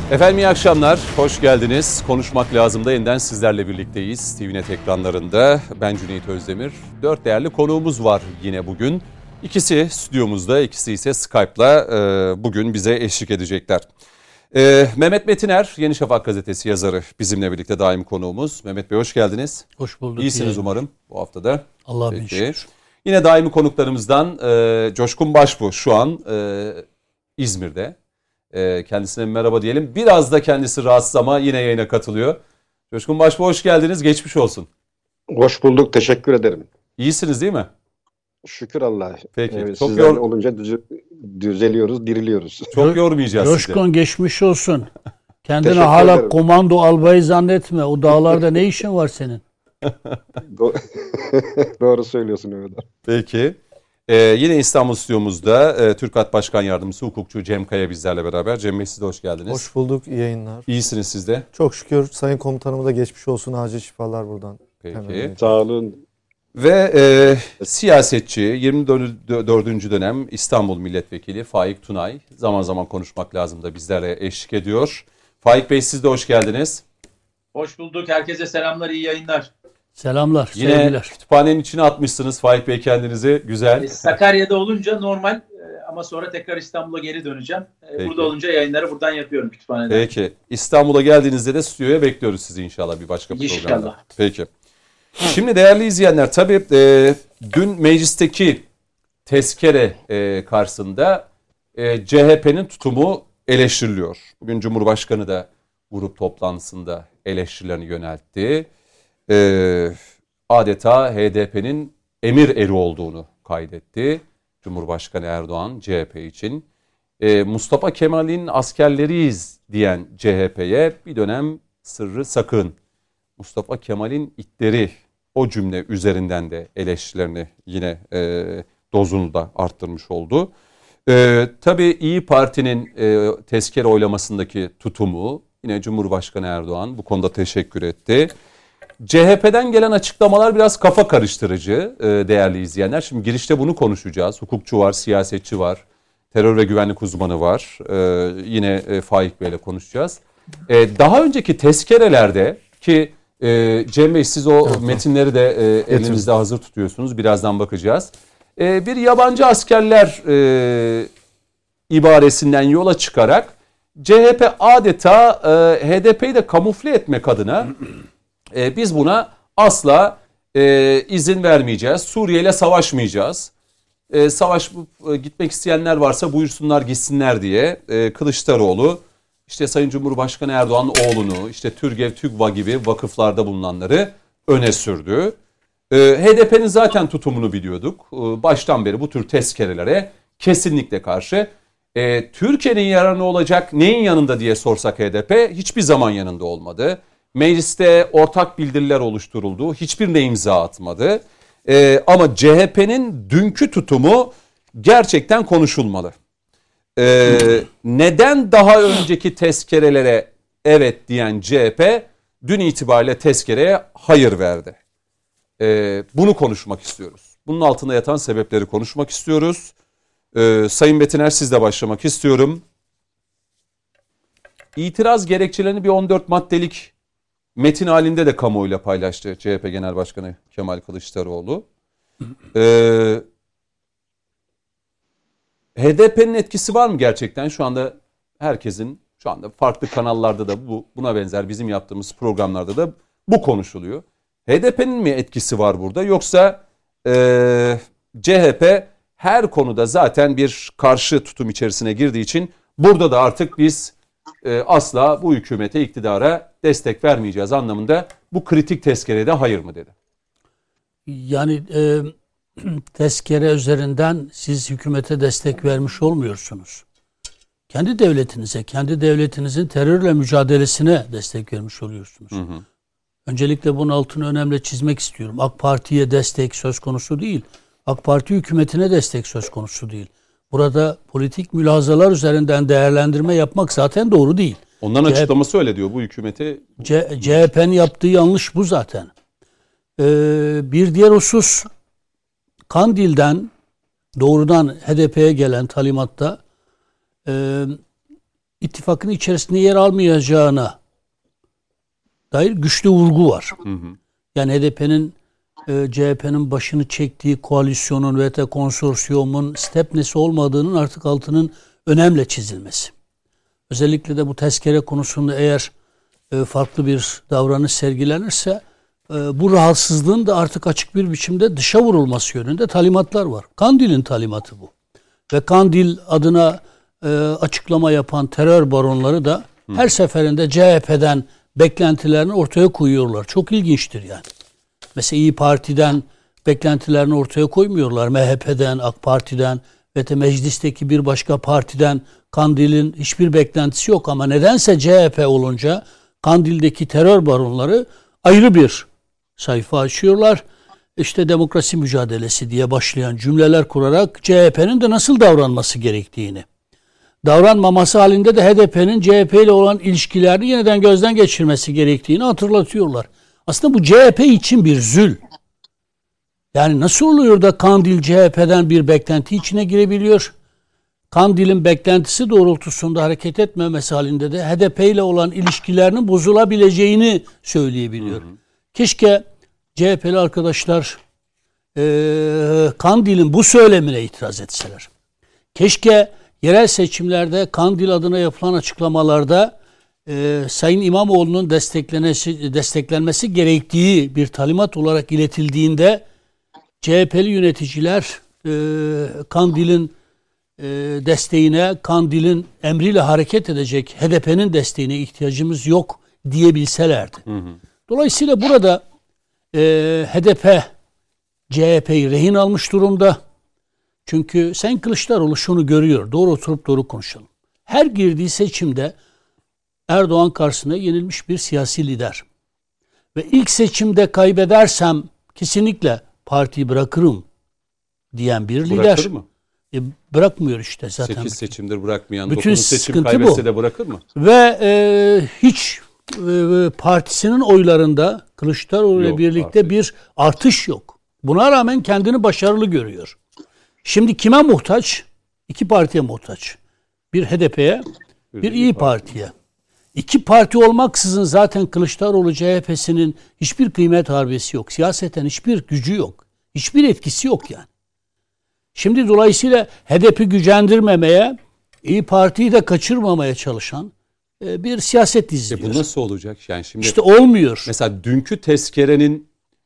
Efendim iyi akşamlar, hoş geldiniz. Konuşmak lazımda yeniden sizlerle birlikteyiz. TVNet ekranlarında ben Cüneyt Özdemir. 4 değerli konuğumuz var yine bugün. İkisi stüdyomuzda, ikisi ise Skype'la bugün bize eşlik edecekler. Mehmet Metiner, Yeni Şafak gazetesi yazarı bizimle birlikte daim konuğumuz. Mehmet Bey hoş geldiniz. Hoş bulduk. İyisiniz umarım bu haftada. Allah'a bin şükür. Yine daimi konuklarımızdan Coşkun Başbuğ şu an İzmir'de. Kendisine merhaba diyelim. Biraz da kendisi rahatsız ama yine yayına katılıyor. Coşkun Başbuğ hoş geldiniz. Geçmiş olsun. Hoş bulduk. Teşekkür ederim. İyisiniz değil mi? Şükür Allah'a. Peki. Evet, çok sizler olunca düzeliyoruz, diriliyoruz. Çok yormayacağız sizi. Coşkun geçmiş olsun. Kendini hala ederim. Komando albayı zannetme. O dağlarda ne işin var senin? Doğru söylüyorsun Ömer. Peki. Yine İstanbul stüdyomuzda TÜRKAT Başkan Yardımcısı hukukçu Cem Kaya bizlerle beraber. Cem Bey siz de hoş geldiniz. Hoş bulduk, iyi yayınlar. İyisiniz siz de. Çok şükür Sayın Komutanıma da geçmiş olsun, acil şifalar buradan. Peki. Sağ olun. Ve siyasetçi 24. dönem İstanbul Milletvekili Faik Tunay zaman zaman konuşmak lazım da bizlere eşlik ediyor. Faik Bey siz de hoş geldiniz. Hoş bulduk. Herkese selamlar, iyi yayınlar. Selamlar, yine sevgiler. Kütüphanenin içine atmışsınız Faik Bey kendinizi. Güzel. Sakarya'da olunca normal ama sonra tekrar İstanbul'a geri döneceğim. Burada olunca yayınları buradan yapıyorum kütüphaneden. Peki. İstanbul'a geldiğinizde de stüdyoya bekliyoruz sizi inşallah bir başka programda. İnşallah. Peki. Şimdi değerli izleyenler tabii dün meclisteki tezkere karşısında CHP'nin tutumu eleştiriliyor. Bugün Cumhurbaşkanı da grup toplantısında eleştirilerini yöneltti. Adeta HDP'nin emir eri olduğunu kaydetti Cumhurbaşkanı Erdoğan CHP için. Mustafa Kemal'in askerleriyiz diyen CHP'ye bir dönem sırrı sakın. Mustafa Kemal'in itleri o cümle üzerinden de eleştirilerini yine dozunu da arttırmış oldu. Tabii İyi Parti'nin tezkere oylamasındaki tutumu yine Cumhurbaşkanı Erdoğan bu konuda teşekkür etti. CHP'den gelen açıklamalar biraz kafa karıştırıcı değerli izleyenler. Şimdi girişte bunu konuşacağız. Hukukçu var, siyasetçi var, terör ve güvenlik uzmanı var. Yine Faik Bey'le konuşacağız. Daha önceki tezkerelerde ki Cem Bey siz o metinleri de elinizde hazır tutuyorsunuz. Birazdan bakacağız. Bir yabancı askerler ibaresinden yola çıkarak CHP adeta HDP'yi de kamufle etmek adına biz buna asla izin vermeyeceğiz. Suriye ile savaşmayacağız. Gitmek isteyenler varsa buyursunlar gitsinler diye Kılıçdaroğlu işte Sayın Cumhurbaşkanı Erdoğan'ın oğlunu işte TÜRGEV, TÜGVA gibi vakıflarda bulunanları öne sürdü. HDP'nin zaten tutumunu biliyorduk. Baştan beri bu tür tezkerelere kesinlikle karşı. Türkiye'nin yararına olacak neyin yanında diye sorsak HDP hiçbir zaman yanında olmadı. Mecliste ortak bildiriler oluşturuldu. Hiçbirine imza atmadı. Ama CHP'nin dünkü tutumu gerçekten konuşulmalı. Neden daha önceki tezkerelere evet diyen CHP dün itibariyle tezkereye hayır verdi? Bunu konuşmak istiyoruz. Bunun altında yatan sebepleri konuşmak istiyoruz. Sayın Metiner sizle başlamak istiyorum. İtiraz gerekçelerini bir 14 maddelik metin halinde de kamuoyuyla paylaştı CHP Genel Başkanı Kemal Kılıçdaroğlu. HDP'nin etkisi var mı gerçekten? Şu anda herkesin, şu anda farklı kanallarda da buna benzer bizim yaptığımız programlarda da bu konuşuluyor. HDP'nin mi etkisi var burada yoksa CHP her konuda zaten bir karşı tutum içerisine girdiği için burada da artık biz asla bu hükümete, iktidara destek vermeyeceğiz anlamında bu kritik tezkereye de hayır mı dedi? Yani tezkere üzerinden siz hükümete destek vermiş olmuyorsunuz. Kendi devletinize, kendi devletinizin terörle mücadelesine destek vermiş oluyorsunuz. Hı hı. Öncelikle bunun altını önemli çizmek istiyorum. AK Parti'ye destek söz konusu değil. AK Parti hükümetine destek söz konusu değil. Burada politik mülahazalar üzerinden değerlendirme yapmak zaten doğru değil. Onların açıklaması öyle diyor bu hükümeti. CHP'nin yaptığı yanlış bu zaten. Bir diğer husus Kandil'den doğrudan HDP'ye gelen talimatta ittifakın içerisinde yer almayacağına dair güçlü vurgu var. Yani HDP'nin CHP'nin başını çektiği koalisyonun ve de konsorsiyumun stepnesi olmadığının artık altının önemli çizilmesi. Özellikle de bu tezkere konusunda eğer farklı bir davranış sergilenirse bu rahatsızlığın da artık açık bir biçimde dışa vurulması yönünde talimatlar var. Kandil'in talimatı bu. Ve Kandil adına açıklama yapan terör baronları da her seferinde CHP'den beklentilerini ortaya koyuyorlar. Çok ilginçtir yani. Mesela İYİ Parti'den beklentilerini ortaya koymuyorlar. MHP'den, AK Parti'den ve de meclisteki bir başka partiden Kandil'in hiçbir beklentisi yok. Ama nedense CHP olunca Kandil'deki terör baronları ayrı bir sayfa açıyorlar. İşte demokrasi mücadelesi diye başlayan cümleler kurarak CHP'nin de nasıl davranması gerektiğini, davranmaması halinde de HDP'nin CHP ile olan ilişkilerini yeniden gözden geçirmesi gerektiğini hatırlatıyorlar. Aslında bu CHP için bir zül. Yani nasıl oluyor da Kandil CHP'den bir beklenti içine girebiliyor? Kandil'in beklentisi doğrultusunda hareket etmemesi halinde de HDP ile olan ilişkilerinin bozulabileceğini söyleyebiliyor. Keşke CHP'li arkadaşlar Kandil'in bu söylemine itiraz etseler. Keşke yerel seçimlerde Kandil adına yapılan açıklamalarda Sayın İmamoğlu'nun desteklenmesi gerektiği bir talimat olarak iletildiğinde CHP'li yöneticiler Kandil'in desteğine, Kandil'in emriyle hareket edecek HDP'nin desteğine ihtiyacımız yok diyebilselerdi. Dolayısıyla burada HDP CHP'yi rehin almış durumda. Çünkü Sayın Kılıçdaroğlu şunu görüyor. Doğru oturup doğru konuşalım. Her girdiği seçimde Erdoğan karşısında yenilmiş bir siyasi lider. Ve ilk seçimde kaybedersem kesinlikle partiyi bırakırım diyen bir lider. Bırakır mı? Bırakmıyor işte zaten. 8 seçimdir bırakmayan, bütün 9 seçim sıkıntı kaybetse bu. de bırakır mı? Ve hiç partisinin oylarında Kılıçdaroğlu ile birlikte artık bir artış yok. Buna rağmen kendini başarılı görüyor. Şimdi kime muhtaç? İki partiye muhtaç. Bir HDP'ye, bir İYİ Parti'ye. İki parti olmaksızın zaten Kılıçdaroğlu CHP'sinin hiçbir kıymet harbiyesi yok. Siyaseten hiçbir gücü yok. Hiçbir etkisi yok yani. Şimdi dolayısıyla HDP'i gücendirmemeye, İYİ Parti'yi de kaçırmamaya çalışan bir siyaset izliyor. Bu nasıl olacak? Yani şimdi İşte olmuyor. mesela dünkü tezkerenin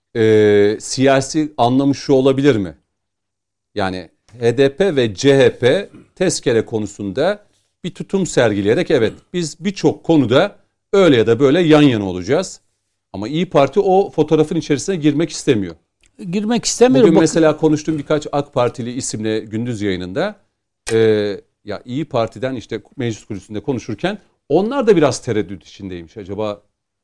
siyasi anlamı şu olabilir mi? Yani HDP ve CHP tezkere konusunda bir tutum sergileyerek evet biz birçok konuda öyle ya da böyle yan yana olacağız. Ama İYİ Parti o fotoğrafın içerisine girmek istemiyor. Girmek istemiyorum. Bugün mesela konuştuğum birkaç AK Partili isimle gündüz yayınında ya İYİ Parti'den işte meclis kürsüsünde konuşurken onlar da biraz tereddüt içindeymiş. Acaba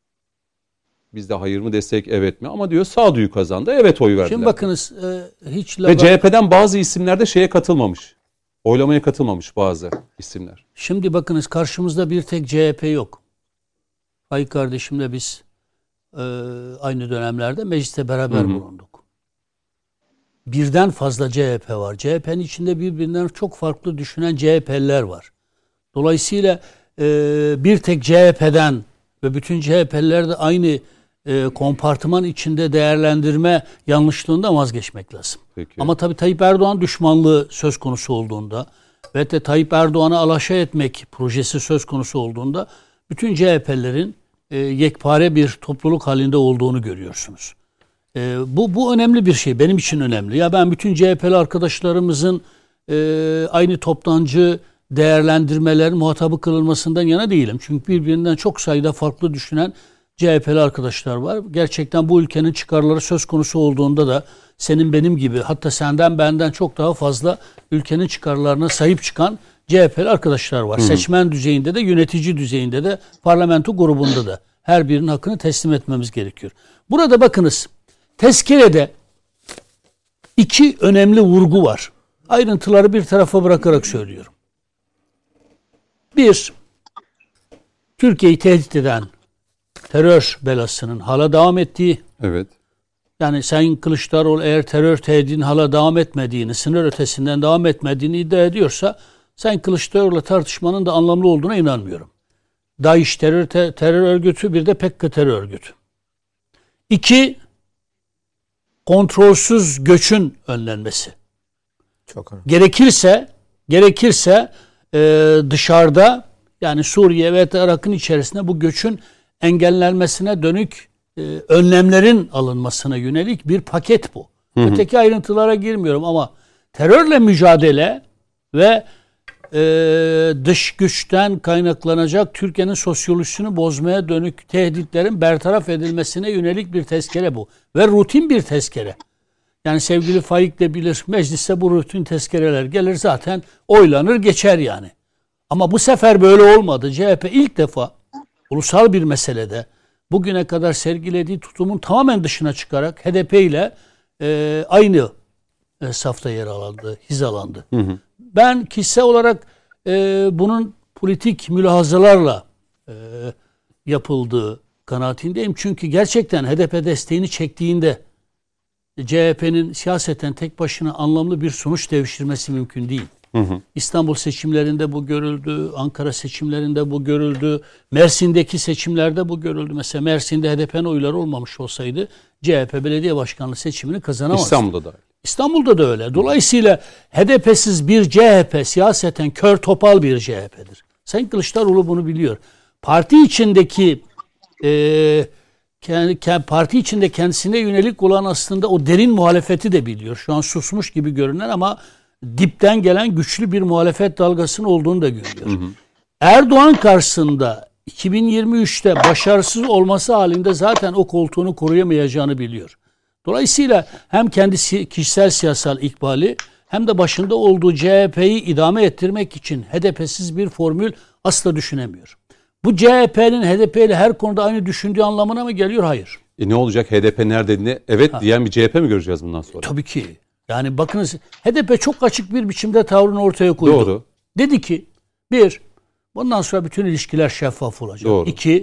bizde hayır mı desek evet mi? Ama diyor sağduyu kazandı. Evet oy verdiler. Şimdi bakınız hiç ve CHP'den bazı isimler de şeye katılmamış. Oylamaya katılmamış bazı isimler. Şimdi bakınız karşımızda bir tek CHP yok. Faik kardeşimle biz aynı dönemlerde mecliste beraber bulunduk. Birden fazla CHP var. CHP'nin içinde birbirinden çok farklı düşünen CHP'liler var. Dolayısıyla bir tek CHP'den ve bütün CHP'liler de aynı kompartıman içinde değerlendirme yanlışlığında vazgeçmek lazım. Peki. Ama tabii Tayyip Erdoğan düşmanlığı söz konusu olduğunda ve de Tayyip Erdoğan'ı alaşağı etmek projesi söz konusu olduğunda bütün CHP'lerin yekpare bir topluluk halinde olduğunu görüyorsunuz. Bu önemli bir şey. Benim için önemli. Ya ben bütün CHP'li arkadaşlarımızın aynı toptancı değerlendirmelerin muhatabı kılınmasından yana değilim. Çünkü birbirinden çok sayıda farklı düşünen CHP'li arkadaşlar var. Gerçekten bu ülkenin çıkarları söz konusu olduğunda da senin benim gibi hatta senden benden çok daha fazla ülkenin çıkarlarına sahip çıkan CHP'li arkadaşlar var. Seçmen düzeyinde de yönetici düzeyinde de parlamento grubunda da her birinin hakkını teslim etmemiz gerekiyor. Burada bakınız tezkerede iki önemli vurgu var. Ayrıntıları bir tarafa bırakarak söylüyorum. Bir, Türkiye'yi tehdit eden terör belasının hala devam ettiği, Evet. yani Sayın Kılıçdaroğlu eğer terör tehdidinin hala devam etmediğini, sınır ötesinden devam etmediğini iddia ediyorsa Sayın Kılıçdaroğlu'la tartışmanın da anlamlı olduğuna inanmıyorum. DAEŞ terör örgütü, bir de PKK terör örgütü. 2, kontrolsüz göçün önlenmesi. Çok önemli. Gerekirse dışarıda, yani Suriye ve Irak'ın içerisinde bu göçün engellenmesine dönük önlemlerin alınmasına yönelik bir paket bu. Öteki ayrıntılara girmiyorum ama terörle mücadele ve dış güçten kaynaklanacak Türkiye'nin sosyolojisini bozmaya dönük tehditlerin bertaraf edilmesine yönelik bir tezkere bu. Ve rutin bir tezkere. Yani sevgili Faik de bilir, meclise bu rutin tezkereler gelir, zaten oylanır geçer yani. Ama bu sefer böyle olmadı. CHP ilk defa ulusal bir meselede bugüne kadar sergilediği tutumun tamamen dışına çıkarak HDP ile aynı safta yer aldı, hizalandı. Ben kişisel olarak bunun politik mülahazalarla yapıldığı kanaatindeyim. Çünkü gerçekten HDP desteğini çektiğinde CHP'nin siyaseten tek başına anlamlı bir sonuç devşirmesi mümkün değil. İstanbul seçimlerinde bu görüldü, Ankara seçimlerinde bu görüldü, Mersin'deki seçimlerde bu görüldü. Mesela Mersin'de HDP'nin oyları olmamış olsaydı CHP belediye başkanlığı seçimini kazanamazdı. İstanbul'da da. İstanbul'da da öyle. Dolayısıyla HDP'siz bir CHP siyaseten kör topal bir CHP'dir. Sayın Kılıçdaroğlu bunu biliyor. Parti içindeki parti içinde kendisine yönelik olan aslında o derin muhalefeti de biliyor. Şu an susmuş gibi görünen ama dipten gelen güçlü bir muhalefet dalgasının olduğunu da görüyor. Erdoğan karşısında 2023'te başarısız olması halinde zaten o koltuğunu koruyamayacağını biliyor. Dolayısıyla hem kendi kişisel siyasal ikbali hem de başında olduğu CHP'yi idame ettirmek için HDP'siz bir formül asla düşünemiyor. Bu CHP'nin HDP ile her konuda aynı düşündüğü anlamına mı geliyor? Hayır. Ne olacak? HDP nerede? Evet diyen bir CHP mi göreceğiz bundan sonra? Tabii ki. Yani bakınız, HDP çok açık bir biçimde tavrını ortaya koydu. Doğru. Dedi ki, 1, bundan sonra bütün ilişkiler şeffaf olacak. Doğru. 2,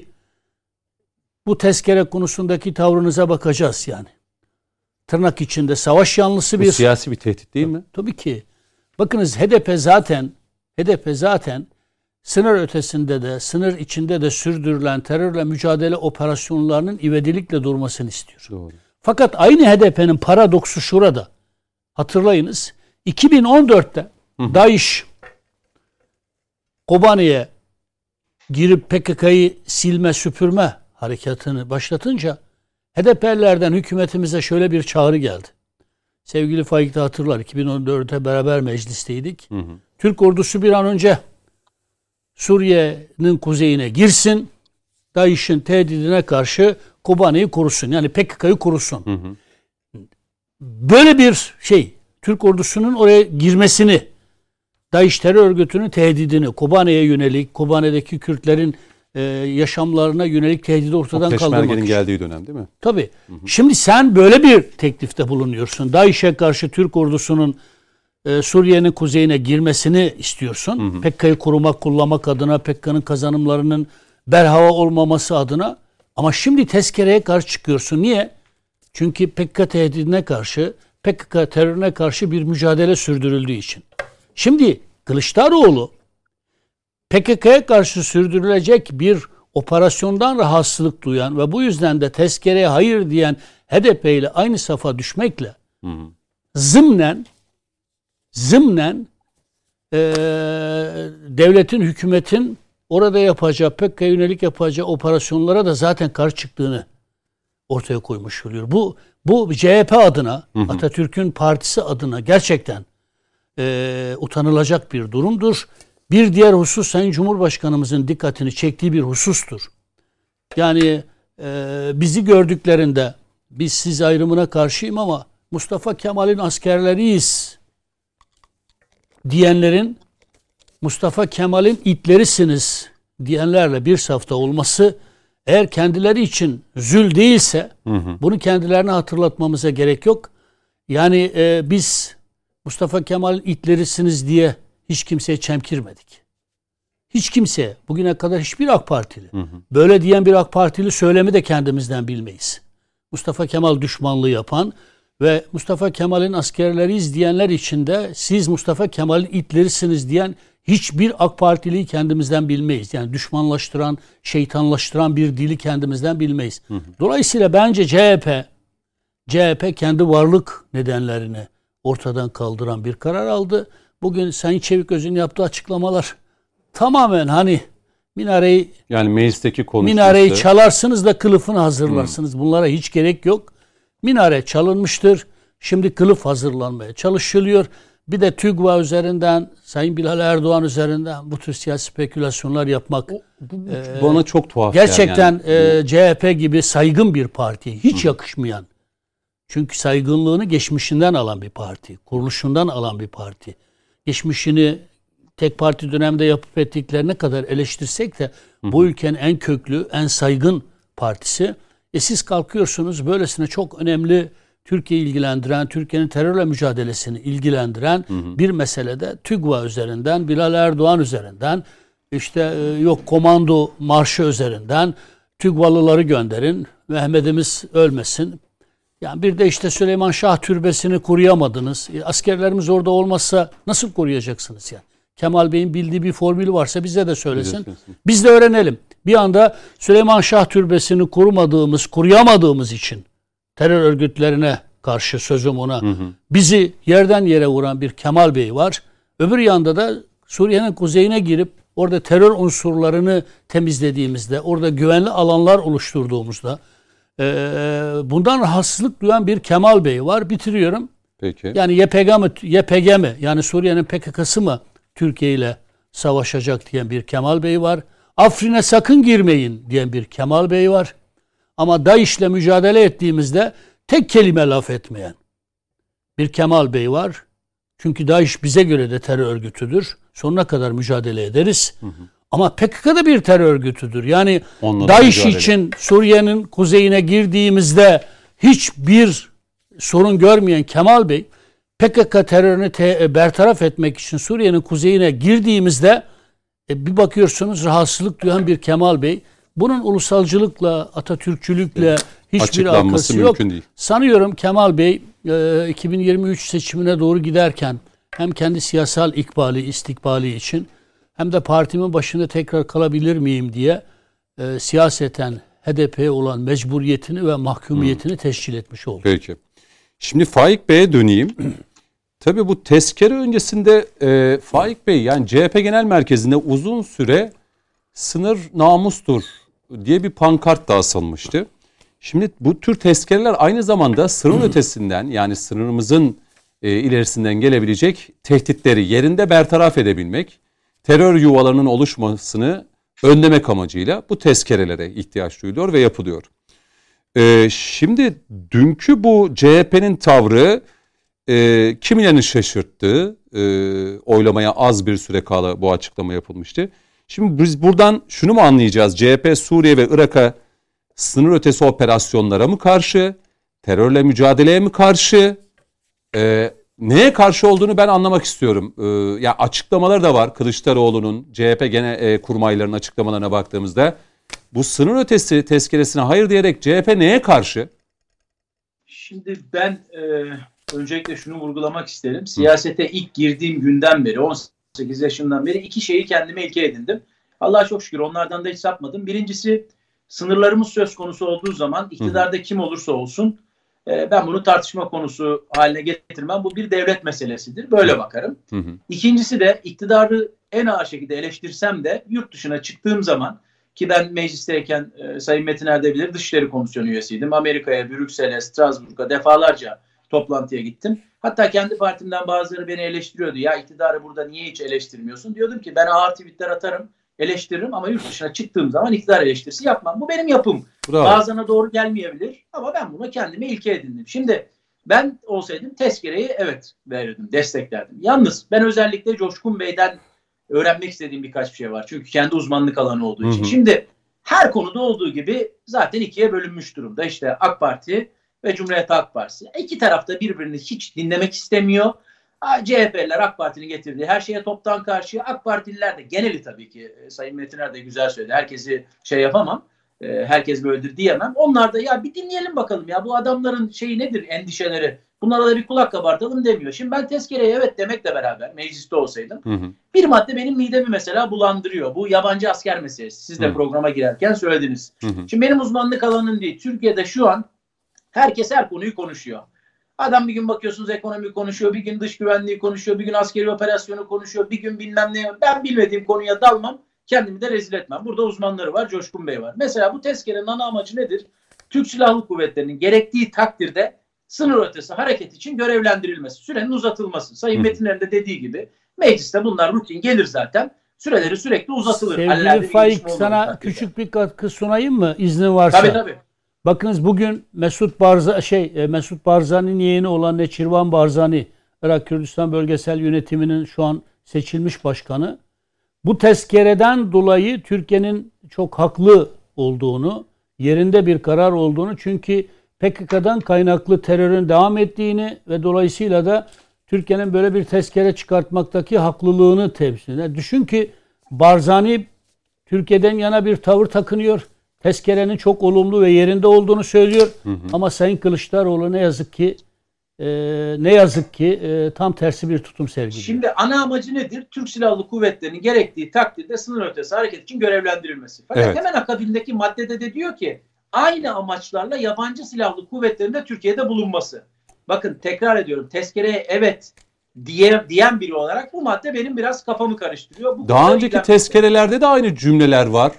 bu tezkere konusundaki tavrınıza bakacağız yani. Tırnak içinde savaş yanlısı Bu bir... siyasi bir tehdit değil mi? Tabii ki. Bakınız HDP zaten sınır ötesinde de sınır içinde de sürdürülen terörle mücadele operasyonlarının ivedilikle durmasını istiyor. Doğru. Fakat aynı HDP'nin paradoksu şurada. Hatırlayınız. 2014'te DAEŞ Kobane'ye girip PKK'yı silme süpürme harekatını başlatınca HDP'lilerden hükümetimize şöyle bir çağrı geldi. Sevgili Faik de hatırlar, 2014'te beraber meclisteydik. Türk ordusu bir an önce Suriye'nin kuzeyine girsin, DAEŞ'in tehdidine karşı Kobane'yi korusun. Yani PKK'yı korusun. Böyle bir Türk ordusunun oraya girmesini, DAEŞ terör örgütünün tehdidini, Kobane'ye yönelik, Kobane'deki Kürtlerin yaşamlarına yönelik tehdidi ortadan kaldırmak için. Peşmerge'nin geldiği dönem değil mi? Tabii. Şimdi sen böyle bir teklifte bulunuyorsun. DAEŞ'e karşı Türk ordusunun Suriye'nin kuzeyine girmesini istiyorsun. PKK'yı korumak, kollamak adına, PKK'nın kazanımlarının berhava olmaması adına. Ama şimdi tezkereye karşı çıkıyorsun. Niye? Çünkü PKK tehdidine karşı, PKK terörüne karşı bir mücadele sürdürüldüğü için. Şimdi Kılıçdaroğlu PKK'ya karşı sürdürülecek bir operasyondan rahatsızlık duyan ve bu yüzden de tezkereye hayır diyen HDP ile aynı safa düşmekle zımnen devletin, hükümetin orada yapacağı, PKK'ya yönelik yapacağı operasyonlara da zaten karşı çıktığını ortaya koymuş oluyor. Bu CHP adına, Atatürk'ün partisi adına gerçekten utanılacak bir durumdur. Bir diğer husus, Sayın Cumhurbaşkanımızın dikkatini çektiği bir husustur. Yani bizi gördüklerinde, biz siz ayrımına karşıyım ama Mustafa Kemal'in askerleriyiz diyenlerin, Mustafa Kemal'in itlerisiniz diyenlerle bir safta olması, eğer kendileri için zül değilse bunu kendilerine hatırlatmamıza gerek yok. Yani biz Mustafa Kemal'in itlerisiniz diye hiç kimseye çemkirmedik. Hiç kimseye, bugüne kadar hiçbir AK Partili, böyle diyen bir AK Partili söylemi de kendimizden bilmeyiz. Mustafa Kemal düşmanlığı yapan ve Mustafa Kemal'in askerleriyiz diyenler için de siz Mustafa Kemal'in itlerisiniz diyen hiçbir AK Partiliyi kendimizden bilmeyiz. Yani düşmanlaştıran, şeytanlaştıran bir dili kendimizden bilmeyiz. Dolayısıyla bence CHP kendi varlık nedenlerini ortadan kaldıran bir karar aldı. Bugün Sayın Çeviköz'ün yaptığı açıklamalar tamamen hani yani meclisteki minareyi çalarsınız da kılıfını hazırlarsınız. Bunlara hiç gerek yok. Minare çalınmıştır. Şimdi kılıf hazırlanmaya çalışılıyor. Bir de TÜGVA üzerinden, Sayın Bilal Erdoğan üzerinden bu tür siyasi spekülasyonlar yapmak bana çok tuhaf. Gerçekten CHP gibi saygın bir partiye hiç yakışmayan. Çünkü saygınlığını geçmişinden alan bir parti, kuruluşundan alan bir parti. Geçmişini tek parti dönemde yapıp ettiklerine kadar eleştirsek de bu ülkenin en köklü, en saygın partisi. Siz kalkıyorsunuz böylesine çok önemli, Türkiye'yi ilgilendiren, Türkiye'nin terörle mücadelesini ilgilendiren bir meselede TÜGVA üzerinden, Bilal Erdoğan üzerinden, işte yok komando marşı üzerinden TÜGVA'lıları gönderin, Mehmet'imiz ölmesin. Yani bir de işte Süleyman Şah Türbesi'ni koruyamadınız. Askerlerimiz orada olmazsa nasıl koruyacaksınız yani? Kemal Bey'in bildiği bir formülü varsa bize de söylesin. Biz de öğrenelim. Bir anda Süleyman Şah Türbesi'ni koruyamadığımız için terör örgütlerine karşı sözüm ona bizi yerden yere vuran bir Kemal Bey var. Öbür yanda da Suriye'nin kuzeyine girip orada terör unsurlarını temizlediğimizde, orada güvenli alanlar oluşturduğumuzda bundan rahatsızlık duyan bir Kemal Bey var. Bitiriyorum. Peki. Yani YPG mi? Yani Suriye'nin PKK'sı mı Türkiye ile savaşacak diyen bir Kemal Bey var. Afrin'e sakın girmeyin diyen bir Kemal Bey var. Ama DAEŞ'le mücadele ettiğimizde tek kelime laf etmeyen bir Kemal Bey var. Çünkü DAEŞ bize göre de terör örgütüdür. Sonuna kadar mücadele ederiz. Ama PKK da bir terör örgütüdür. Yani DAEŞ için Suriye'nin kuzeyine girdiğimizde hiçbir sorun görmeyen Kemal Bey, PKK terörünü bertaraf etmek için Suriye'nin kuzeyine girdiğimizde bir bakıyorsunuz rahatsızlık duyan bir Kemal Bey. Bunun ulusalcılıkla, Atatürkçülükle hiçbir alakası yok. Değil. Sanıyorum Kemal Bey 2023 seçimine doğru giderken hem kendi siyasal istikbali için hem de partimin başında tekrar kalabilir miyim diye siyaseten HDP'ye olan mecburiyetini ve mahkumiyetini tescil etmiş oldu. Peki. Şimdi Faik Bey'e döneyim. Tabii bu tezkere öncesinde Faik Bey yani CHP Genel Merkezi'nde uzun süre sınır namustur diye bir pankart da asılmıştı. Şimdi bu tür tezkereler aynı zamanda sınır ötesinden yani sınırımızın ilerisinden gelebilecek tehditleri yerinde bertaraf edebilmek, terör yuvalarının oluşmasını önlemek amacıyla bu tezkerelere ihtiyaç duyuluyor ve yapılıyor. Şimdi dünkü bu CHP'nin tavrı kimilerini şaşırttı. Oylamaya az bir süre kala bu açıklama yapılmıştı. Şimdi biz buradan şunu mu anlayacağız? CHP Suriye ve Irak'a sınır ötesi operasyonlara mı karşı? Terörle mücadeleye mi karşı? Neye karşı olduğunu ben anlamak istiyorum. Ya açıklamaları da var Kılıçdaroğlu'nun, CHP genel kurmaylarının açıklamalarına baktığımızda. Bu sınır ötesi tezkeresine hayır diyerek CHP neye karşı? Şimdi ben öncelikle şunu vurgulamak isterim. Siyasete ilk girdiğim günden beri, 18 yaşından beri iki şeyi kendime ilke edindim. Allah'a çok şükür onlardan da hiç sapmadım. Birincisi sınırlarımız söz konusu olduğu zaman iktidarda kim olursa olsun ben bunu tartışma konusu haline getirmem. Bu bir devlet meselesidir. Böyle bakarım. İkincisi de iktidarı en ağır şekilde eleştirsem de yurt dışına çıktığım zaman ki ben meclisteyken Sayın Metin Erde bilir Dışişleri Komisyonu üyesiydim. Amerika'ya, Brüksel'e, Strasbourg'a defalarca toplantıya gittim. Hatta kendi partimden bazıları beni eleştiriyordu. Ya iktidarı burada niye hiç eleştirmiyorsun? Diyordum ki ben ağır tweetler atarım, eleştiririm ama yurt dışına çıktığım zaman iktidar eleştirisi yapmam. Bu benim yapım. Bravo. Bazılarına doğru gelmeyebilir ama ben buna kendime ilke edindim. Şimdi ben olsaydım tezkereyi evet verirdim, desteklerdim. Yalnız ben özellikle Coşkun Bey'den öğrenmek istediğim birkaç bir şey var. Çünkü kendi uzmanlık alanı olduğu için. Şimdi her konuda olduğu gibi zaten ikiye bölünmüş durumda. İşte AK Parti ve Cumhuriyet Halk Partisi. İki tarafta birbirini hiç dinlemek istemiyor. CHP'liler AK Parti'nin getirdiği her şeye toptan karşı. AK Partililer de geneli tabii ki Sayın Metiner de güzel söyledi. Herkesi şey yapamam. Herkes böyledir diyemem. Onlar da ya bir dinleyelim bakalım ya bu adamların şeyi nedir endişeleri. Bunlara da bir kulak kabartalım demiyor. Şimdi ben tezkereye evet demekle beraber mecliste olsaydım bir madde benim midemi mesela bulandırıyor. Bu yabancı asker meselesi. Siz de programa girerken söylediniz. Şimdi benim uzmanlık alanım değil. Türkiye'de şu an herkes her konuyu konuşuyor. Adam bir gün bakıyorsunuz ekonomi konuşuyor, bir gün dış güvenliği konuşuyor, bir gün askeri operasyonu konuşuyor, bir gün bilmem ne. Ben bilmediğim konuya dalmam, kendimi de rezil etmem. Burada uzmanları var, Coşkun Bey var. Mesela bu tezkerenin ana amacı nedir? Türk Silahlı Kuvvetleri'nin gerektiği takdirde sınır ötesi hareket için görevlendirilmesi, sürenin uzatılması. Sayın Metinler'in de dediği gibi mecliste bunlar rutin gelir zaten. Süreleri sürekli uzatılır. Sevgili Faik, sana küçük bir katkı sunayım mı iznin varsa? Tabii. Bakınız bugün Mesut Barzani'nin yeğeni olan Neçirvan Barzani, Irak Kürdistan Bölgesel Yönetimi'nin şu an seçilmiş başkanı, bu tezkereden dolayı Türkiye'nin çok haklı olduğunu, yerinde bir karar olduğunu, çünkü PKK'dan kaynaklı terörün devam ettiğini ve dolayısıyla da Türkiye'nin böyle bir tezkere çıkartmaktaki haklılığını temsil eder. Düşün ki Barzani Türkiye'den yana bir tavır takınıyor. Tezkerenin çok olumlu ve yerinde olduğunu söylüyor. Ama Sayın Kılıçdaroğlu ne yazık ki tam tersi bir tutum sergiliyor. Şimdi ana amacı nedir? Türk Silahlı Kuvvetleri'nin gerektiği takdirde sınır ötesi hareket için görevlendirilmesi. Fakat hemen akabindeki maddede de diyor ki aynı amaçlarla yabancı silahlı kuvvetlerin de Türkiye'de bulunması. Bakın tekrar ediyorum, tezkereye evet diyen biri olarak bu madde benim biraz kafamı karıştırıyor. Daha önceki tezkerelerde de aynı cümleler var.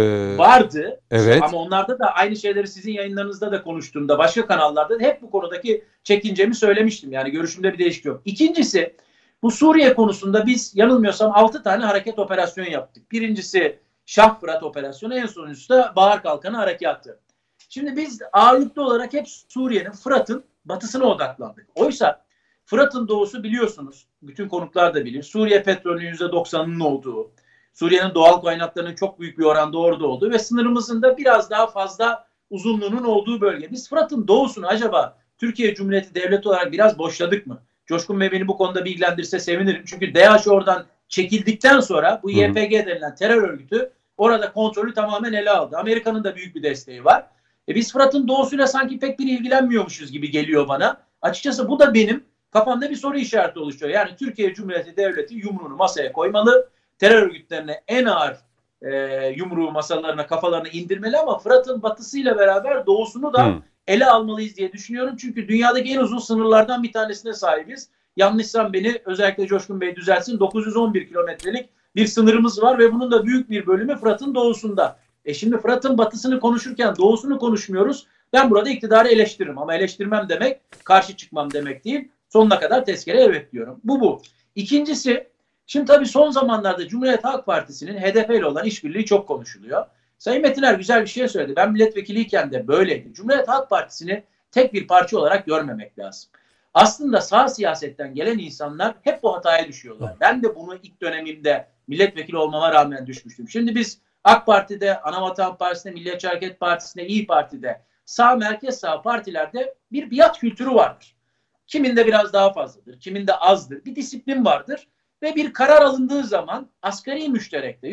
Vardı. Evet. Ama onlarda da aynı şeyleri sizin yayınlarınızda da konuştuğumda başka kanallarda da hep bu konudaki çekincemi söylemiştim. Yani görüşümde bir değişiklik yok. İkincisi, bu Suriye konusunda biz yanılmıyorsam 6 tane hareket operasyonu yaptık. Birincisi Şah Fırat operasyonu, en sonuncusu da Bahar Kalkanı harekatı. Şimdi biz ağırlıklı olarak hep Suriye'nin, Fırat'ın batısına odaklandık. Oysa Fırat'ın doğusu biliyorsunuz, bütün konuklar da bilir. Suriye petrolünün %90'ının olduğu, Suriye'nin doğal kaynaklarının çok büyük bir oranda orada olduğu ve sınırımızın da biraz daha fazla uzunluğunun olduğu bölge. Biz Fırat'ın doğusunu acaba Türkiye Cumhuriyeti Devleti olarak biraz boşladık mı? Coşkun Bey beni bu konuda bilgilendirse sevinirim. Çünkü DAEŞ oradan çekildikten sonra bu YPG denilen terör örgütü orada kontrolü tamamen ele aldı. Amerika'nın da büyük bir desteği var. Biz Fırat'ın doğusuyla sanki pek bir ilgilenmiyormuşuz gibi geliyor bana. Açıkçası bu da benim kafamda bir soru işareti oluşuyor. Yani Türkiye Cumhuriyeti Devleti yumruğunu masaya koymalı. Terör örgütlerine en ağır yumruğu masalarına, kafalarına indirmeli ama Fırat'ın batısıyla beraber doğusunu da ele almalıyız diye düşünüyorum. Çünkü dünyadaki en uzun sınırlardan bir tanesine sahibiz. Yanlışsam beni özellikle Coşkun Bey düzeltsin. 911 kilometrelik bir sınırımız var ve bunun da büyük bir bölümü Fırat'ın doğusunda. Şimdi Fırat'ın batısını konuşurken doğusunu konuşmuyoruz. Ben burada iktidarı eleştiririm ama eleştirmem demek karşı çıkmam demek değil. Sonuna kadar tezkere evet diyorum. Bu. İkincisi, şimdi tabii son zamanlarda Cumhuriyet Halk Partisi'nin HDP ile olan işbirliği çok konuşuluyor. Sayın Metiner güzel bir şey söyledi. Ben milletvekiliyken de böyleydi. Cumhuriyet Halk Partisi'ni tek bir parça olarak görmemek lazım. Aslında sağ siyasetten gelen insanlar hep bu hataya düşüyorlar. Ben de bunu ilk dönemimde milletvekili olmama rağmen düşmüştüm. Şimdi biz AK Parti'de, Anavatan Partisi'nde, Milliyetçi Hareket Partisi'nde, İYİ Parti'de, sağ merkez sağ partilerde bir biat kültürü vardır. Kiminde biraz daha fazladır, kiminde azdır. Bir disiplin vardır ve bir karar alındığı zaman asgari müşterekte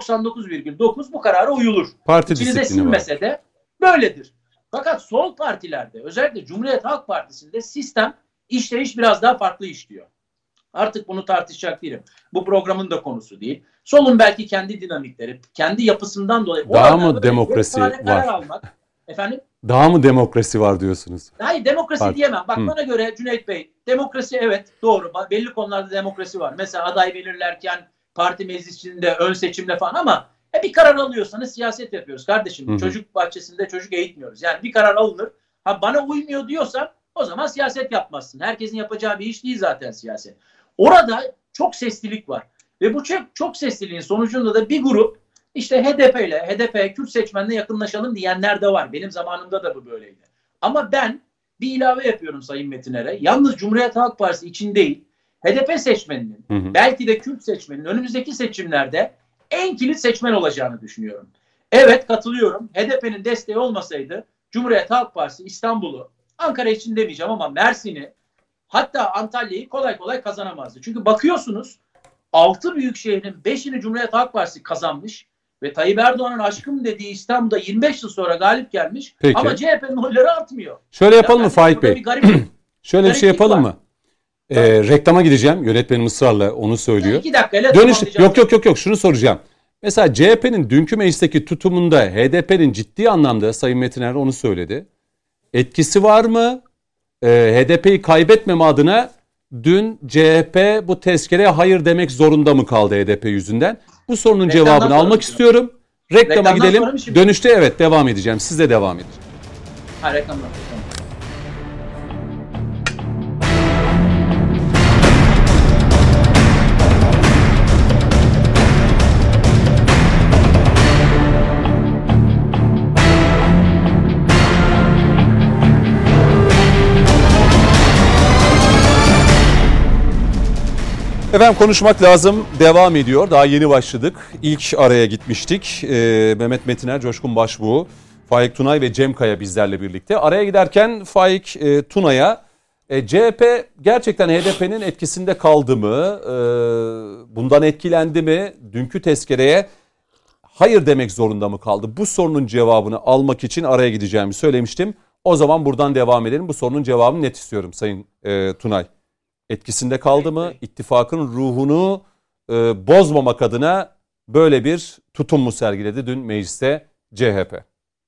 %99,9 bu karara uyulur. Parti İçinize disiplini sinmese de böyledir. Fakat sol partilerde, özellikle Cumhuriyet Halk Partisi'nde sistem, işleyiş biraz daha farklı işliyor. Artık bunu tartışacak değilim. Bu programın da konusu değil. Solun belki kendi dinamikleri, kendi yapısından dolayı daha mı demokrasi var? Almak. Efendim? Daha mı demokrasi var diyorsunuz? Hayır, demokrasi diyemem. Bak bana göre Cüneyt Bey, demokrasi evet doğru. Belli konularda demokrasi var. Mesela aday belirlerken parti meclisinde ön seçimle falan ama bir karar alıyorsanız siyaset yapıyoruz kardeşim. Çocuk bahçesinde çocuk eğitmiyoruz. Yani bir karar alınır. Bana uymuyor diyorsan o zaman siyaset yapmazsın. Herkesin yapacağı bir iş değil zaten siyaset. Orada çok seslilik var. Ve bu çok sesliliğin sonucunda da bir grup işte HDP Kürt seçmenle yakınlaşalım diyenler de var. Benim zamanımda da bu böyleydi. Ama ben bir ilave yapıyorum Sayın Metiner'e. Yalnız Cumhuriyet Halk Partisi için değil, HDP seçmeninin, belki de Kürt seçmeninin önümüzdeki seçimlerde en kilit seçmen olacağını düşünüyorum. Evet, katılıyorum. HDP'nin desteği olmasaydı Cumhuriyet Halk Partisi İstanbul'u, Ankara için demeyeceğim ama Mersin'i, hatta Antalya'yı kolay kolay kazanamazdı. Çünkü bakıyorsunuz 6 büyük şehrin 5'ini Cumhuriyet Halk Partisi kazanmış ve Tayyip Erdoğan'ın aşkım dediği İstanbul'da 25 yıl sonra galip gelmiş. Peki. Ama CHP'nin oyları artmıyor. Şöyle yapalım mı Faik Bey? Şöyle bir şey Gariplik yapalım var. mı? Reklama gideceğim. Yönetmenim ısrarla onu söylüyor. 2 dakikayla Dönüş tamamlayacağım. yok şunu soracağım. Mesela CHP'nin dünkü meclisteki tutumunda HDP'nin ciddi anlamda Sayın Metiner onu söyledi. Etkisi var mı? HDP'yi kaybetmeme adına dün CHP bu tezkereye hayır demek zorunda mı kaldı HDP yüzünden? Bu sorunun Reklamdan cevabını sonra almak mı? istiyorum. Reklama Reklamdan sonra gidelim. mı şimdi? Dönüşte evet devam edeceğim. Siz de devam edin. Ha, reklamdan. Tamam. Efendim konuşmak lazım devam ediyor. Daha yeni başladık. İlk araya gitmiştik. Mehmet Metiner, Coşkun Başbuğ, Faik Tunay ve Cem Kaya bizlerle birlikte. Araya giderken Faik Tunay'a CHP gerçekten HDP'nin etkisinde kaldı mı? Bundan etkilendi mi? Dünkü tezkereye hayır demek zorunda mı kaldı? Bu sorunun cevabını almak için araya gideceğimi söylemiştim. O zaman buradan devam edelim. Bu sorunun cevabını net istiyorum Sayın Tunay. Etkisinde kaldı mı? İttifakın ruhunu bozmamak adına böyle bir tutum mu sergiledi dün mecliste CHP?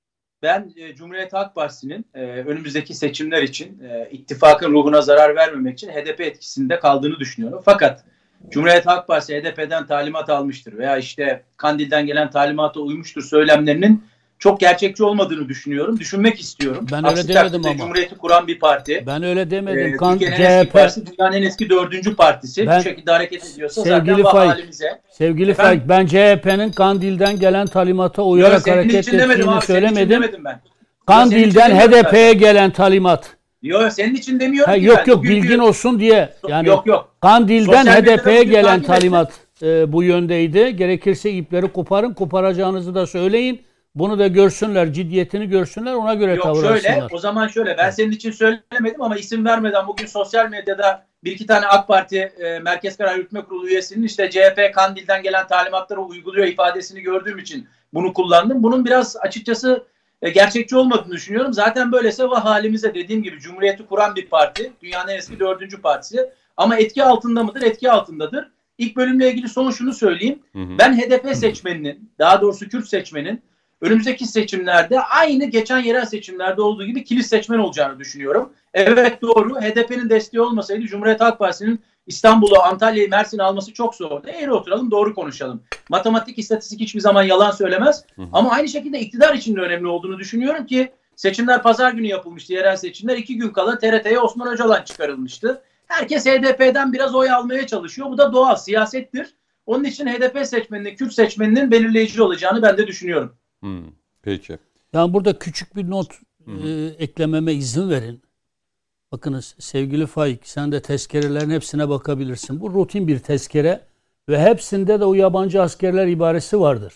Ben Cumhuriyet Halk Partisi'nin önümüzdeki seçimler için ittifakın ruhuna zarar vermemek için HDP etkisinde kaldığını düşünüyorum. Fakat Cumhuriyet Halk Partisi HDP'den talimat almıştır veya işte Kandil'den gelen talimata uymuştur söylemlerinin çok gerçekçi olmadığını düşünüyorum. Düşünmek istiyorum. Ben Aksi öyle demedim takdirde ama. Cumhuriyeti kuran bir parti. Ben öyle demedim. Türkiye'nin en eski partisi, dünyanın en eski 4. partisi. Bu şekilde hareket ediyorsa zaten halimize. Sevgili Faik, ben CHP'nin Kandil'den gelen talimata uyarak hareket ettiğini söylemedim. Kandil'den HDP'ye gelen talimat. Yok senin için demiyorum ki yok ben. yok bilgin olsun diye. Yani yok. Kandil'den Sosyal medyada HDP'ye bugün gelen takip ettim. talimat bu yöndeydi. Gerekirse ipleri koparın, koparacağınızı da söyleyin. Bunu da görsünler, ciddiyetini görsünler, ona göre tavır alsınlar. O zaman şöyle, ben senin için söylemedim ama isim vermeden bugün sosyal medyada bir iki tane AK Parti Merkez Karar Yürütme Kurulu üyesinin işte CHP Kandil'den gelen talimatları uyguluyor ifadesini gördüğüm için bunu kullandım. Bunun biraz açıkçası gerçekçi olmadığını düşünüyorum. Zaten böylese halimize, dediğim gibi Cumhuriyeti kuran bir parti, dünyanın en eski 4. partisi, ama etki altında mıdır? Etki altındadır. İlk bölümle ilgili son şunu söyleyeyim. Ben HDP seçmeninin, daha doğrusu Kürt seçmenin önümüzdeki seçimlerde aynı geçen yerel seçimlerde olduğu gibi kilit seçmen olacağını düşünüyorum. Evet, doğru. HDP'nin desteği olmasaydı Cumhuriyet Halk Partisi'nin İstanbul'u, Antalya'yı, Mersin'i alması çok zordu. Eğri oturalım, doğru konuşalım. Matematik, istatistik hiçbir zaman yalan söylemez. Ama aynı şekilde iktidar için de önemli olduğunu düşünüyorum ki seçimler pazar günü yapılmıştı, yerel seçimler. 2 gün kala TRT'ye Osman Öcalan çıkarılmıştı. Herkes HDP'den biraz oy almaya çalışıyor. Bu da doğal, siyasettir. Onun için HDP seçmeninin, Kürt seçmeninin belirleyici olacağını ben de düşünüyorum. Peki. Yani burada küçük bir not eklememe izin verin. Bakınız sevgili Faik, sen de tezkerelerin hepsine bakabilirsin. Bu rutin bir tezkere ve hepsinde de o yabancı askerler ibaresi vardır.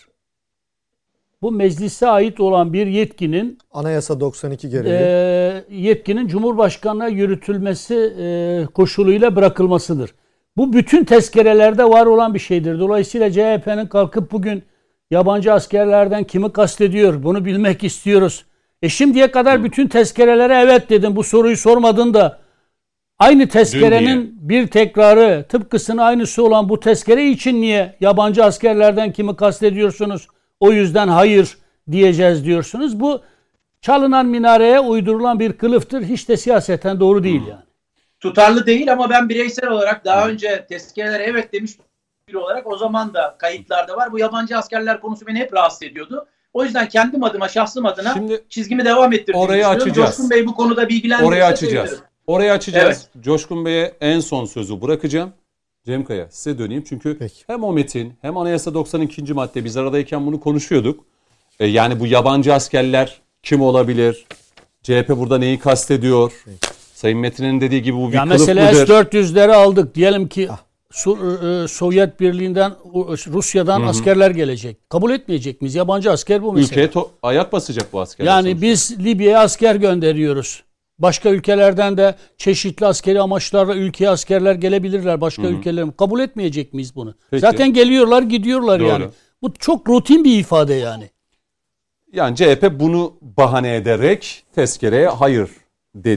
Bu meclise ait olan bir yetkinin Anayasa 92 gereği yetkinin Cumhurbaşkanı'na yürütülmesi koşuluyla bırakılmasıdır. Bu bütün tezkerelerde var olan bir şeydir. Dolayısıyla CHP'nin kalkıp bugün yabancı askerlerden kimi kastediyor, bunu bilmek istiyoruz. Şimdiye kadar bütün tezkerelere evet dedim, bu soruyu sormadın da aynı tezkerenin bir tekrarı, tıpkısının aynısı olan bu tezkere için niye yabancı askerlerden kimi kastediyorsunuz, o yüzden hayır diyeceğiz diyorsunuz. Bu çalınan minareye uydurulan bir kılıftır. Hiç de siyaseten doğru değil yani. Tutarlı değil ama ben bireysel olarak daha önce tezkerelere evet demiş biri olarak, o zaman da kayıtlarda var. Bu yabancı askerler konusu beni hep rahatsız ediyordu. O yüzden kendim adıma, şahsım adına şimdi çizgimi devam ettirdiğimi düşünüyorum. Coşkun Bey bu konuda bilgilendirirse Oraya açacağız. Evet. Coşkun Bey'e en son sözü bırakacağım. Cem Kaya, size döneyim. Çünkü hem o metin hem Anayasa 92. madde, biz aradayken bunu konuşuyorduk. Yani bu yabancı askerler kim olabilir? CHP burada neyi kastediyor? Sayın Metin'in dediği gibi bu bir kılıf mıdır? Mesela S-400'leri aldık. Diyelim ki Sovyet Birliği'nden, Rusya'dan askerler gelecek. Kabul etmeyecek miyiz? Yabancı asker bu mesela. Ülkeye ayak basacak bu askerler. Yani sonuçta. biz Libya'ya asker gönderiyoruz. Başka ülkelerden de çeşitli askeri amaçlarla ülkeye askerler gelebilirler. Başka ülkeler. Kabul etmeyecek miyiz bunu? Peki. Zaten geliyorlar, gidiyorlar. Doğru. Yani. Bu çok rutin bir ifade yani. Yani CHP bunu bahane ederek tezkereye hayır dedi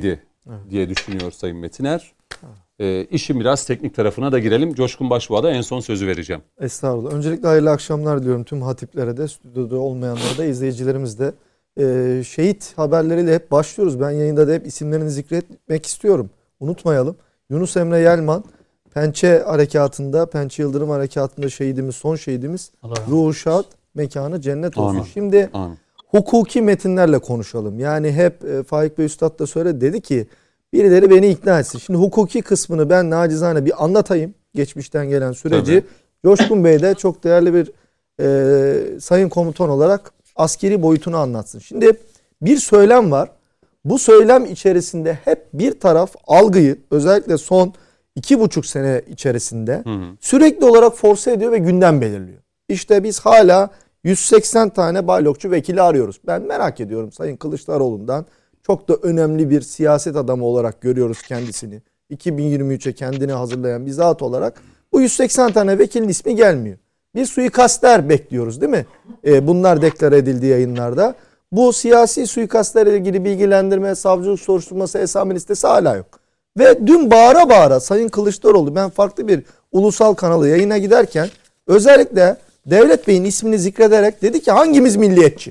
diye düşünüyor Sayın Metiner. İşin biraz teknik tarafına da girelim. Coşkun Başbuğ'a en son sözü vereceğim. Estağfurullah. Öncelikle hayırlı akşamlar diliyorum tüm hatiplere de, stüdyoda olmayanlara da, izleyicilerimiz de. Şehit haberleriyle hep başlıyoruz. Ben yayında da hep isimlerini zikretmek istiyorum. Unutmayalım. Yunus Emre Yelman, Pençe Harekatı'nda, Pençe Yıldırım Harekatı'nda şehidimiz, son şehidimiz. Ruhu şad, mekanı cennet olsun. Amin. Şimdi Amin. hukuki metinlerle konuşalım. Yani hep Faik Bey Üstad da söyledi, dedi ki birileri beni ikna etsin. Şimdi hukuki kısmını ben nacizane bir anlatayım. Geçmişten gelen süreci. Tabii. Coşkun Bey de çok değerli bir sayın komutan olarak askeri boyutunu anlatsın. Şimdi bir söylem var. Bu söylem içerisinde hep bir taraf algıyı, özellikle son 2,5 sene içerisinde sürekli olarak force ediyor ve gündem belirliyor. İşte biz hala 180 tane baylokçu vekili arıyoruz. Ben merak ediyorum Sayın Kılıçdaroğlu'ndan, çok da önemli bir siyaset adamı olarak görüyoruz kendisini. 2023'e kendini hazırlayan bir zat olarak bu 180 tane vekilin ismi gelmiyor. Bir suikastler bekliyoruz değil mi? Bunlar deklare edildi yayınlarda. Bu siyasi suikastlerle ilgili bilgilendirme, savcılık soruşturması, esame listesi hala yok. Ve dün bağıra bağıra Sayın Kılıçdaroğlu, ben farklı bir ulusal kanalı yayına giderken özellikle Devlet Bey'in ismini zikrederek dedi ki hangimiz milliyetçi?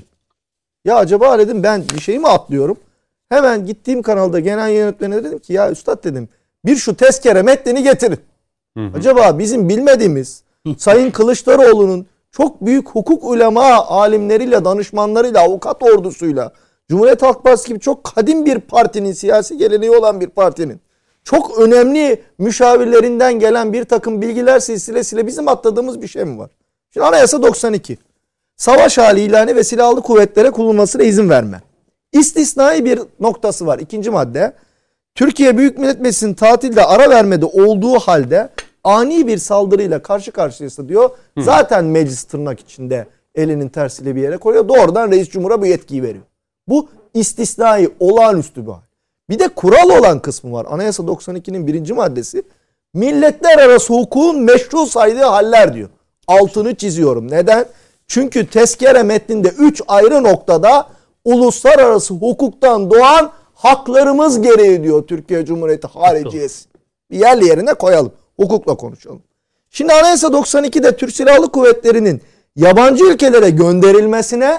Ya acaba dedim, ben bir şey mi atlıyorum? Hemen gittiğim kanalda genel yönetmene dedim ki ya üstad dedim, bir şu tezkere metnini getirin. Acaba bizim bilmediğimiz Sayın Kılıçdaroğlu'nun çok büyük hukuk ulema alimleriyle, danışmanlarıyla, avukat ordusuyla, Cumhuriyet Halk Partisi gibi çok kadim bir partinin, siyasi geleneği olan bir partinin çok önemli müşavirlerinden gelen bir takım bilgiler silsilesiyle bizim atladığımız bir şey mi var? Şimdi Anayasa 92. Savaş hali ilanı ve silahlı kuvvetlere kullanılmasına izin verme. İstisnai bir noktası var. 2. madde. Türkiye Büyük Millet Meclisi'nin tatilde ara vermede olduğu halde ani bir saldırıyla karşı karşıyaysa diyor. Zaten meclis tırnak içinde elinin tersiyle bir yere koyuyor. Doğrudan Reis Cumhur'a bu yetkiyi veriyor. Bu istisnai, olağanüstü bir hal. Bir de kural olan kısmı var. Anayasa 92'nin 1. maddesi. Milletler arası hukukun meşru saydığı haller diyor. Altını çiziyorum. Neden? Çünkü tezkere metninde 3 ayrı noktada uluslararası hukuktan doğan haklarımız gereği diyor Türkiye Cumhuriyeti hariciyesi. Bir yerli yerine koyalım. Hukukla konuşalım. Şimdi Anayasa 92'de Türk Silahlı Kuvvetleri'nin yabancı ülkelere gönderilmesine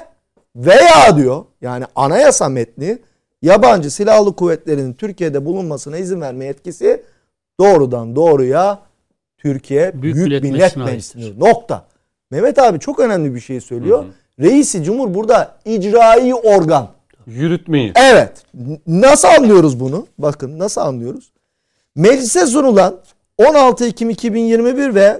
veya diyor, yani anayasa metni, yabancı silahlı kuvvetlerin Türkiye'de bulunmasına izin verme yetkisi doğrudan doğruya Türkiye Büyük Millet Meclisi'nin. Nokta. Mehmet abi çok önemli bir şey söylüyor. Reisi Cumhur burada icrai organ. Yürütmeyi. Evet. Nasıl anlıyoruz bunu? Bakın nasıl anlıyoruz? Meclise sunulan 16 Ekim 2021 ve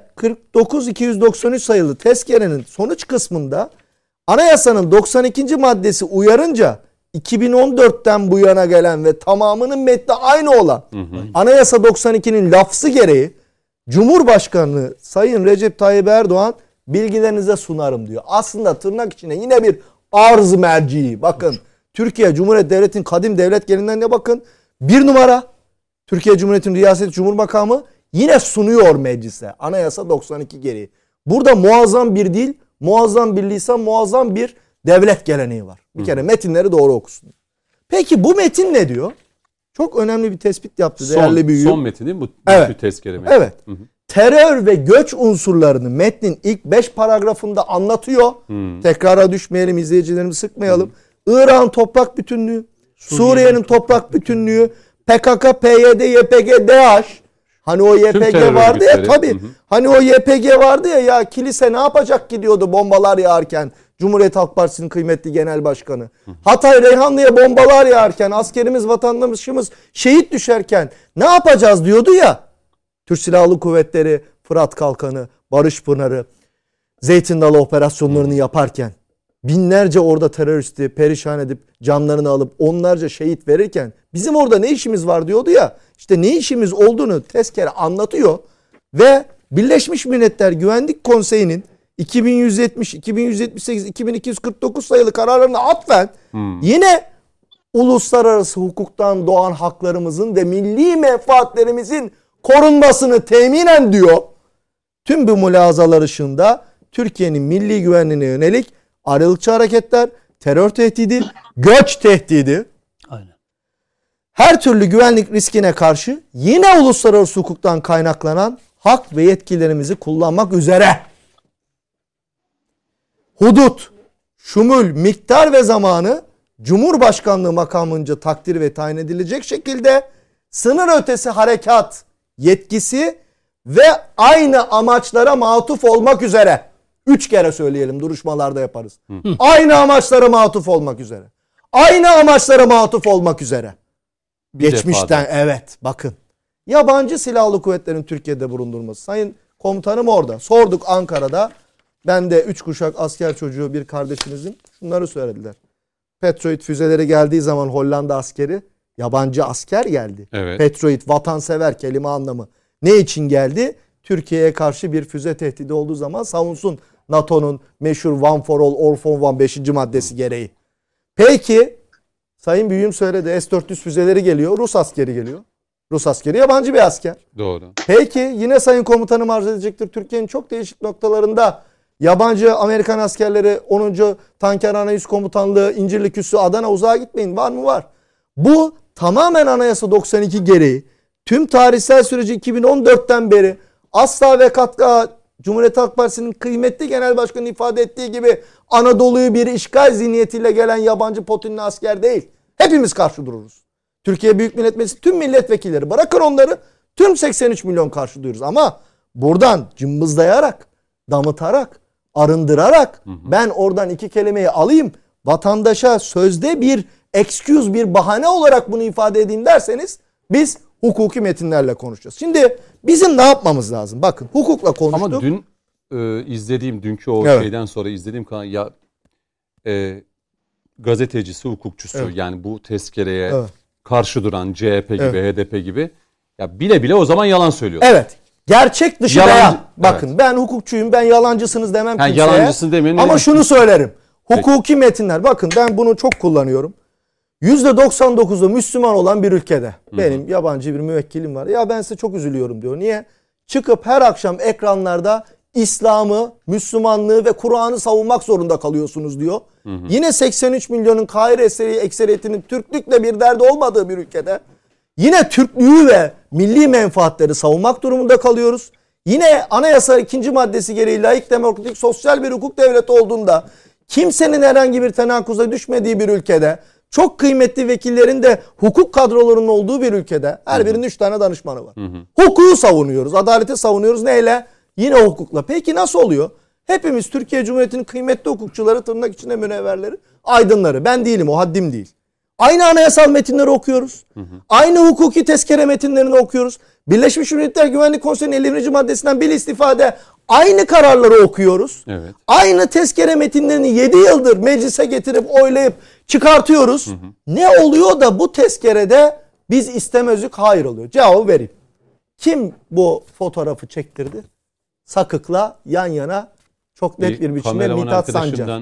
49.293 sayılı tezkerenin sonuç kısmında Anayasanın 92. maddesi uyarınca 2014'ten bu yana gelen ve tamamının metni aynı olan Anayasa 92'nin lafzı gereği Cumhurbaşkanı Sayın Recep Tayyip Erdoğan bilgilerinize sunarım diyor. Aslında tırnak içine yine bir arz merciği. Bakın Türkiye Cumhuriyeti Devleti'nin kadim devlet geleneğine bakın. 1 numara Türkiye Cumhuriyeti'nin Riyaset Cumhurbaşkanı yine sunuyor meclise. Anayasa 92 gereği. Burada muazzam bir dil, muazzam bir lisan, muazzam bir devlet geleneği var. Bir kere metinleri doğru okusun. Peki bu metin ne diyor? Çok önemli bir tespit yaptı değerli büyüğüm. Son metin değil mi? Bu evet. tezkere metni. Evet. Terör ve göç unsurlarını metnin ilk 5 paragrafında anlatıyor. Tekrara düşmeyelim, izleyicilerimizi sıkmayalım. İran toprak bütünlüğü, Suriye'nin toprak bütünlüğü, PKK, PYD, YPG, DH. Hani o YPG vardı ya tabii. Hani o YPG vardı ya kilise ne yapacak gidiyordu bombalar yağarken. Cumhuriyet Halk Partisi'nin kıymetli genel başkanı. Hatay Reyhanlı'ya bombalar yağarken, askerimiz, vatandaşımız şehit düşerken ne yapacağız diyordu ya. Türk Silahlı Kuvvetleri, Fırat Kalkanı, Barış Pınarı, Zeytin Dalı operasyonlarını yaparken binlerce orada teröristi perişan edip canlarını alıp onlarca şehit verirken bizim orada ne işimiz var diyordu ya. İşte ne işimiz olduğunu tezkere anlatıyor ve Birleşmiş Milletler Güvenlik Konseyi'nin 2170, 2178, 2249 sayılı kararlarına atfen yine uluslararası hukuktan doğan haklarımızın ve milli menfaatlerimizin korunmasını teminen diyor. Tüm bu mülahazalar ışığında Türkiye'nin milli güvenliğine yönelik ayrılıkçı hareketler, terör tehdidi, göç tehdidi. Aynen. her türlü güvenlik riskine karşı yine uluslararası hukuktan kaynaklanan hak ve yetkilerimizi kullanmak üzere hudut, şumul, miktar ve zamanı Cumhurbaşkanlığı makamınca takdir ve tayin edilecek şekilde sınır ötesi harekat yetkisi ve aynı amaçlara matuf olmak üzere 3 kere söyleyelim, duruşmalarda yaparız. Aynı amaçlara matuf olmak üzere. Aynı amaçlara matuf olmak üzere. Geçmişten evet bakın. Yabancı silahlı kuvvetlerin Türkiye'de bulundurması. Sayın komutanım orada. Sorduk Ankara'da. Ben de 3 kuşak asker çocuğu bir kardeşinizin şunları söylediler. Patriot füzeleri geldiği zaman Hollanda askeri, yabancı asker geldi. Evet. Patriot vatansever kelime anlamı. Ne için geldi? Türkiye'ye karşı bir füze tehdidi olduğu zaman savunsun NATO'nun meşhur One for All, All for One 5. maddesi gereği. Peki Sayın Büyüğüm söyledi, S-400 füzeleri geliyor, Rus askeri geliyor. Rus askeri yabancı bir asker. Doğru. Peki yine Sayın Komutanım arz edecektir. Türkiye'nin çok değişik noktalarında yabancı Amerikan askerleri 10. Tanker Anayüz Komutanlığı, İncirlik Üssü, Adana, uzağa gitmeyin. Var mı? Var. Bu tamamen Anayasa 92 gereği tüm tarihsel süreci 2014'ten beri asla ve kat'a Cumhuriyet Halk Partisi'nin kıymetli genel başkanı ifade ettiği gibi Anadolu'yu bir işgal zihniyetiyle gelen yabancı Putinli asker değil. Hepimiz karşı dururuz. Türkiye Büyük Millet Meclisi tüm milletvekilleri, bırakın onları, tüm 83 milyon karşı duyuyoruz. Ama buradan cımbızlayarak, damıtarak, arındırarak ben oradan 2 kelimeyi alayım, vatandaşa sözde bir excuse, bir bahane olarak bunu ifade edeyim derseniz biz hukuki metinlerle konuşacağız. Şimdi bizim ne yapmamız lazım? Bakın hukukla konuştuk. Ama dün izlediğim, dünkü o şeyden sonra izlediğim kanal ya gazetecisi, hukukçusu yani bu tezkereye karşı duran CHP gibi, HDP gibi ya bile bile o zaman yalan söylüyor. Evet. Gerçek dışı beyan. Bakın ben hukukçuyum, ben yalancısınız demem kimseye. Yalancısın demeyin. Ama şunu söylerim. Hukuki metinler, bakın ben bunu çok kullanıyorum. %99'u Müslüman olan bir ülkede benim yabancı bir müvekkilim var. Ya ben size çok üzülüyorum diyor. Niye? Çıkıp her akşam ekranlarda İslam'ı, Müslümanlığı ve Kur'an'ı savunmak zorunda kalıyorsunuz diyor. Yine 83 milyonun Kahire ekseriyetinin Türklükle bir derdi olmadığı bir ülkede yine Türklüğü ve milli menfaatleri savunmak durumunda kalıyoruz. Yine anayasa 2. maddesi gereği laik, demokratik, sosyal bir hukuk devleti olduğunda kimsenin herhangi bir tenakuza düşmediği bir ülkede, çok kıymetli vekillerin de hukuk kadrolarının olduğu bir ülkede her birinin 3 tane danışmanı var. Hukuku savunuyoruz, adaleti savunuyoruz. Neyle? Yine hukukla. Peki nasıl oluyor? Hepimiz Türkiye Cumhuriyeti'nin kıymetli hukukçuları, tırnak içinde münevverleri, aydınları. Ben değilim, o haddim değil. Aynı anayasal metinleri okuyoruz. Aynı hukuki tezkere metinlerini okuyoruz. Birleşmiş Milletler Güvenlik Konseyi'nin 50. maddesinden bir istifade aynı kararları okuyoruz. Evet. Aynı tezkere metinlerini 7 yıldır meclise getirip oylayıp çıkartıyoruz. Ne oluyor da bu tezkerede biz istemezlik hayır oluyor? Cevabı vereyim. Kim bu fotoğrafı çektirdi? Sakık'la yan yana çok net bir biçimde Mithat Sancar.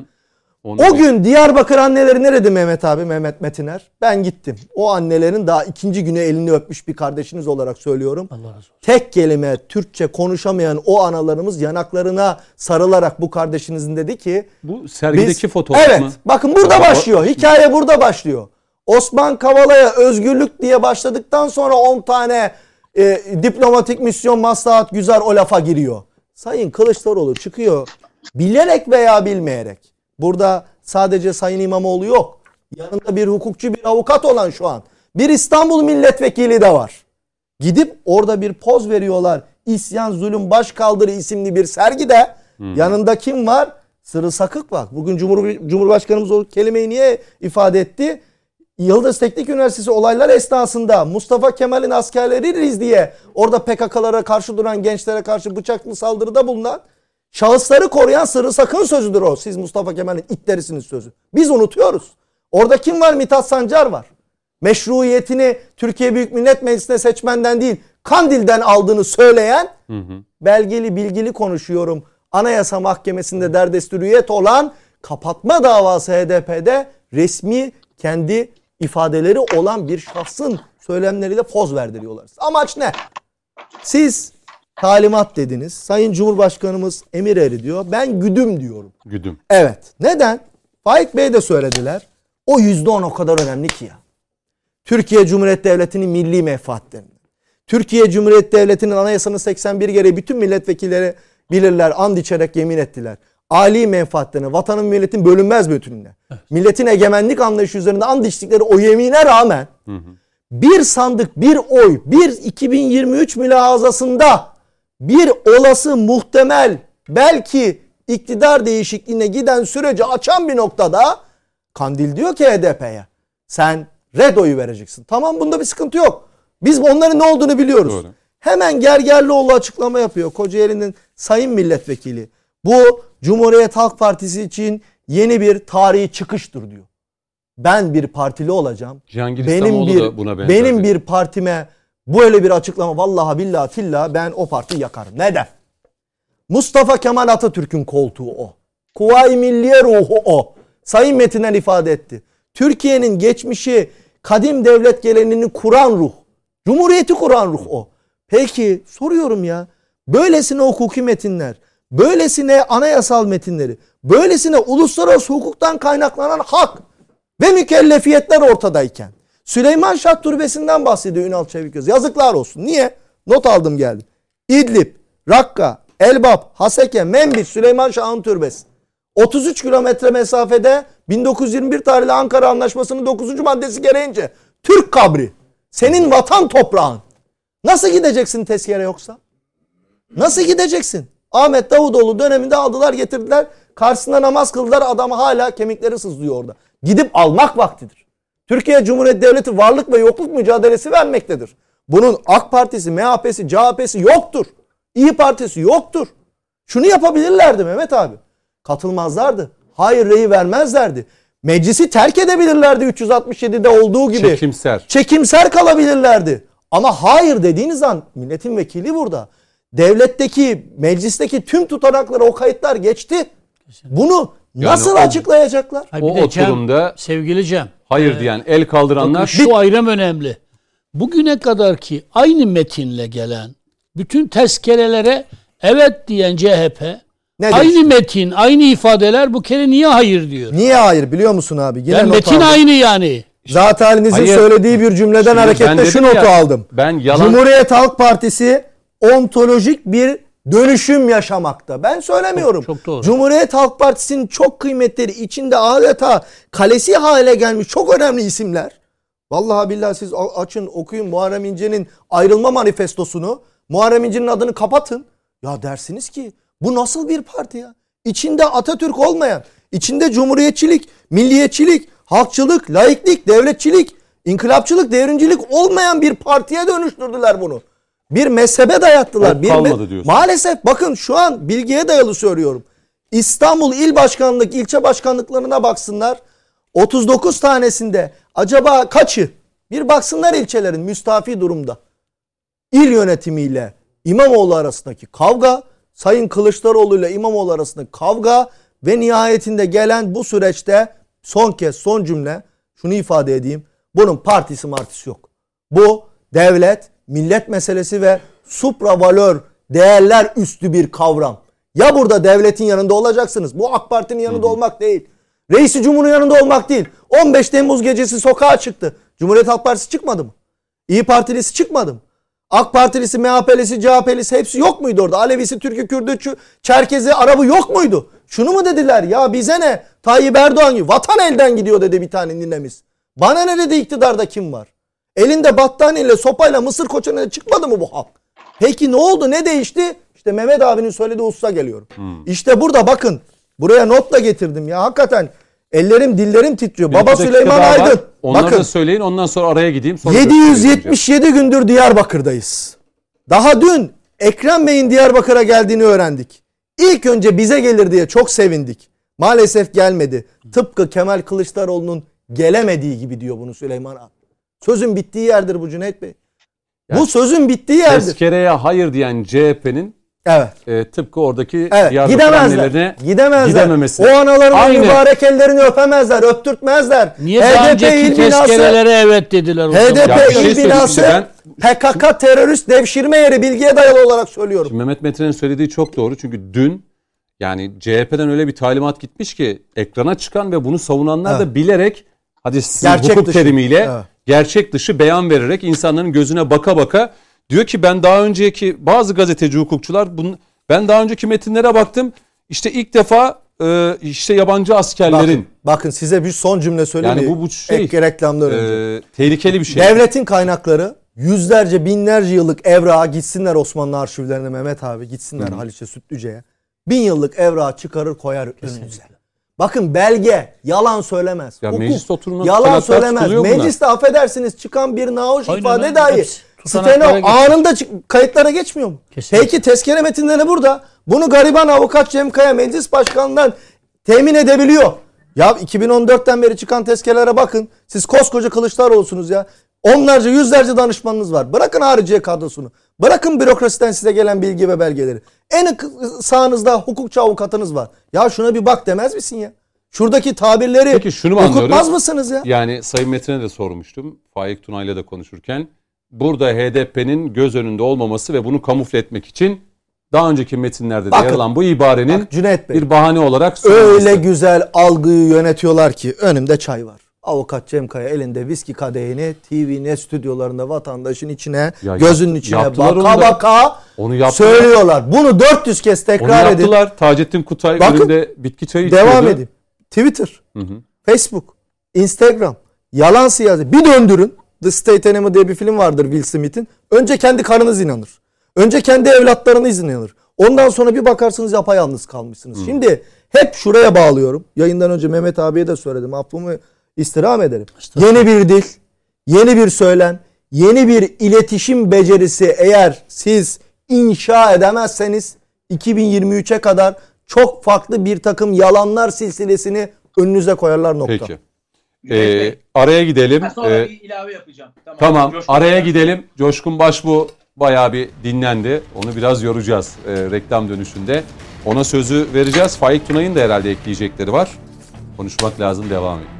O gün Diyarbakır anneleri nerede Mehmet abi, Mehmet Metiner? Ben gittim. O annelerin daha 2. günü elini öpmüş bir kardeşiniz olarak söylüyorum. Allah razı olsun. Tek kelime Türkçe konuşamayan o analarımız yanaklarına sarılarak bu kardeşinizin dedi ki... Bu sergideki fotoğraf mı? Evet. Bakın burada başlıyor. Hikaye burada başlıyor. Osman Kavala'ya özgürlük diye başladıktan sonra 10 tane diplomatik misyon, maslahat, güzar o lafa giriyor. Sayın Kılıçdaroğlu çıkıyor bilerek veya bilmeyerek. Burada sadece Sayın İmamoğlu yok. Yanında bir hukukçu, bir avukat olan şu an. Bir İstanbul milletvekili de var. Gidip orada bir poz veriyorlar. İsyan, Zulüm, Başkaldırı isimli bir sergide. Yanında kim var? Sırrı Sakık var. Bugün Cumhurbaşkanımız o kelimeyi niye ifade etti? Yıldız Teknik Üniversitesi olaylar esnasında Mustafa Kemal'in askerleriyiz diye orada PKK'lara karşı duran gençlere karşı bıçaklı saldırıda bulunan şahısları koruyan Sırrı Sakın sözüdür o. Siz Mustafa Kemal'in itlerisiniz sözü. Biz unutuyoruz. Orada kim var? Mithat Sancar var. Meşruiyetini Türkiye Büyük Millet Meclisi'ne seçmenden değil Kandil'den aldığını söyleyen belgeli bilgili konuşuyorum. Anayasa Mahkemesi'nde derdestür üyet olan kapatma davası HDP'de resmi kendi ifadeleri olan bir şahsın söylemleriyle poz verdiriyorlar. Amaç ne? Siz talimat dediniz. Sayın Cumhurbaşkanımız emir eri diyor. Ben güdüm diyorum. Güdüm. Evet. Neden? Faik Bey de söylediler. O %10 o kadar önemli ki ya. Türkiye Cumhuriyeti Devleti'nin milli menfaatlerinden. Türkiye Cumhuriyeti Devleti'nin anayasanın 81 gereği bütün milletvekilleri bilirler, and içerek yemin ettiler. Ali menfaatlerine, vatanın milletin bölünmez bütününe, milletin egemenlik anlayışı üzerinde and içtikleri o yemine rağmen bir sandık, bir oy, bir 2023 mülahazasında bir olası muhtemel belki iktidar değişikliğine giden süreci açan bir noktada Kandil diyor ki HDP'ye sen red oyu vereceksin. Tamam, bunda bir sıkıntı yok. Biz onların ne olduğunu biliyoruz. Doğru. Hemen Gergerlioğlu açıklama yapıyor. Kocaeli'nin sayın milletvekili. Bu Cumhuriyet Halk Partisi için yeni bir tarihi çıkıştır diyor. Ben bir partili olacağım. Benim bir partime böyle bir açıklama, vallahi billahi tillah ben o partiyi yakarım. Neden? Mustafa Kemal Atatürk'ün koltuğu o. Kuvayi Milliye ruhu o. Sayın Metiner ifade etti. Türkiye'nin geçmişi, kadim devlet geleneğini kuran ruh. Cumhuriyeti kuran ruh o. Peki soruyorum ya. Böylesine hukuki metinler, böylesine anayasal metinleri, böylesine uluslararası hukuktan kaynaklanan hak ve mükellefiyetler ortadayken Süleyman Şah Türbesi'nden bahsediyor Ünal Çevikgöz. Yazıklar olsun. Niye? Not aldım geldim. İdlib, Rakka, Elbap, Haseke, Menbit, Süleyman Şah'ın türbesi. 33 kilometre mesafede 1921 tarihli Ankara Anlaşması'nın 9. maddesi gereğince Türk kabri. Senin vatan toprağın. Nasıl gideceksin tezkere yoksa? Nasıl gideceksin? Ahmet Davutoğlu döneminde aldılar getirdiler. Karşısında namaz kıldılar. Adam hala kemikleri sızlıyor orada. Gidip almak vaktidir. Türkiye Cumhuriyeti Devleti varlık ve yokluk mücadelesi vermektedir. Bunun AK Partisi, MHP'si, CHP'si yoktur. İyi Partisi yoktur. Şunu yapabilirlerdi Mehmet abi. Katılmazlardı. Hayır reyi vermezlerdi. Meclisi terk edebilirlerdi 367'de olduğu gibi. Çekimser kalabilirlerdi. Ama hayır dediğiniz an milletin vekili burada. Devletteki, meclisteki tüm tutanaklara o kayıtlar geçti. Bunu nasıl açıklayacaklar? O oturumda sevgili Cem. Hayır diyen, el kaldıranlar. Şu ayrım önemli. Bugüne kadar ki aynı metinle gelen bütün tezkerelere evet diyen CHP, aynı metin, aynı ifadeler bu kere niye hayır diyor? Niye hayır biliyor musun abi? Yine yani metin aldım. Aynı yani. Zat halinizin söylediği bir cümleden hareketle şu notu aldım. Cumhuriyet Halk Partisi ontolojik bir dönüşüm yaşamakta. Ben söylemiyorum. Çok doğru. Cumhuriyet Halk Partisi'nin çok kıymetleri içinde adeta kalesi hale gelmiş çok önemli isimler. Vallahi billahi siz açın okuyun Muharrem İnce'nin ayrılma manifestosunu. Muharrem İnce'nin adını kapatın. Ya dersiniz ki bu nasıl bir parti ya? İçinde Atatürk olmayan, içinde cumhuriyetçilik, milliyetçilik, halkçılık, laiklik, devletçilik, inkılapçılık, devrimcilik olmayan bir partiye dönüştürdüler bunu. Bir mezhebe dayattılar. Maalesef bakın şu an bilgiye dayalı söylüyorum. İstanbul İl Başkanlık, ilçe başkanlıklarına baksınlar. 39 tanesinde acaba kaçı? Bir baksınlar ilçelerin müstafi durumda. İl yönetimiyle İmamoğlu arasındaki kavga, Sayın Kılıçdaroğlu ile İmamoğlu arasındaki kavga ve nihayetinde gelen bu süreçte son cümle şunu ifade edeyim. Bunun partisi martisi yok. Bu devlet, millet meselesi ve supravalör değerler üstü bir kavram. Ya burada devletin yanında olacaksınız. Bu AK Parti'nin yanında olmak değil. Reisi Cumhur'un yanında olmak değil. 15 Temmuz gecesi sokağa çıktı. Cumhuriyet Halk Partisi çıkmadı mı? İyi Partilisi çıkmadı mı? AK Partilisi, MHP'lisi, CHP'lisi hepsi yok muydu orada? Alevisi, Türk'ü, Kürdü, Çerkezi, Arabı yok muydu? Şunu mu dediler? Ya bize ne? Tayyip Erdoğan gibi vatan elden gidiyor dedi bir tane ninemiz. Bana ne dedi iktidarda kim var? Elinde battaniyeyle, sopayla Mısır koçanına çıkmadı mı bu halk? Peki ne oldu? Ne değişti? İşte Mehmet abinin söylediği hususa geliyorum. İşte burada bakın. Buraya not da getirdim ya. Hakikaten ellerim dillerim titriyor. Baba Süleyman Aydın. Onları bakın, da söyleyin ondan sonra araya gideyim. Sonra 777 gündür Diyarbakır'dayız. Daha dün Ekrem Bey'in Diyarbakır'a geldiğini öğrendik. İlk önce bize gelir diye çok sevindik. Maalesef gelmedi. Tıpkı Kemal Kılıçdaroğlu'nun gelemediği gibi diyor bunu Süleyman Aydın. Sözün bittiği yerdir bu Cüneyt Bey. Yani, bu sözün bittiği yerdir. Tezkereye hayır diyen CHP'nin tıpkı oradaki Diyarbakır annelerine gidememesi. O analarının mübarek ellerini öpemezler, öptürtmezler. Niye daha önceki tezkerelere evet dediler? HDP il binası PKK terörist devşirme yeri, bilgiye dayalı olarak söylüyorum. Şimdi Mehmet Metin'in söylediği çok doğru. Çünkü dün yani CHP'den öyle bir talimat gitmiş ki ekrana çıkan ve bunu savunanlar da bilerek hadi sizin Gerçek hukuk dışı. terimiyle Evet. gerçek dışı beyan vererek insanların gözüne baka baka diyor ki ben daha önceki bazı gazeteci hukukçular ben daha önceki metinlere baktım. İşte ilk defa işte yabancı askerlerin Bakın size bir son cümle söyleyeyim yani mi? bu şey Reklamdan önce. tehlikeli bir şey. Devletin kaynakları yüzlerce binlerce yıllık evrağa gitsinler Osmanlı arşivlerine Mehmet abi gitsinler Haliç'e Sütlüce'ye. 1000 yıllık evrağı çıkarır koyar önünüze. Bakın belge yalan söylemez. Ya Hukuk meclis oturumunda yalan tutanaklar söylemez. tutuluyor bunlar. Mecliste affedersiniz çıkan bir nahoş Aynen ifade öyle. dahi Hepsi tutanaklara steno geçiyor. anında kayıtlara geçmiyor mu? Kesinlikle. Peki tezkere metinleri burada. Bunu gariban avukat Cem Kaya meclis başkanından temin edebiliyor. Ya 2014'ten beri çıkan tezkerelere bakın. Siz koskoca Kılıçdaroğlu'sunuz ya. Onlarca yüzlerce danışmanınız var. Bırakın hariciye kadrosunu. Bırakın bürokrasiden size gelen bilgi ve belgeleri. En sağınızda hukukçu avukatınız var. Ya şuna bir bak demez misin ya? Şuradaki tabirleri Peki şunu mu okutmaz anlıyoruz? mısınız ya? Yani Sayın Metin'e de sormuştum. Faik Tunay'la da konuşurken. Burada HDP'nin göz önünde olmaması ve bunu kamufle etmek için daha önceki metinlerde de Bakın, yer alan bu ibarenin Bak Cüneyt Bey. bir bahane olarak sunulması. Öyle güzel algıyı yönetiyorlar ki önümde çay var. Avukat Cem Kaya elinde viski kadehini TV stüdyolarında vatandaşın içine Ya gözünün içine yaptılar baka onu da. baka Onu yaptılar. söylüyorlar. Bunu 400 kez Onu tekrar edin. yaptılar. Taceddin Kutay Bakın, önünde bitki çayı içiyordu. Devam edin. Twitter, Facebook, Instagram, yalan siyaset. Bir döndürün. The State Enemy diye bir film vardır Will Smith'in. Önce kendi karınız inanır. Önce kendi evlatlarınız inanır. Ondan sonra bir bakarsınız yapayalnız kalmışsınız. Şimdi hep şuraya bağlıyorum. Yayından önce Mehmet abiye de söyledim. Affımı istirham ederim. Yeni bir dil, yeni bir söylem, yeni bir iletişim becerisi eğer siz inşa edemezseniz 2023'e kadar çok farklı bir takım yalanlar silsilesini önünüze koyarlar nokta. Peki. Araya gidelim. Ben sonra bir ilave yapacağım. Tamam. Coşkun Araya Başbuğ. gidelim. Coşkun Başbuğ bayağı bir dinlendi. Onu biraz yoracağız reklam dönüşünde. Ona sözü vereceğiz. Faik Tunay'ın da herhalde ekleyecekleri var. Konuşmak lazım. Devam edelim.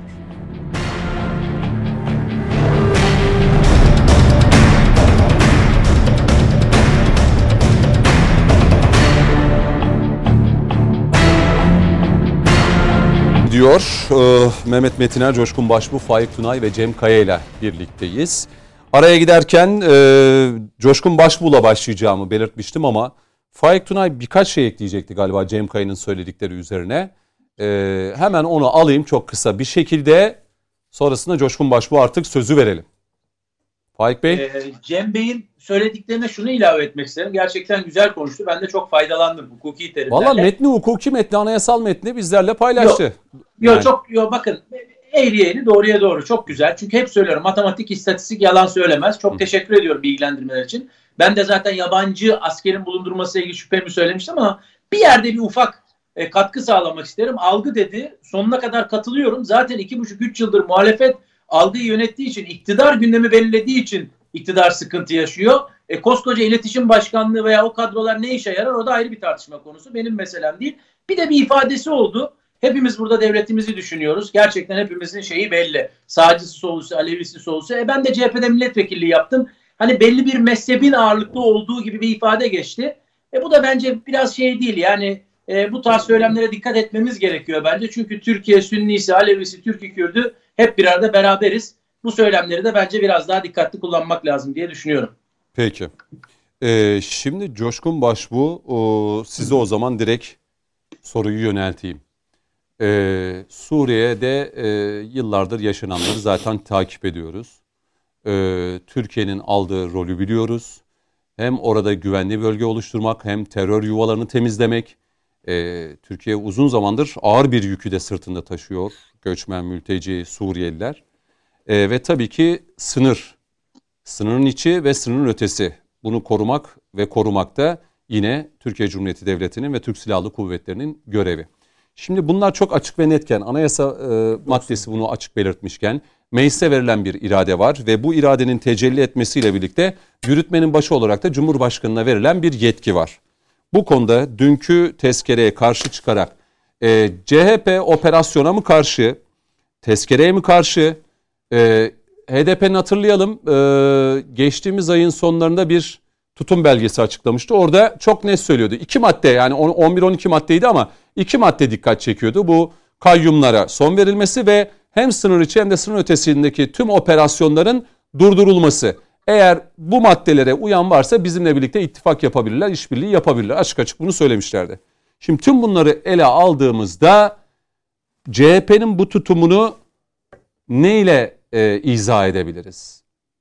Diyor Mehmet Metiner, Coşkun Başbuğ, Faik Tunay ve Cem Kaya ile birlikteyiz. Araya giderken Coşkun Başbuğ'la başlayacağımı belirtmiştim ama Faik Tunay birkaç şey ekleyecekti galiba Cem Kaya'nın söyledikleri üzerine. Hemen onu alayım çok kısa bir şekilde. Sonrasında Coşkun Başbuğ'a artık sözü verelim. Faik Bey. Cem Bey'in söylediklerine şunu ilave etmek isterim. Gerçekten güzel konuştu. Ben de çok faydalandım hukuki terimlerle. Valla metni, hukuki metni, anayasal metni bizlerle paylaştı. Yok bakın eğriye eğri doğruya doğru çok güzel. Çünkü hep söylüyorum matematik, istatistik yalan söylemez. Çok teşekkür ediyorum bilgilendirmeler için. Ben de zaten yabancı askerin bulundurmasıyla ilgili şüphemi söylemiştim ama bir yerde bir ufak katkı sağlamak isterim. Algı dedi, sonuna kadar katılıyorum. Zaten 2,5-3 yıldır muhalefet algıyı yönettiği için, iktidar gündemi belirlediği için iktidar sıkıntı yaşıyor. Koskoca iletişim başkanlığı veya o kadrolar ne işe yarar, o da ayrı bir tartışma konusu. Benim meselem değil. Bir de bir ifadesi oldu. Hepimiz burada devletimizi düşünüyoruz. Gerçekten hepimizin şeyi belli. Sağcısı, solusu, Alevisi, solusu. Ben de CHP'de milletvekilliği yaptım. Hani belli bir mezhebin ağırlıklı olduğu gibi bir ifade geçti. Bu da bence biraz şey değil. Yani bu tarz söylemlere dikkat etmemiz gerekiyor bence. Çünkü Türkiye Sünnisi, Alevisi, Türk-i Kürdü hep bir arada beraberiz. Bu söylemleri de bence biraz daha dikkatli kullanmak lazım diye düşünüyorum. Peki. Şimdi Coşkun Başbuğ size o zaman direkt soruyu yönelteyim. Suriye'de yıllardır yaşananları zaten takip ediyoruz. Türkiye'nin aldığı rolü biliyoruz. Hem orada güvenli bölge oluşturmak hem terör yuvalarını temizlemek. Türkiye uzun zamandır ağır bir yükü de sırtında taşıyor. Göçmen, mülteci, Suriyeliler. Ve tabii ki sınırın içi ve sınırın ötesi. Bunu korumak ve korumak da yine Türkiye Cumhuriyeti Devleti'nin ve Türk Silahlı Kuvvetleri'nin görevi. Şimdi bunlar çok açık ve netken, anayasa maddesi bunu açık belirtmişken meclise verilen bir irade var ve bu iradenin tecelli etmesiyle birlikte yürütmenin başı olarak da Cumhurbaşkanı'na verilen bir yetki var. Bu konuda dünkü tezkereye karşı çıkarak CHP operasyona mı karşı, tezkereye mi karşı, HDP'nin hatırlayalım geçtiğimiz ayın sonlarında bir tutum belgesi açıklamıştı. Orada çok net söylüyordu. 2 madde, yani 11-12 maddeydi ama 2 madde dikkat çekiyordu. Bu kayyumlara son verilmesi ve hem sınır içi hem de sınır ötesindeki tüm operasyonların durdurulması. Eğer bu maddelere uyan varsa bizimle birlikte ittifak yapabilirler, işbirliği yapabilirler. Açık açık bunu söylemişlerdi. Şimdi tüm bunları ele aldığımızda CHP'nin bu tutumunu neyle izah edebiliriz?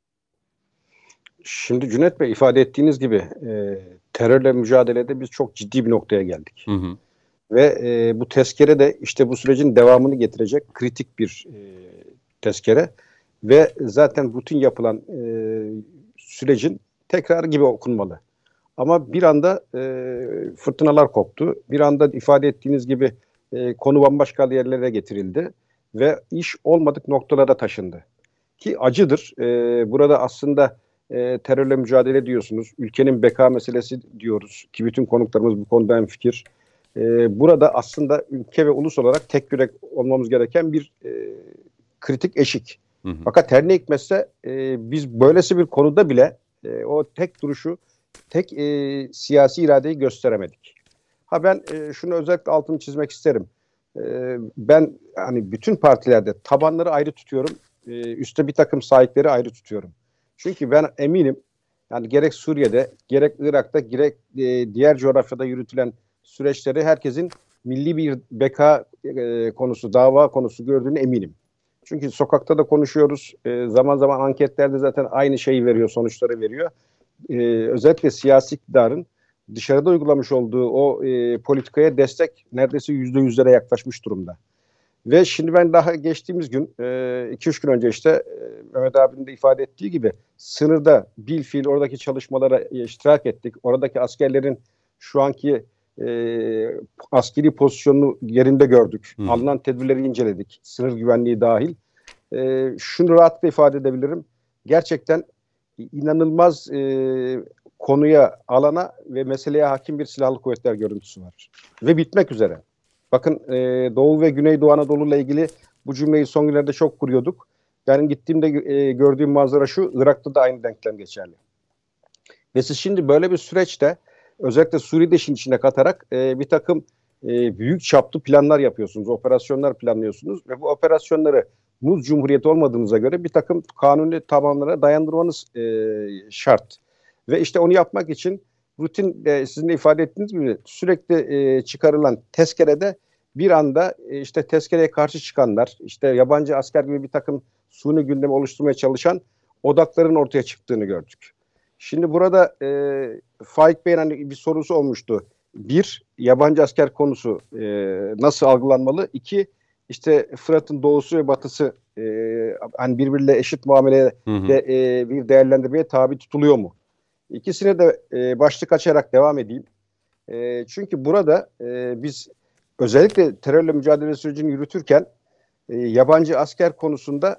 Şimdi Cüneyt Bey, ifade ettiğiniz gibi terörle mücadelede biz çok ciddi bir noktaya geldik. Hı hı. Ve bu tezkere de işte bu sürecin devamını getirecek kritik bir tezkere. Ve zaten rutin yapılan sürecin tekrarı gibi okunmalı. Ama bir anda fırtınalar koptu. Bir anda ifade ettiğiniz gibi konu bambaşka yerlere getirildi. Ve iş olmadık noktalara taşındı. Ki acıdır. Burada aslında terörle mücadele diyorsunuz. Ülkenin beka meselesi diyoruz. Ki bütün konuklarımız bu konuda hemfikir. Burada aslında ülke ve ulus olarak tek yürek olmamız gereken bir kritik eşik. Hı hı. Fakat her ne hikmetse biz böylesi bir konuda bile o tek duruşu, tek siyasi iradeyi gösteremedik. Ben şunu özellikle altını çizmek isterim. Ben hani bütün partilerde tabanları ayrı tutuyorum. Üstte bir takım sahipleri ayrı tutuyorum. Çünkü ben eminim yani gerek Suriye'de, gerek Irak'ta, gerek diğer coğrafyada yürütülen süreçleri herkesin milli bir beka konusu, dava konusu gördüğüne eminim. Çünkü sokakta da konuşuyoruz. Zaman zaman anketlerde zaten aynı şeyi veriyor, sonuçları veriyor. Özellikle siyasi iktidarın dışarıda uygulamış olduğu o politikaya destek neredeyse %100'lere yaklaşmış durumda. Ve şimdi ben daha geçtiğimiz gün 2-3 gün önce işte Mehmet abinin de ifade ettiği gibi sınırda bilfiil oradaki çalışmalara iştirak ettik. Oradaki askerlerin şu anki askeri pozisyonunu yerinde gördük. Alınan tedbirleri inceledik. Sınır güvenliği dahil. Şunu rahatlıkla ifade edebilirim. Gerçekten inanılmaz konuya, alana ve meseleye hakim bir silahlı kuvvetler görüntüsü var. Ve bitmek üzere. Bakın Doğu ve Güneydoğu Anadolu ile ilgili bu cümleyi son günlerde çok kuruyorduk. Yani gittiğimde gördüğüm manzara şu, Irak'ta da aynı denklem geçerli. Ve siz şimdi böyle bir süreçte özellikle Suriye'de işin içine katarak bir takım büyük çaplı planlar yapıyorsunuz, operasyonlar planlıyorsunuz ve bu operasyonları muz cumhuriyeti olmadığınıza göre bir takım kanuni tabanlara dayandırmanız şart. Ve işte onu yapmak için rutin sizin de ifade ettiğiniz gibi sürekli çıkarılan tezkerede bir anda işte tezkereye karşı çıkanlar, işte yabancı asker gibi bir takım suni gündemi oluşturmaya çalışan odakların ortaya çıktığını gördük. Şimdi burada Faik Bey'in hani bir sorusu olmuştu. Bir, yabancı asker konusu nasıl algılanmalı? İki, işte Fırat'ın doğusu ve batısı hani birbiriyle eşit muamelede bir değerlendirmeye tabi tutuluyor mu? İkisine de başlık açarak devam edeyim. Çünkü burada biz özellikle terörle mücadele sürecini yürütürken yabancı asker konusunda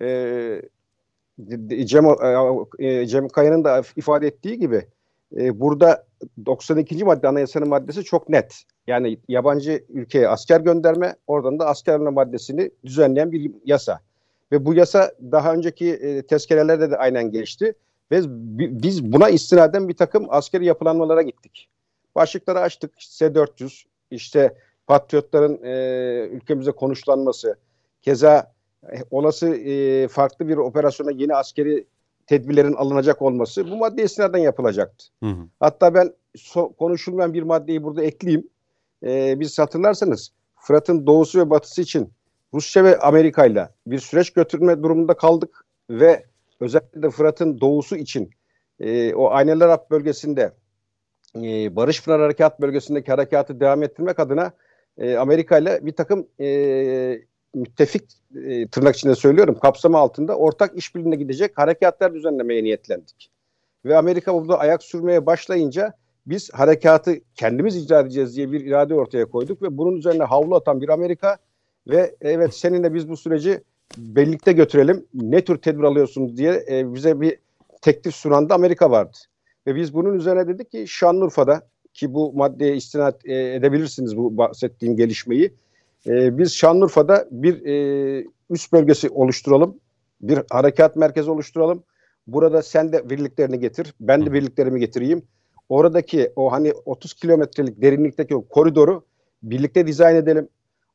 Cem Kaya'nın da ifade ettiği gibi burada 92. madde anayasanın maddesi çok net. Yani yabancı ülkeye asker gönderme, oradan da askerle maddesini düzenleyen bir yasa. Ve bu yasa daha önceki tezkerelerde de aynen geçti. Ve biz buna istinaden bir takım askeri yapılanmalara gittik. Başlıkları açtık. S-400, işte Patriotların ülkemize konuşlanması, keza olası farklı bir operasyona yeni askeri tedbirlerin alınacak olması bu madde istinaden yapılacaktı. Hatta ben konuşulmayan bir maddeyi burada ekleyeyim. Biz hatırlarsanız Fırat'ın doğusu ve batısı için Rusya ve Amerika ile bir süreç götürme durumunda kaldık ve özellikle de Fırat'ın doğusu için o Ayneler Harp bölgesinde Barış Pınar Harekat bölgesindeki harekatı devam ettirmek adına Amerika ile bir takım müttefik tırnak içinde söylüyorum kapsamı altında ortak işbirliğine gidecek harekatlar düzenlemeye niyetlendik. Ve Amerika burada ayak sürmeye başlayınca biz harekatı kendimiz icra edeceğiz diye bir irade ortaya koyduk ve bunun üzerine havlu atan bir Amerika ve evet seninle biz bu süreci birlikte götürelim ne tür tedbir alıyorsunuz diye bize bir teklif sunan da Amerika vardı. Ve biz bunun üzerine dedik ki Şanlıurfa'da ki bu maddeye istinad edebilirsiniz bu bahsettiğim gelişmeyi. Biz Şanlıurfa'da bir üst bölgesi oluşturalım. Bir harekat merkezi oluşturalım. Burada sen de birliklerini getir. Ben de birliklerimi getireyim. Oradaki o hani 30 kilometrelik derinlikteki o koridoru birlikte dizayn edelim.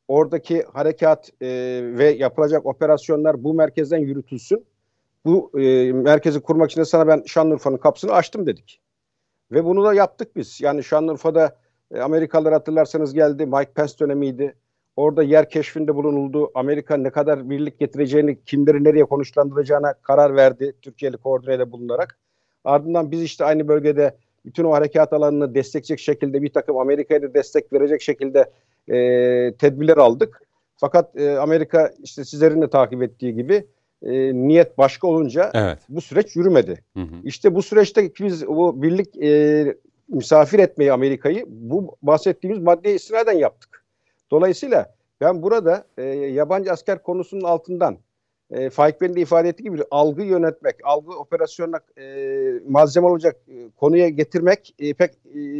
oradaki harekat ve yapılacak operasyonlar bu merkezden yürütülsün. Bu merkezi kurmak için de sana ben Şanlıurfa'nın kapısını açtım dedik. Ve bunu da yaptık biz. Yani Şanlıurfa'da Amerikalılar hatırlarsanız geldi. Mike Pence dönemiydi. Orada yer keşfinde bulunuldu. Amerika ne kadar birlik getireceğini, kimleri nereye konuşlandıracağına karar verdi. Türkiye'li koordineyle bulunarak. Ardından biz işte aynı bölgede bütün o harekat alanını destekleyecek şekilde bir takım Amerika'ya da destek verecek şekilde tedbirler aldık. Fakat Amerika işte sizlerin de takip ettiği gibi niyet başka olunca bu süreç yürümedi. İşte bu süreçte biz bu birlik misafir etmeyi Amerika'yı bu bahsettiğimiz maddeye istinaden yaptık. Dolayısıyla ben burada yabancı asker konusunun altından Faik Bey'in de ifade ettiği gibi algı yönetmek, algı operasyonuna malzeme olacak konuya getirmek pek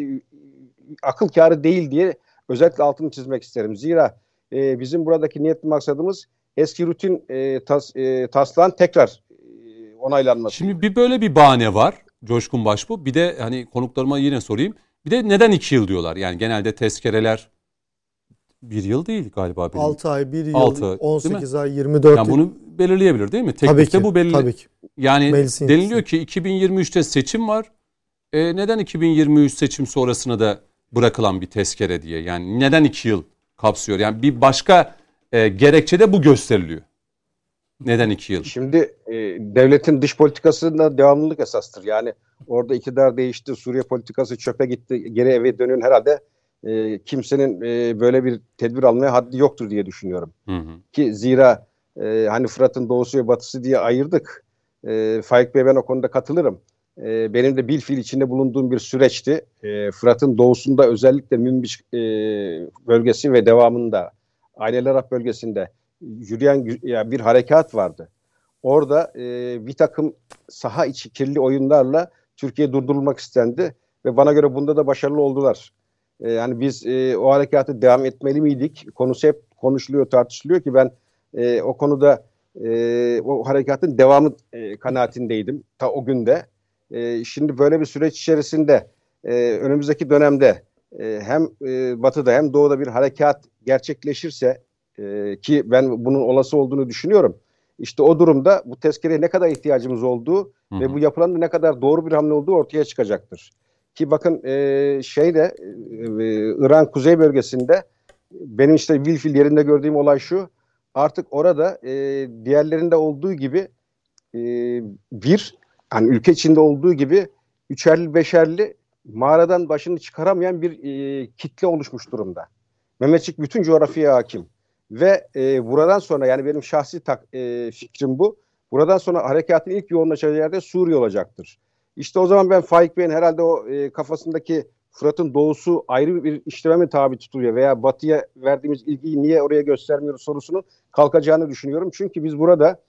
akıl kârı değil diye özellikle altını çizmek isterim. Zira bizim buradaki niyetli maksadımız eski rutin taslağın tekrar onaylanması. Şimdi böyle bir bahane var Coşkun Başbuğ. Bir de hani konuklarıma yine sorayım. Bir de neden 2 yıl diyorlar? Yani genelde tezkereler 1 yıl değil galiba. 6 ay, 1 yıl, 18 ay, 24 yani yıl. bunu belirleyebilir değil mi? Tabii ki. Bu belirli. Tabii ki. Yani Meclisin deniliyor ki 2023'te seçim var. Neden 2023 seçim sonrasına da bırakılan bir tezkere diye? Yani neden 2 yıl kapsıyor? Yani bir başka gerekçe de bu gösteriliyor. Neden 2 yıl? Şimdi devletin dış politikasında devamlılık esastır. Yani orada iktidar değişti, Suriye politikası çöpe gitti, geri eve dönün herhalde kimsenin böyle bir tedbir almaya haddi yoktur diye düşünüyorum. Ki zira hani Fırat'ın doğusu ve batısı diye ayırdık. Faik Bey ben o konuda katılırım. Benim de bilfiil içinde bulunduğum bir süreçti. Fırat'ın doğusunda özellikle Münbiç bölgesi ve devamında Aileler Harp bölgesinde yürüyen bir harekat vardı. Orada bir takım saha içi kirli oyunlarla Türkiye durdurulmak istendi ve bana göre bunda da başarılı oldular. Yani biz o harekatı devam etmeli miydik? Konusu hep konuşuluyor, tartışılıyor ki ben o konuda o harekatın devamı kanaatindeydim ta o günde. Şimdi böyle bir süreç içerisinde önümüzdeki dönemde hem batıda hem doğuda bir harekat gerçekleşirse ki ben bunun olası olduğunu düşünüyorum. İşte o durumda bu tezkereye ne kadar ihtiyacımız olduğu ve bu yapılanın da ne kadar doğru bir hamle olduğu ortaya çıkacaktır. Ki bakın İran kuzey bölgesinde benim işte bilfil yerinde gördüğüm olay şu. Artık orada diğerlerinde olduğu gibi hani ülke içinde olduğu gibi üçerli beşerli mağaradan başını çıkaramayan bir kitle oluşmuş durumda. Mehmetçik bütün coğrafyaya hakim. Ve buradan sonra yani benim şahsi fikrim bu. Buradan sonra harekatın ilk yoğunlaşacağı yerde Suriye olacaktır. İşte o zaman ben Faik Bey'in herhalde o kafasındaki Fırat'ın doğusu ayrı bir işleme mi tabi tutuluyor veya batıya verdiğimiz ilgiyi niye oraya göstermiyoruz sorusunun kalkacağını düşünüyorum. Çünkü biz burada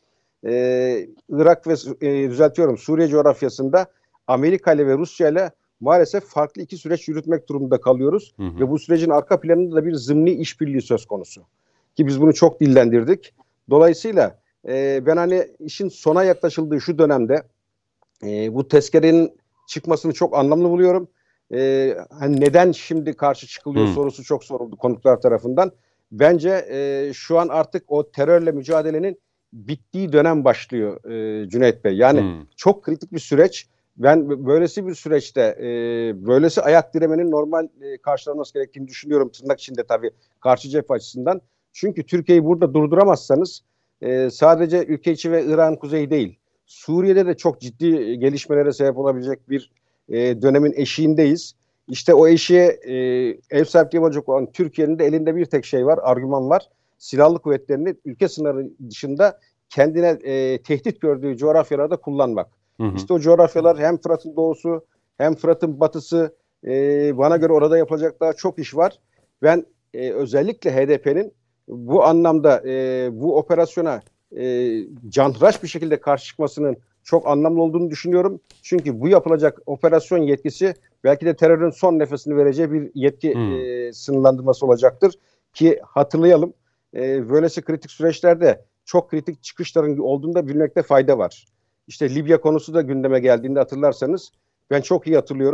Irak ve düzeltiyorum Suriye coğrafyasında Amerika ile ve Rusya ile maalesef farklı iki süreç yürütmek durumunda kalıyoruz. Ve bu sürecin arka planında da bir zımni işbirliği söz konusu. Ki biz bunu çok dillendirdik. Dolayısıyla ben hani işin sona yaklaşıldığı şu dönemde bu tezkerenin çıkmasını çok anlamlı buluyorum. Hani neden şimdi karşı çıkılıyor sorusu çok soruldu konuklar tarafından. Bence şu an artık o terörle mücadelenin bittiği dönem başlıyor Cüneyt Bey. Yani çok kritik bir süreç. Ben böylesi bir süreçte böylesi ayak diremenin normal karşılanması gerektiğini düşünüyorum. Tırnak içinde tabii karşı cephe açısından. Çünkü Türkiye'yi burada durduramazsanız sadece ülke içi ve İran kuzeyi değil, Suriye'de de çok ciddi gelişmelere sebep olabilecek bir dönemin eşiğindeyiz. İşte o eşiğe ev sahipliği yapacak olan Türkiye'nin de elinde bir tek şey var, argüman var. Silahlı kuvvetlerini ülke sınırı dışında kendine tehdit gördüğü coğrafyalarda kullanmak. İşte o coğrafyalar hem Fırat'ın doğusu hem Fırat'ın batısı bana göre orada yapılacak daha çok iş var. Ben özellikle HDP'nin bu anlamda bu operasyona canhıraş bir şekilde karşı çıkmasının çok anlamlı olduğunu düşünüyorum. Çünkü bu yapılacak operasyon yetkisi belki de terörün son nefesini vereceği bir yetki sınırlandırması olacaktır. Ki hatırlayalım böylesi kritik süreçlerde çok kritik çıkışların olduğunda bilmekte fayda var. İşte Libya konusu da gündeme geldiğinde hatırlarsanız ben çok iyi hatırlıyorum.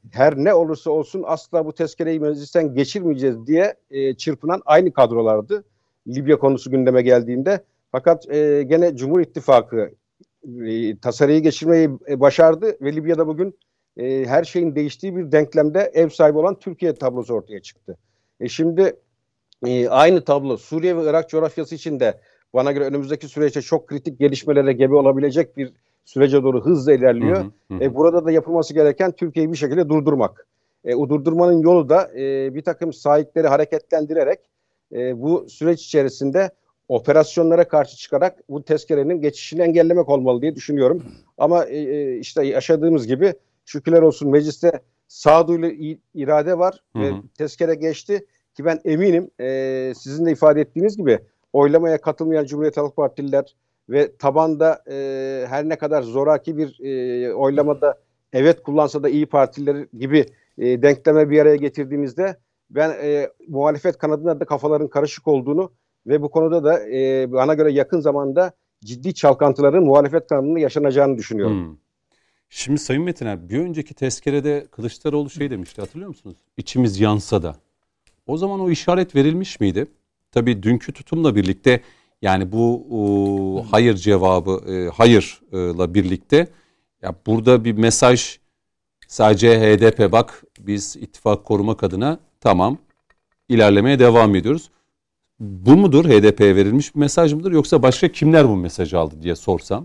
her ne olursa olsun asla bu tezkereyi meclisten geçirmeyeceğiz diye çırpınan aynı kadrolardı. Libya konusu gündeme geldiğinde. Fakat gene Cumhur İttifakı tasarıyı geçirmeyi başardı ve Libya'da bugün her şeyin değiştiği bir denklemde ev sahibi olan Türkiye tablosu ortaya çıktı. Şimdi aynı tablo Suriye ve Irak coğrafyası için de bana göre önümüzdeki süreçte çok kritik gelişmelere gebe olabilecek bir sürece doğru hızla ilerliyor. Burada da yapılması gereken Türkiye'yi bir şekilde durdurmak. O durdurmanın yolu da bir takım sahipleri hareketlendirerek bu süreç içerisinde operasyonlara karşı çıkarak bu tezkerenin geçişini engellemek olmalı diye düşünüyorum. Ama işte yaşadığımız gibi şükürler olsun mecliste sağduyulu irade var ve tezkere geçti ki ben eminim sizin de ifade ettiğiniz gibi oylamaya katılmayan Cumhuriyet Halk Partililer ve tabanda her ne kadar zoraki bir oylamada evet kullansa da İYİ Partililer gibi denkleme bir araya getirdiğimizde ben muhalefet kanadında da kafaların karışık olduğunu ve bu konuda da bana göre yakın zamanda ciddi çalkantıların muhalefet kanadında yaşanacağını düşünüyorum. Şimdi Sayın Metin abi bir önceki tezkerede Kılıçdaroğlu şey demişti, hatırlıyor musunuz? İçimiz yansa da. O zaman o işaret verilmiş miydi? Tabii dünkü tutumla birlikte yani bu hayır cevabı hayırla birlikte ya burada bir mesaj sadece HDP bak biz ittifak korumak adına tamam ilerlemeye devam ediyoruz. Bu mudur HDP'ye verilmiş bir mesaj mıdır yoksa başka kimler bu mesajı aldı diye sorsam?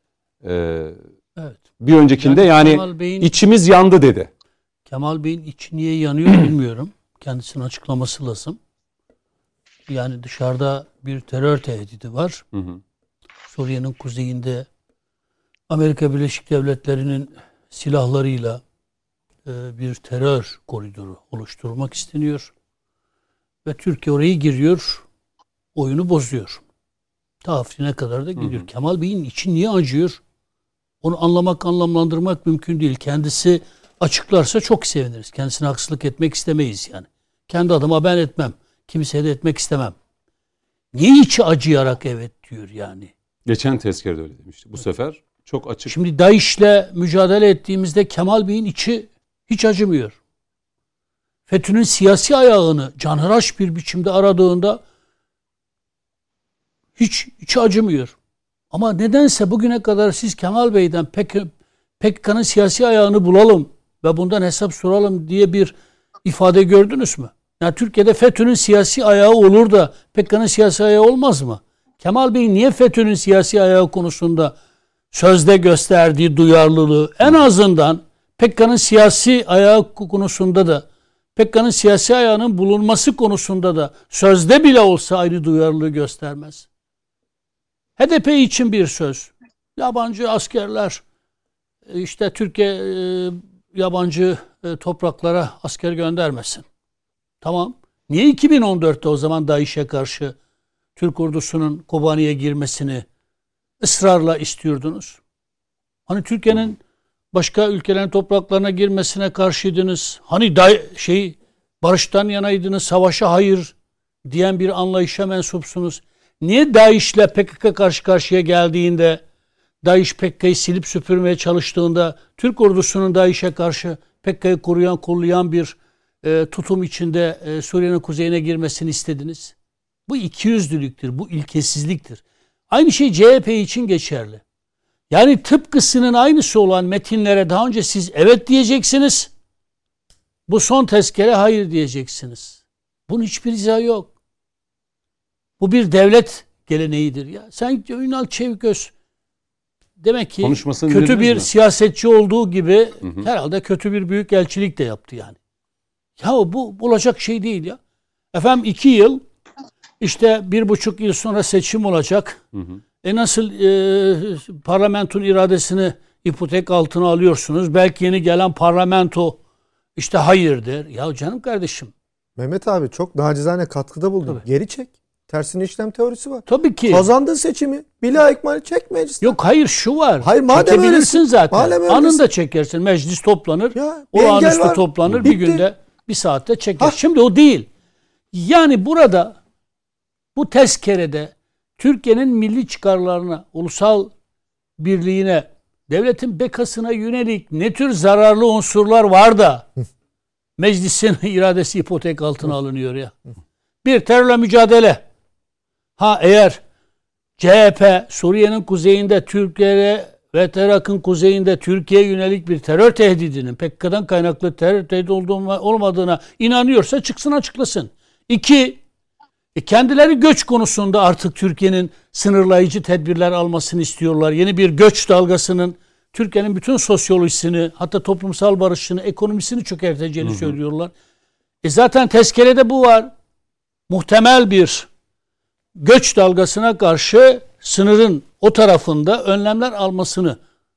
Evet. Bir öncekinde yani içimiz yandı dedi. Kemal Bey'in içi niye yanıyor bilmiyorum. Kendisinin açıklaması lazım. Yani dışarıda bir terör tehdidi var. Suriye'nin kuzeyinde Amerika Birleşik Devletleri'nin silahlarıyla bir terör koridoru oluşturmak isteniyor. Ve Türkiye oraya giriyor, oyunu bozuyor. Tafrine kadar da gidiyor. Kemal Bey'in içi niye acıyor? Onu anlamak, anlamlandırmak mümkün değil. Kendisi açıklarsa çok seviniriz. Kendisine haksızlık etmek istemeyiz yani. Kendi adıma ben etmem. Kimseye de etmek istemem. Niye içi acıyarak evet diyor yani? Geçen tezkerede öyle demişti. Bu sefer çok açık. Şimdi DAEŞ'le mücadele ettiğimizde Kemal Bey'in içi hiç acımıyor. FETÖ'nün siyasi ayağını canhıraş bir biçimde aradığında hiç içi acımıyor. Ama nedense bugüne kadar siz Kemal Bey'den PKK'nın siyasi ayağını bulalım ve bundan hesap soralım diye bir ifade gördünüz mü? Yani Türkiye'de FETÖ'nün siyasi ayağı olur da PKK'nın siyasi ayağı olmaz mı? Kemal Bey niye FETÖ'nün siyasi ayağı konusunda sözde gösterdiği duyarlılığı en azından PKK'nın siyasi ayağı konusunda da PKK'nın siyasi ayağının bulunması konusunda da sözde bile olsa aynı duyarlılığı göstermez? HDP için bir söz. Yabancı askerler işte Türkiye yabancı topraklara asker göndermesin. Tamam. Niye 2014'te o zaman DAEŞ'e karşı Türk ordusunun Kobani'ye girmesini ısrarla istiyordunuz? Hani Türkiye'nin başka ülkelerin topraklarına girmesine karşıydınız. Hani barıştan yanaydınız, savaşa hayır diyen bir anlayışa mensupsunuz. Niye DAEŞ'le PKK karşı karşıya geldiğinde, DAEŞ PKK'yı silip süpürmeye çalıştığında Türk ordusunun DAEŞ'e karşı PKK'yı kollayan bir tutum içinde Suriye'nin kuzeyine girmesini istediniz? Bu ikiyüzlülüktür, bu ilkesizliktir. Aynı şey CHP için geçerli. Yani tıpkısının aynısı olan metinlere daha önce siz evet diyeceksiniz. Bu son tezkere hayır diyeceksiniz. Bunun hiçbir izahı yok. Bu bir devlet geleneğidir ya. Sen Ünal Çeviköz demek ki kötü bir siyasetçi olduğu gibi herhalde kötü bir büyükelçilik de yaptı yani. Ya bu olacak şey değil ya. Efendim 2 yıl işte 1,5 yıl sonra seçim olacak. Nasıl parlamentonun iradesini ipotek altına alıyorsunuz? Belki yeni gelen parlamento işte hayır der. Ya canım kardeşim. Mehmet abi çok nacizane katkıda buldun. Tabii. Geri çek. Tersine işlem teorisi var. Tabii ki. Kazandın seçimi. Bila ikmali çek meclisten. Yok hayır şu var. Hayır madem çekebilirsin öylesin, zaten. Madem anında çekersin. Meclis toplanır. Olağanüstü toplanır. Bir günde bir saatte çeker. Şimdi o değil. Yani burada bu tezkerede Türkiye'nin milli çıkarlarına, ulusal birliğine devletin bekasına yönelik ne tür zararlı unsurlar var da meclisin iradesi ipotek altına alınıyor ya. Bir, terörle mücadele. Eğer CHP Suriye'nin kuzeyinde, Türkiye ve Irak'ın kuzeyinde Türkiye'ye yönelik bir terör tehdidinin PKK'dan kaynaklı terör tehdidi olmadığına inanıyorsa çıksın açıklasın. 2, kendileri göç konusunda artık Türkiye'nin sınırlayıcı tedbirler almasını istiyorlar. Yeni bir göç dalgasının Türkiye'nin bütün sosyolojisini, hatta toplumsal barışını, ekonomisini çökerteceğini söylüyorlar. Zaten tezkerede bu var. Muhtemel bir göç dalgasına karşı sınırın o tarafında önlemler almasını.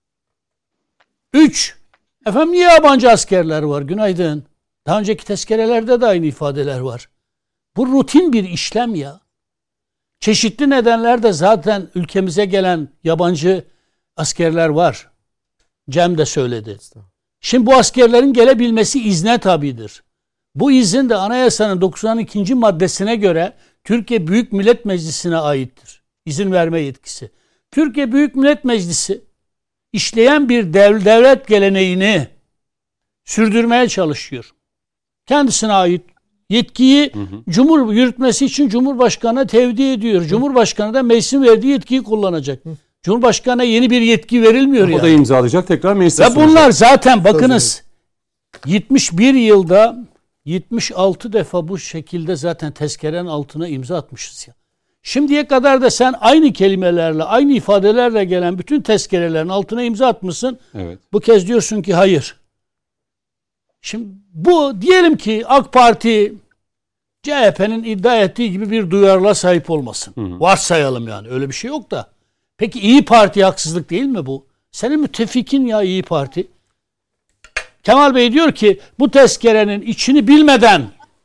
3, efendim niye yabancı askerler var? Günaydın. Daha önceki tezkerelerde de aynı ifadeler var. Bu rutin bir işlem ya. Çeşitli nedenlerde zaten ülkemize gelen yabancı askerler var. Cem de söyledi. Şimdi bu askerlerin gelebilmesi izne tabidir. Bu izin de anayasanın 92. maddesine göre Türkiye Büyük Millet Meclisi'ne aittir. İzin verme yetkisi. Türkiye Büyük Millet Meclisi işleyen bir devlet geleneğini sürdürmeye çalışıyor. Kendisine ait yetkiyi yürütmesi için Cumhurbaşkanı'na tevdi ediyor. Cumhurbaşkanı da meclisin verdiği yetkiyi kullanacak. Cumhurbaşkanı'na yeni bir yetki verilmiyor yani. O da imzalayacak, tekrar meclise Ve sunacak. bunlar zaten bakınız 71 yılda 76 defa bu şekilde zaten tezkerenin altına imza atmışız ya. Şimdiye kadar da sen aynı kelimelerle, aynı ifadelerle gelen bütün tezkerelerin altına imza atmışsın. Evet. Bu kez diyorsun ki hayır. Şimdi bu diyelim ki AK Parti CHP'nin iddia ettiği gibi bir duyarlılığa sahip olmasın. Varsayalım yani, öyle bir şey yok da. Peki İyi Parti haksızlık değil mi bu? Senin müttefikin ya İyi Parti. Kemal Bey diyor ki bu tezkerenin içini bilmeden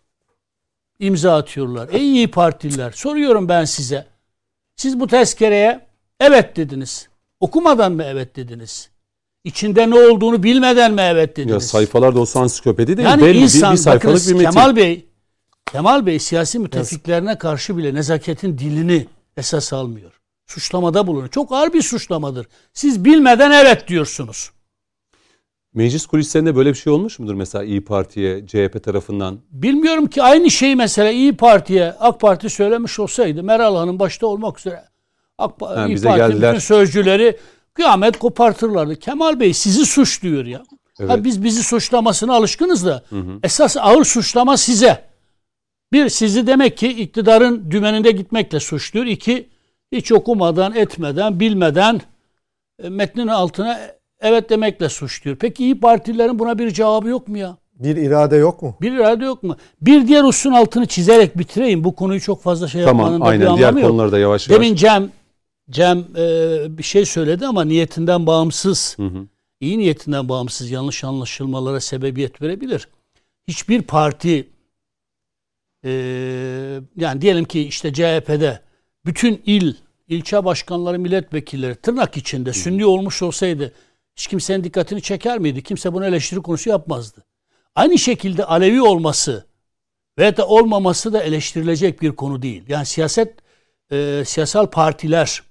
imza atıyorlar. Ey İyi Partililer, soruyorum ben size. Siz bu tezkereye evet dediniz. Okumadan mı evet dediniz? İçinde ne olduğunu bilmeden mi evet dediniz? Ya sayfalarda olsa ansiklopedi değil. Yani belli insan, bir sayfalık bakınız, bir metin. Kemal Bey siyasi müttefiklerine karşı bile nezaketin dilini esas almıyor. Suçlamada bulunuyor. Çok ağır bir suçlamadır. Siz bilmeden evet diyorsunuz. Meclis kulislerinde böyle bir şey olmuş mudur mesela İyi Parti'ye, CHP tarafından? Bilmiyorum ki aynı şeyi mesela İyi Parti'ye AK Parti söylemiş olsaydı, Meral Hanım başta olmak üzere İyi Parti'nin bütün sözcüleri kıyamet kopartırlardı. Kemal Bey sizi suçluyor ya. Evet. Biz bizi suçlamasına alışkınız da esas ağır suçlama size. Bir, sizi demek ki iktidarın dümeninde gitmekle suçluyor. 2, hiç okumadan, etmeden, bilmeden metnin altına evet demekle suçluyor. Peki İyi Partililerin buna bir cevabı yok mu ya? Bir irade yok mu? Bir irade yok mu? Bir diğer hususun altını çizerek bitireyim. Bu konuyu çok fazla yapmanın da bir anlamı diğer yok. konularda yavaş yavaş. Demin Cem bir şey söyledi ama niyetinden bağımsız, iyi niyetinden bağımsız yanlış anlaşılmalara sebebiyet verebilir. Hiçbir parti yani diyelim ki işte CHP'de bütün ilçe başkanları, milletvekilleri tırnak içinde Sünni olmuş olsaydı hiç kimsenin dikkatini çeker miydi? Kimse bunu eleştiri konusu yapmazdı. Aynı şekilde Alevi olması veya da olmaması da eleştirilecek bir konu değil. Yani siyasal partiler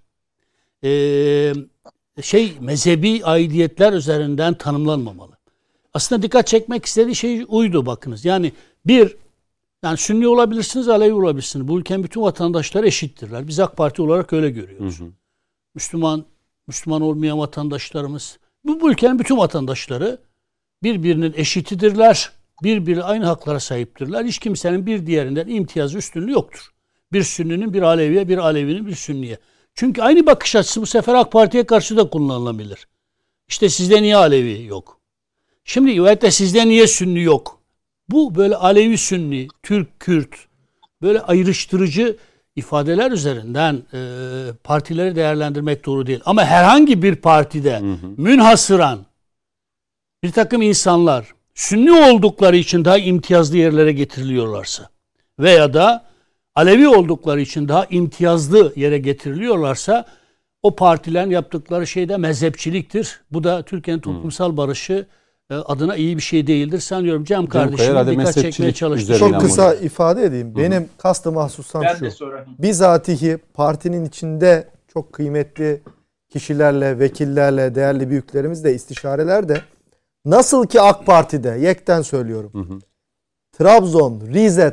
mezhebi aidiyetler üzerinden tanımlanmamalı. Aslında dikkat çekmek istediği şey uydu bakınız. Yani yani Sünni olabilirsiniz, Alevi olabilirsiniz. Bu ülkenin bütün vatandaşları eşittirler. Biz AK Parti olarak öyle görüyoruz. Müslüman olmayan vatandaşlarımız, bu ülkenin bütün vatandaşları birbirinin eşitidirler. Birbiri aynı haklara sahiptirler. Hiç kimsenin bir diğerinden imtiyazı, üstünlüğü yoktur. Bir Sünninin bir Aleviye, bir Alevinin bir Sünniye. Çünkü aynı bakış açısı bu sefer AK Parti'ye karşı da kullanılabilir. İşte sizde niye Alevi yok? Şimdi evet de sizde niye Sünni yok? Bu böyle Alevi Sünni, Türk Kürt, böyle ayrıştırıcı ifadeler üzerinden partileri değerlendirmek doğru değil. Ama herhangi bir partide münhasıran bir takım insanlar Sünni oldukları için daha imtiyazlı yerlere getiriliyorlarsa veya da Alevi oldukları için daha imtiyazlı yere getiriliyorlarsa o partilerin yaptıkları şey de mezhepçiliktir. Bu da Türkiye'nin toplumsal barışı adına iyi bir şey değildir. Sanıyorum Cem kardeşim dikkat çekmeye çalıştı. Çok kısa ifade edeyim. Benim kastı mahsusam şu. Bizatihi partinin içinde çok kıymetli kişilerle, vekillerle, değerli büyüklerimizle istişarelerde nasıl ki AK Parti'de, yekten söylüyorum. Trabzon, Rize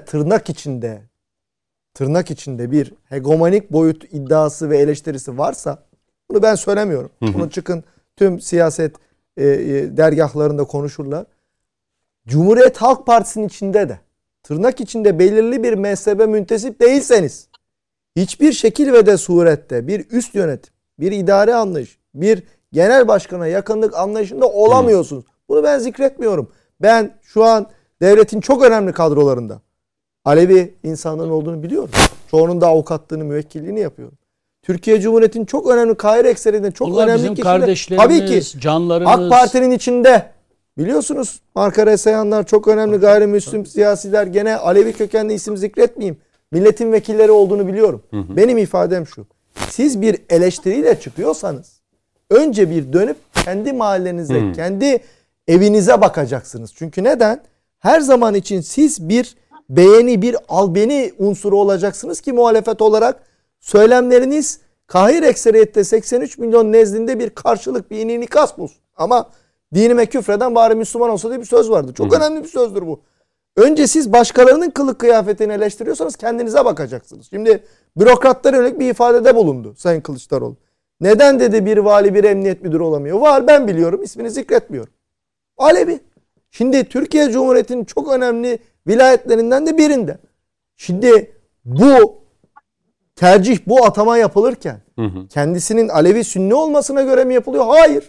tırnak içinde bir hegemonik boyut iddiası ve eleştirisi varsa, bunu ben söylemiyorum. Bunu çıkın tüm siyaset dergahlarında konuşurlar. Cumhuriyet Halk Partisi'nin içinde de tırnak içinde belirli bir mezhebe müntesip değilseniz hiçbir şekil ve de surette bir üst yönetim, bir idare anlayış, bir genel başkana yakınlık anlayışında olamıyorsunuz. Bunu ben zikretmiyorum. Ben şu an devletin çok önemli kadrolarında Alevi insanların olduğunu biliyorum. Çoğunun da avukatlığını, müvekkilliğini yapıyorum. Türkiye Cumhuriyeti'nin çok önemli, Kahire ekserinde çok onlar önemli bizim kişiler. Kardeşlerimiz, Tabii ki canlarımız. AK Parti'nin içinde biliyorsunuz Markara Sayanlar çok önemli gayrimüslim siyasiler, gene Alevi kökenli isim zikretmeyeyim. Milletin vekilleri olduğunu biliyorum. Benim ifadem şu. Siz bir eleştiriyle çıkıyorsanız önce bir dönüp kendi mahallenize, kendi evinize bakacaksınız. Çünkü neden? Her zaman için siz bir beğeni, bir albeni unsuru olacaksınız ki muhalefet olarak söylemleriniz Kahire ekseriyette 83 milyon nezdinde bir karşılık, bir inikas bulsun. Ama dinime küfreden bari Müslüman olsa diye bir söz vardı. Çok önemli bir sözdür bu. Önce siz başkalarının kılık kıyafetini eleştiriyorsanız kendinize bakacaksınız. Şimdi bürokratlar yönelik bir ifadede bulundu Sayın Kılıçdaroğlu. Neden dedi bir vali bir emniyet müdürü olamıyor? Var, ben biliyorum, ismini zikretmiyorum. Alevi. Şimdi Türkiye Cumhuriyeti'nin çok önemli vilayetlerinden de birinde. Şimdi bu tercih, bu atama yapılırken kendisinin Alevi Sünni olmasına göre mi yapılıyor? Hayır.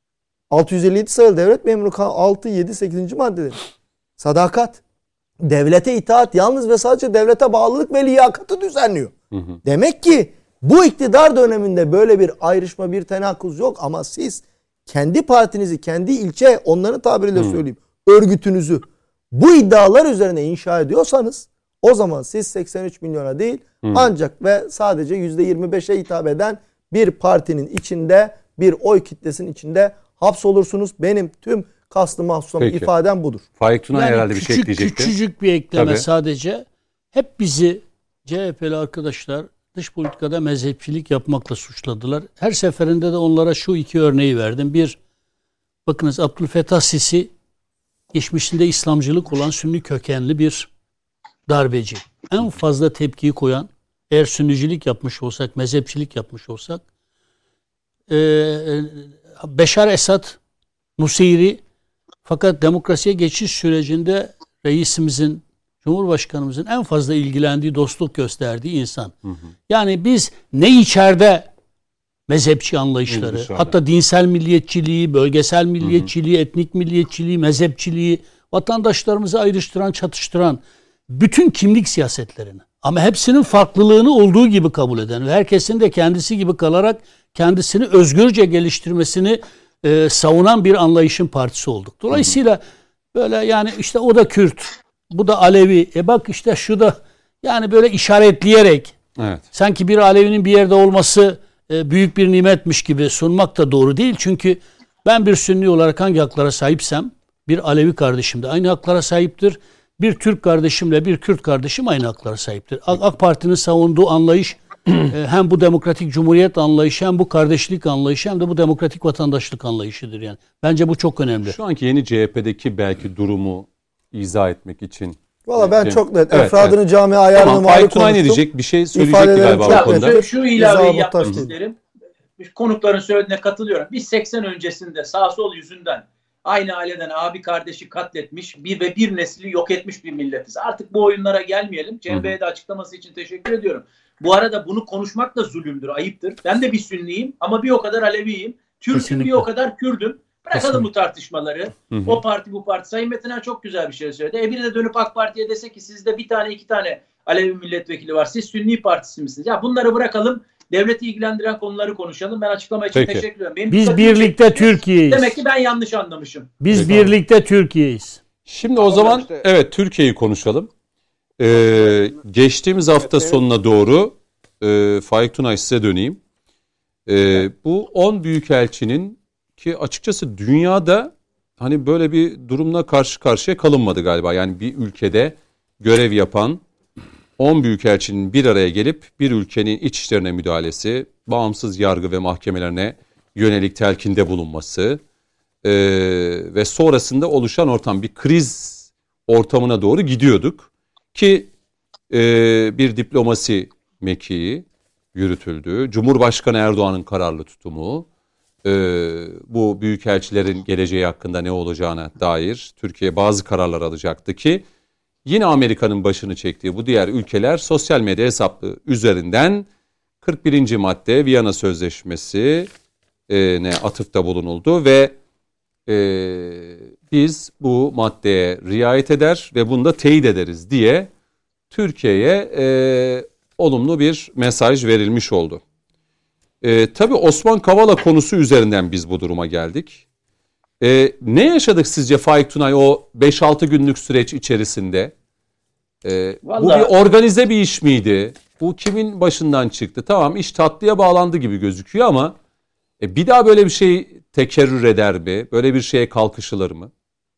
657 sayılı devlet memuru 6, 7, 8. maddeleri. Sadakat, devlete itaat, yalnız ve sadece devlete bağlılık ve liyakatı düzenliyor. Demek ki bu iktidar döneminde böyle bir ayrışma, bir tenakkuz yok ama siz kendi partinizi, kendi ilçe, onların tabiriyle söyleyeyim, örgütünüzü bu iddialar üzerine inşa ediyorsanız o zaman siz 83 milyona değil ancak ve sadece %25'e hitap eden bir partinin içinde, bir oy kitlesinin içinde hapsolursunuz. Benim tüm kastı mahsusum ifadem budur. Faik Tunay Yani herhalde bir şey ekleyecekti. Küçücük bir ekleme Tabii. sadece. Hep bizi CHP'li arkadaşlar dış politikada mezhepçilik yapmakla suçladılar. Her seferinde de onlara şu iki örneği verdim. Bir, bakınız Abdülfettah Sisi geçmişinde İslamcılık olan Sünni kökenli bir darbeci. En fazla tepkiyi koyan, eğer Sünnicilik yapmış olsak, mezhepçilik yapmış olsak, Beşar Esad, Nusayri, fakat demokrasiye geçiş sürecinde reisimizin, Cumhurbaşkanımızın en fazla ilgilendiği, dostluk gösterdiği insan. Yani biz ne içeride mezhepçi anlayışları, hatta dinsel milliyetçiliği, bölgesel milliyetçiliği, etnik milliyetçiliği, mezhepçiliği, vatandaşlarımızı ayrıştıran, çatıştıran bütün kimlik siyasetlerini ama hepsinin farklılığını olduğu gibi kabul eden ve herkesin de kendisi gibi kalarak kendisini özgürce geliştirmesini savunan bir anlayışın partisi olduk. Dolayısıyla böyle yani işte o da Kürt, bu da Alevi, bak işte şu da, yani böyle işaretleyerek sanki bir Alevinin bir yerde olması büyük bir nimetmiş gibi sunmak da doğru değil. Çünkü ben bir Sünni olarak hangi haklara sahipsem bir Alevi kardeşim de aynı haklara sahiptir. Bir Türk kardeşimle bir Kürt kardeşim aynı haklara sahiptir. AK Parti'nin savunduğu anlayış hem bu demokratik cumhuriyet anlayışı, hem bu kardeşlik anlayışı, hem de bu demokratik vatandaşlık anlayışıdır yani. Bence bu çok önemli. Şu anki yeni CHP'deki belki durumu izah etmek için. Valla ben çok net. Efradını cami ayarını tamam, Faik Tunay ne diyecek? Bir şey söyleyecekti galiba bu konuda. Şu ilaveyi yapmak isterim. Konukların söylediğine katılıyorum. Biz 80 öncesinde sağ sol yüzünden aynı aileden abi kardeşi katletmiş bir nesli yok etmiş bir milletiz. Artık bu oyunlara gelmeyelim. Cem Bey'e de açıklaması için teşekkür ediyorum. Bu arada bunu konuşmak da zulümdür, ayıptır. Ben de bir Sünniyim ama bir o kadar Aleviyim. Türk'üm, bir o kadar Kürdüm. Bırakalım bu tartışmaları. O parti bu parti. Sayın Metiner çok güzel bir şey söyledi. Biri de dönüp AK Parti'ye dese ki sizde bir tane iki tane Alevi milletvekili var. Siz Sünni partisi misiniz? Ya bunları bırakalım. Devleti ilgilendiren konuları konuşalım. Ben açıklama için teşekkür ederim. Biz birlikte Türkiye'yiz. Demek ki ben yanlış anlamışım. Biz birlikte Türkiye'yiz. Şimdi o zaman evet Türkiye'yi konuşalım. Geçtiğimiz hafta sonuna doğru Faik Tunay size döneyim. Bu 10 büyükelçinin ki açıkçası dünyada hani böyle bir durumla karşı karşıya kalınmadı galiba. Yani bir ülkede görev yapan 10 büyükelçinin bir araya gelip bir ülkenin iç işlerine müdahalesi, bağımsız yargı ve mahkemelerine yönelik telkinde bulunması ve sonrasında oluşan ortam, bir kriz ortamına doğru gidiyorduk ki bir diplomasi mekiği yürütüldü. Cumhurbaşkanı Erdoğan'ın kararlı tutumu, bu büyükelçilerin geleceği hakkında ne olacağına dair Türkiye bazı kararlar alacaktı ki yine Amerika'nın başını çektiği bu diğer ülkeler sosyal medya hesapları üzerinden 41. madde Viyana Sözleşmesi ne atıfta bulunuldu ve biz bu maddeye riayet eder ve bunu da teyit ederiz diye Türkiye'ye olumlu bir mesaj verilmiş oldu. Tabii Osman Kavala konusu üzerinden biz bu duruma geldik. Ne yaşadık sizce Faik Tunay o 5-6 günlük süreç içerisinde? Bu bir organize bir iş miydi? Bu kimin başından çıktı? Tamam, iş tatlıya bağlandı gibi gözüküyor ama bir daha böyle bir şey tekerrür eder mi? Böyle bir şeye kalkışılır mı?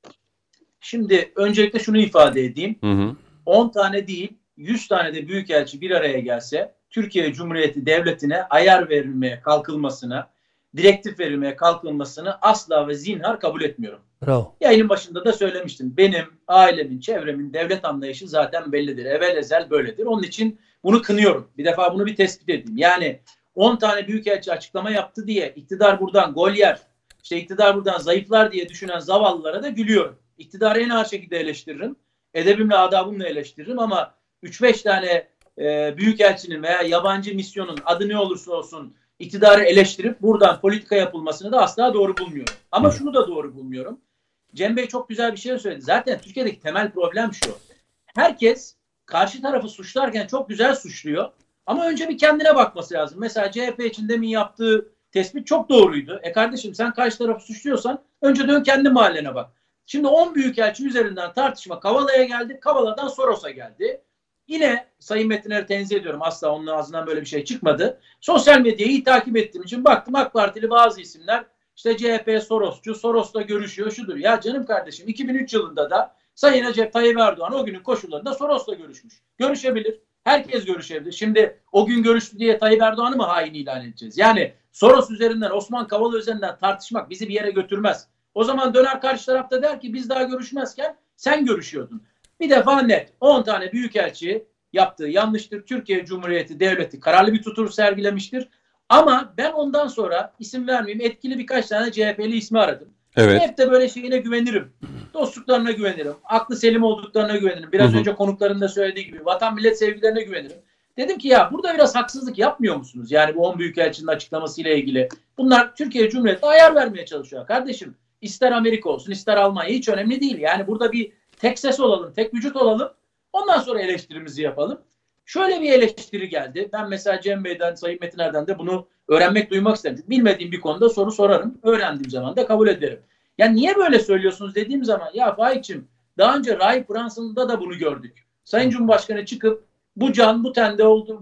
Şimdi öncelikle şunu ifade edeyim. Hı hı. 10 tane değil 100 tane de büyükelçi bir araya gelse Türkiye Cumhuriyeti Devleti'ne ayar verilmeye kalkılmasına, direktif verilmeye kalkılmasını asla ve zinhar kabul etmiyorum. Bravo. Yayının başında da söylemiştim. Benim, ailemin, çevremin devlet anlayışı zaten bellidir. Evvel ezel böyledir. Onun için bunu kınıyorum. Bir defa bunu bir tespit edeyim. Yani 10 tane büyükelçi açıklama yaptı diye iktidar buradan gol yer, işte iktidar buradan zayıflar diye düşünen zavallılara da gülüyorum. İktidarı en ağır şekilde eleştiririm. Edebimle, adabımla eleştiririm ama 3-5 tane büyükelçinin veya yabancı misyonun adı ne olursa olsun iktidarı eleştirip buradan politika yapılmasını da asla doğru bulmuyorum. Ama şunu da doğru bulmuyorum. Cem Bey çok güzel bir şey söyledi. Zaten Türkiye'deki temel problem şu. Herkes karşı tarafı suçlarken çok güzel suçluyor. Ama önce bir kendine bakması lazım. Mesela CHP için demin yaptığı tespit çok doğruydu. Kardeşim sen karşı tarafı suçluyorsan önce dön kendi mahallene bak. Şimdi 10 büyükelçi üzerinden tartışma Kavala'ya geldi. Kavala'dan Soros'a geldi. Yine Sayın Metiner'i tenzih ediyorum. Asla onun ağzından böyle bir şey çıkmadı. Sosyal medyayı iyi takip ettiğim için baktım AK Partili bazı isimler işte CHP Sorosçu, Soros'la görüşüyor şudur. Ya canım kardeşim 2003 yılında da Sayın Recep Tayyip Erdoğan o günün koşullarında Soros'la görüşmüş. Görüşebilir. Herkes görüşebilir. Şimdi o gün görüştü diye Tayyip Erdoğan'ı mı hain ilan edeceğiz? Yani Soros üzerinden, Osman Kavala üzerinden tartışmak bizi bir yere götürmez. O zaman döner karşı tarafta der ki biz daha görüşmezken sen görüşüyordun. Bir defa net 10 tane büyükelçi yaptığı yanlıştır. Türkiye Cumhuriyeti Devleti kararlı bir tutum sergilemiştir. Ama ben ondan sonra isim vermeyeyim etkili birkaç tane CHP'li ismi aradım. Evet. Hep de böyle şeyine güvenirim. Dostluklarına güvenirim. Aklı selim olduklarına güvenirim. Biraz önce konukların da söylediği gibi vatan millet sevgilerine güvenirim. Dedim ki ya burada biraz haksızlık yapmıyor musunuz? Yani bu 10 büyükelçinin açıklamasıyla ilgili. Bunlar Türkiye Cumhuriyeti'ne ayar vermeye çalışıyor. Kardeşim ister Amerika olsun ister Almanya hiç önemli değil. Yani burada bir tek ses olalım, tek vücut olalım. Ondan sonra eleştirimizi yapalım. Şöyle bir eleştiri geldi. Ben mesela Cem Bey'den, Sayın Metiner'den de bunu öğrenmek, duymak isterim. Bilmediğim bir konuda soru sorarım. Öğrendiğim zaman da kabul ederim. Ya niye böyle söylüyorsunuz dediğim zaman ya Faik'cim daha önce Rahip Branson'da da bunu gördük. Sayın Cumhurbaşkanı çıkıp bu can bu tende oldu,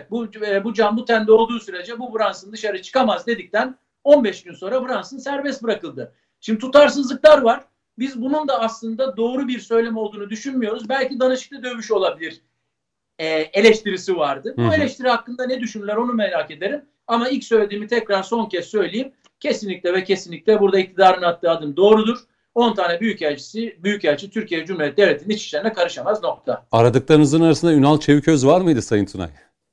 bu can bu tende olduğu sürece bu Branson dışarı çıkamaz dedikten 15 gün sonra Branson serbest bırakıldı. Şimdi tutarsızlıklar var. Biz bunun da aslında doğru bir söylem olduğunu düşünmüyoruz. Belki danışıklı dövüş olabilir eleştirisi vardı. Bu eleştiri hakkında ne düşünürler onu merak ederim. Ama ilk söylediğimi tekrar son kez söyleyeyim. Kesinlikle ve kesinlikle burada iktidarın attığı adım doğrudur. 10 tane büyükelçi Türkiye Cumhuriyeti Devleti'nin iç işlerine karışamaz nokta. Aradıklarınızın arasında Ünal Çeviköz var mıydı Sayın Tunay?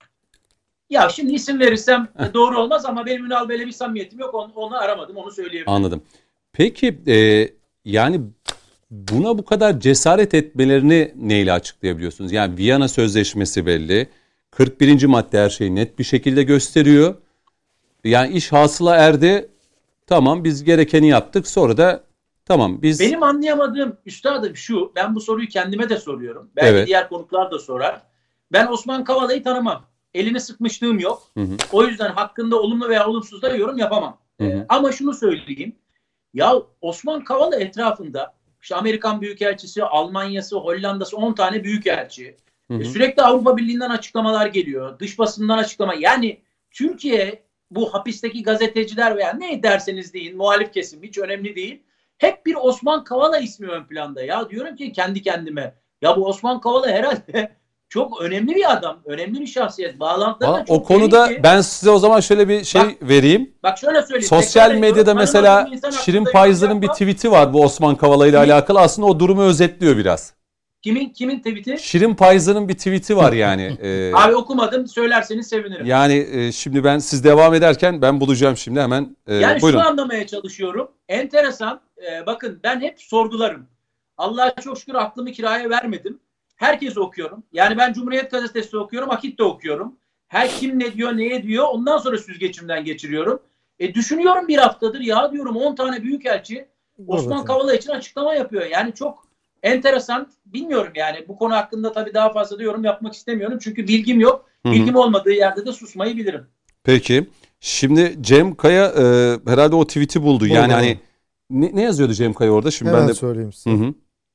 Ya şimdi isim verirsem doğru olmaz ama benim Ünal Bey'le bir samimiyetim yok. Onu aramadım, onu söyleyebilirim. Anladım. Peki yani buna bu kadar cesaret etmelerini neyle açıklayabiliyorsunuz? Yani Viyana Sözleşmesi belli. 41. madde her şeyi net bir şekilde gösteriyor. Yani iş hasıla erdi. Tamam biz gerekeni yaptık. Sonra da tamam biz... Benim anlayamadığım üstadım şu. Ben bu soruyu kendime de soruyorum. Belki diğer konuklar da sorar. Ben Osman Kavala'yı tanımam. Elini sıkmışlığım yok. O yüzden hakkında olumlu veya olumsuz da yorum yapamam. Ama şunu söyleyeyim. Ya Osman Kavala etrafında işte Amerikan Büyükelçisi, Almanya'sı, Hollanda'sı 10 tane büyükelçi. Sürekli Avrupa Birliği'nden açıklamalar geliyor. Dış basından açıklama. Yani Türkiye bu hapisteki gazeteciler veya ne derseniz deyin muhalif kesim hiç önemli değil. Hep bir Osman Kavala ismi ön planda ya. Diyorum ki kendi kendime ya bu Osman Kavala herhalde çok önemli bir adam, önemli bir şahsiyet. Bağlantıları da O çok konuda derin ki, ben size o zaman şöyle bir şey vereyim. bak şöyle söyleyeyim. Sosyal tekrar ediyorum, medyada mesela tanımadığım insan Şirin hakkında Payzı'nın yorum bir yapmam. tweet'i var bu Osman Kavala ile alakalı. Aslında o durumu özetliyor biraz. Kimin tweet'i? Şirin Payzı'nın bir tweet'i var yani. Abi okumadım, söylerseniz sevinirim. Yani şimdi siz devam ederken ben bulacağım şimdi hemen. Yani Buyurun. şunu anlamaya çalışıyorum. Enteresan. Bakın ben hep sorgularım. Allah'a çok şükür aklımı kiraya vermedim. Herkesi okuyorum. Yani ben Cumhuriyet Gazetesi okuyorum, Akit de okuyorum. Her kim ne diyor, neye diyor, ondan sonra süzgeçimden geçiriyorum. Düşünüyorum bir haftadır, ya diyorum 10 tane büyükelçi Osman Kavala için açıklama yapıyor. Yani çok enteresan. Bilmiyorum yani, bu konu hakkında tabii daha fazla da yorum yapmak istemiyorum. Çünkü bilgim yok. Bilgim olmadığı yerde de susmayı bilirim. Peki. Şimdi Cem Kaya herhalde o tweet'i buldu. Yani hani ne yazıyordu Cem Kaya orada? Şimdi Hemen ben de söyleyeyim size. Hı.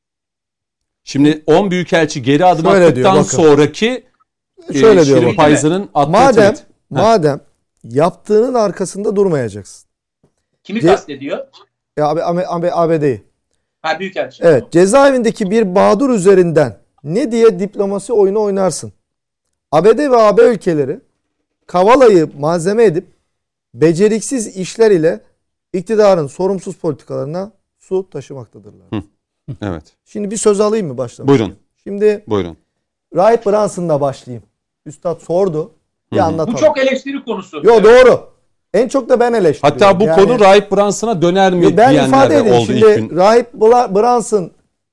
Şimdi 10 büyükelçi geri adım Şöyle attıktan diyor, bakın. sonraki Şöyle diyor, Şirin bakın. Payzı'nın attığı tweet. Madem yaptığının arkasında durmayacaksın. Kimi kastediyor? Ya ABD'yi. Ha, büyükelçi. Evet, cezaevindeki bir mağdur üzerinden ne diye diplomasi oyunu oynarsın? ABD ve AB ülkeleri Kavala'yı malzeme edip beceriksiz işler ile iktidarın sorumsuz politikalarına su taşımaktadırlar. Evet. Şimdi bir söz alayım mı başlamak? Buyurun. Şimdi Buyurun. Rahip Branson'la başlayayım. Üstad sordu. Bir anlatalım. Bu çok eleştiri konusu. Yo, doğru. En çok da ben eleştiriyorum. Hatta bu konu Rahip Branson'a döner mi ben diyenler ifade de edeyim. oldu Şimdi ilk gün. Rahip Brunson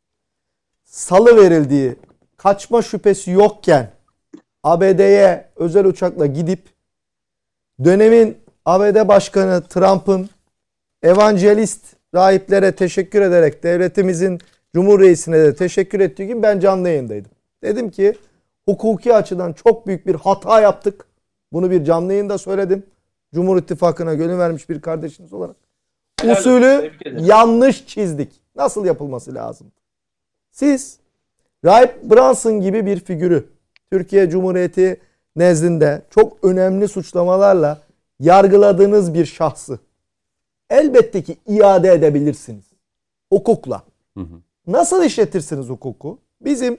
salı verildiği, kaçma şüphesi yokken ABD'ye özel uçakla gidip dönemin ABD Başkanı Trump'ın evangelist rahiplere teşekkür ederek devletimizin Cumhur Reisi'ne de teşekkür ettiği gün ben canlı yayındaydım. Dedim ki hukuki açıdan çok büyük bir hata yaptık. Bunu bir canlı yayında söyledim. Cumhur İttifakı'na gönül vermiş bir kardeşiniz olarak. Usulü yanlış çizdik. Nasıl yapılması lazım? Siz Rahip Brunson gibi bir figürü Türkiye Cumhuriyeti nezdinde çok önemli suçlamalarla yargıladığınız bir şahsı elbette ki iade edebilirsiniz. Hukukla. Nasıl işletirsiniz hukuku? Bizim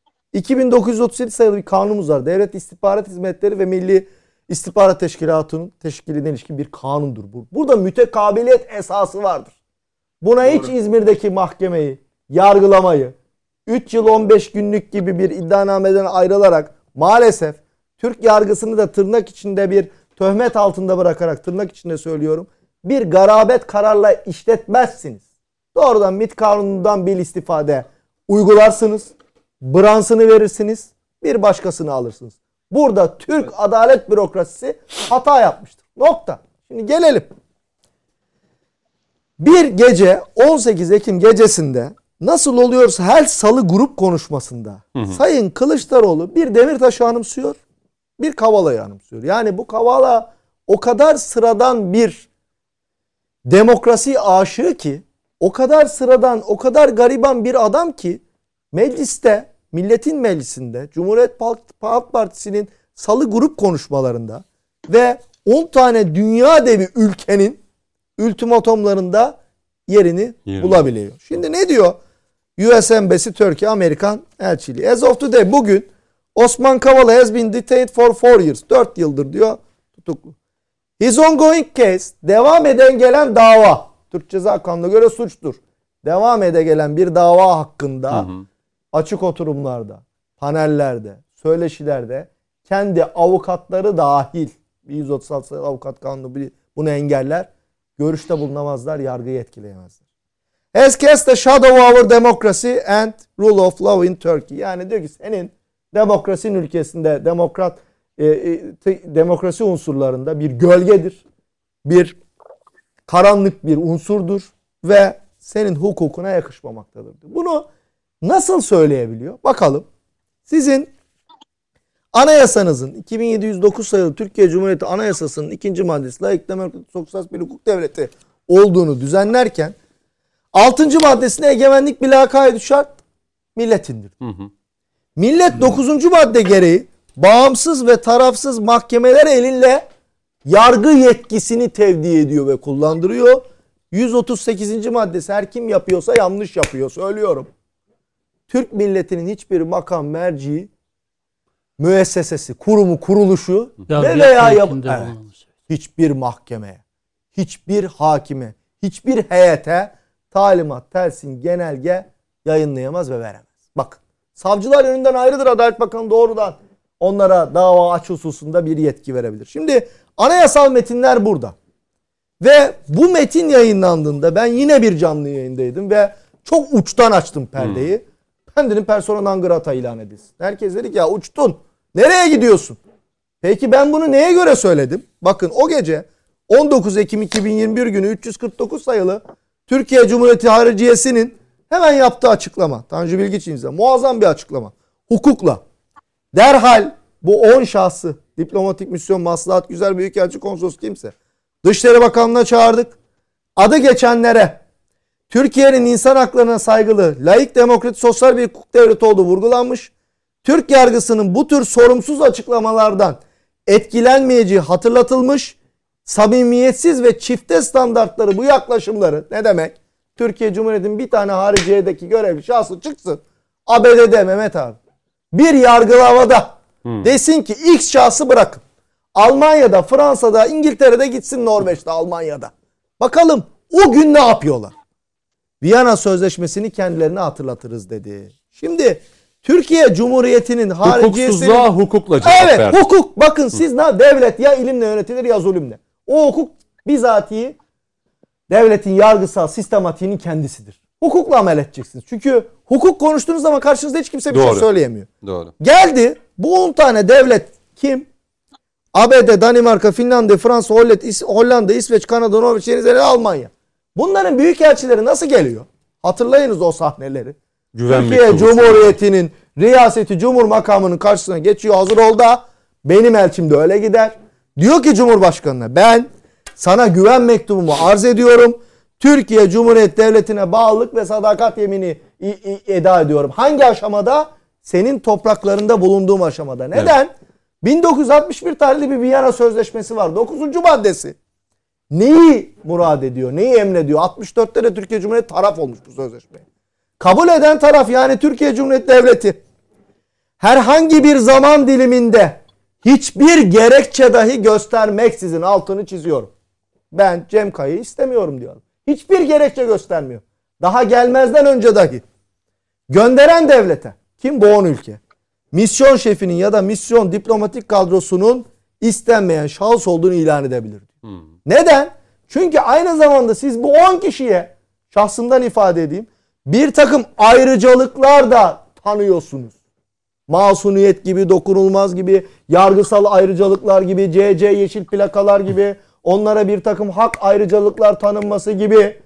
2937 sayılı bir kanunumuz var. Devlet İstihbarat Hizmetleri ve Milli İstihbarat Teşkilatı'nın teşkiline ilişkin bir kanundur bu. Burada mütekabiliyet esası vardır. Buna hiç İzmir'deki mahkemeyi, yargılamayı, 3 yıl 15 günlük gibi bir iddianameden ayrılarak maalesef Türk yargısını da tırnak içinde bir töhmet altında bırakarak, tırnak içinde söylüyorum, bir garabet kararla işletmezsiniz. Doğrudan MİT kanunundan bir istifade uygularsınız, Brunson'ı verirsiniz, bir başkasını alırsınız. Burada Türk adalet bürokrasisi hata yapmıştır. Nokta. Şimdi gelelim. Bir gece 18 Ekim gecesinde nasıl oluyorsa her salı grup konuşmasında Sayın Kılıçdaroğlu bir Demirtaş'ı anımsıyor, bir Kavala'yı anımsıyor. Yani bu Kavala o kadar sıradan bir demokrasi aşığı ki, o kadar sıradan, o kadar gariban bir adam ki mecliste, Milletin Meclisi'nde, Cumhuriyet Halk Partisi'nin salı grup konuşmalarında ve 10 tane dünya devi ülkenin ultimatomlarında yerini bulabiliyor. Şimdi ne diyor? US Embassy Turkey, Amerikan elçiliği. As of today, bugün Osman Kavala has been detained for 4 years. 4 yıldır diyor tutuklu. His ongoing case, devam eden gelen dava. Türk Ceza Kanunu'na göre suçtur. Devam ede gelen bir dava hakkında açık oturumlarda, panellerde, söyleşilerde kendi avukatları dahil 136 sayılı avukat kanunu bunu engeller. Görüşte bulunamazlar, yargıyı etkileyemezler. Has cast a shadow over democracy and rule of law in Turkey. Yani diyor ki senin demokrasinin ülkesinde demokrasi unsurlarında bir gölgedir. Bir karanlık bir unsurdur ve senin hukukuna yakışmamaktadır. Bunu nasıl söyleyebiliyor? Bakalım. Sizin anayasanızın 2709 sayılı Türkiye Cumhuriyeti Anayasası'nın 2. maddesi layık, demokratik, sosyal bir hukuk devleti olduğunu düzenlerken 6. maddesine egemenlik bilakaydı şart milletindir. Millet 9. madde gereği bağımsız ve tarafsız mahkemeler eliyle yargı yetkisini tevdi ediyor ve kullandırıyor. 138. maddesi her kim yapıyorsa yanlış yapıyor. Söylüyorum. Türk milletinin hiçbir makam merci müessesesi, kurumu, kuruluşu Yargıya ve veya tevkinde bulunması. hiçbir mahkemeye, hiçbir hakime, hiçbir heyete talimat, telsin, genelge yayınlayamaz ve veremez. Bakın, savcılar yönünden ayrıdır. Adalet Bakanı doğrudan onlara dava aç hususunda bir yetki verebilir. Şimdi anayasal metinler burada. Ve bu metin yayınlandığında ben yine bir canlı yayındaydım ve çok uçtan açtım perdeyi. Ben dedim persona non grata ilan edilsin. Herkes dedi ki ya uçtun. Nereye gidiyorsun? Peki ben bunu neye göre söyledim? Bakın o gece 19 Ekim 2021 günü 349 sayılı Türkiye Cumhuriyeti Hariciyesi'nin hemen yaptığı açıklama. Tanju Bilgiç imza. Muazzam bir açıklama. Hukukla. Derhal bu 10 şahsı diplomatik misyon, maslahat, güzel büyükelçi, konsolos kimse Dışişleri Bakanlığı'na çağırdık. Adı geçenlere Türkiye'nin insan haklarına saygılı, laik, demokratik, sosyal bir hukuk devleti olduğu vurgulanmış. Türk yargısının bu tür sorumsuz açıklamalardan etkilenmeyeceği hatırlatılmış. Samimiyetsiz ve çifte standartları bu yaklaşımları ne demek? Türkiye Cumhuriyeti'nin bir tane hariciyedeki görevli şahsı çıksın. ABD'de Mehmet abi. Bir yargılamada desin ki X şahsı bırakın. Almanya'da, Fransa'da, İngiltere'de gitsin, Norveç'te, Almanya'da. Bakalım o gün ne yapıyorlar? Viyana Sözleşmesi'ni kendilerine hatırlatırız dedi. Şimdi Türkiye Cumhuriyeti'nin hariciyesinin... Hukuksuzluğa hukukla cevap evet, verdi. hukuk. Bakın siz devlet ya ilimle yönetilir ya zulümle. O hukuk bizatihi devletin yargısal sistematiğinin kendisidir. Hukukla amel edeceksiniz. Çünkü hukuk konuştuğunuz zaman karşınızda hiç kimse bir şey söyleyemiyor. Doğru. Geldi bu 10 tane devlet kim? ABD, Danimarka, Finlandiya, Fransa, Hollanda, İsveç, Kanada, Norveç, Yeni Zelanda, Almanya. Bunların büyükelçileri nasıl geliyor? Hatırlayınız o sahneleri. Türkiye Cumhuriyeti'nin riyaseti Cumhur makamının karşısına geçiyor, hazır ol da benim elçim de öyle gider. Diyor ki Cumhurbaşkanı'na ben sana güven mektubumu arz ediyorum. Türkiye Cumhuriyeti Devleti'ne bağlılık ve sadakat yemini eda ediyorum. Hangi aşamada? Senin topraklarında bulunduğum aşamada. Neden? Evet. 1961 tarihli bir Viyana Sözleşmesi var. 9. maddesi. Neyi murad ediyor? Neyi emrediyor? 64'te de Türkiye Cumhuriyeti taraf olmuş bu sözleşmeye. Kabul eden taraf yani Türkiye Cumhuriyeti Devleti herhangi bir zaman diliminde hiçbir gerekçe dahi göstermeksizin altını çiziyorum. Ben Cem Kaya'yı istemiyorum diyorum. Hiçbir gerekçe göstermiyor. Daha gelmezden önce dahi. Gönderen devlete. Kim? Bu 10 ülke. Misyon şefinin ya da misyon diplomatik kadrosunun istenmeyen şahıs olduğunu ilan edebilir. Neden? Çünkü aynı zamanda siz bu 10 kişiye, şahsımdan ifade edeyim, bir takım ayrıcalıklar da tanıyorsunuz. Masumiyet gibi, dokunulmaz gibi, yargısal ayrıcalıklar gibi, CC yeşil plakalar gibi, onlara bir takım hak ayrıcalıklar tanınması gibi,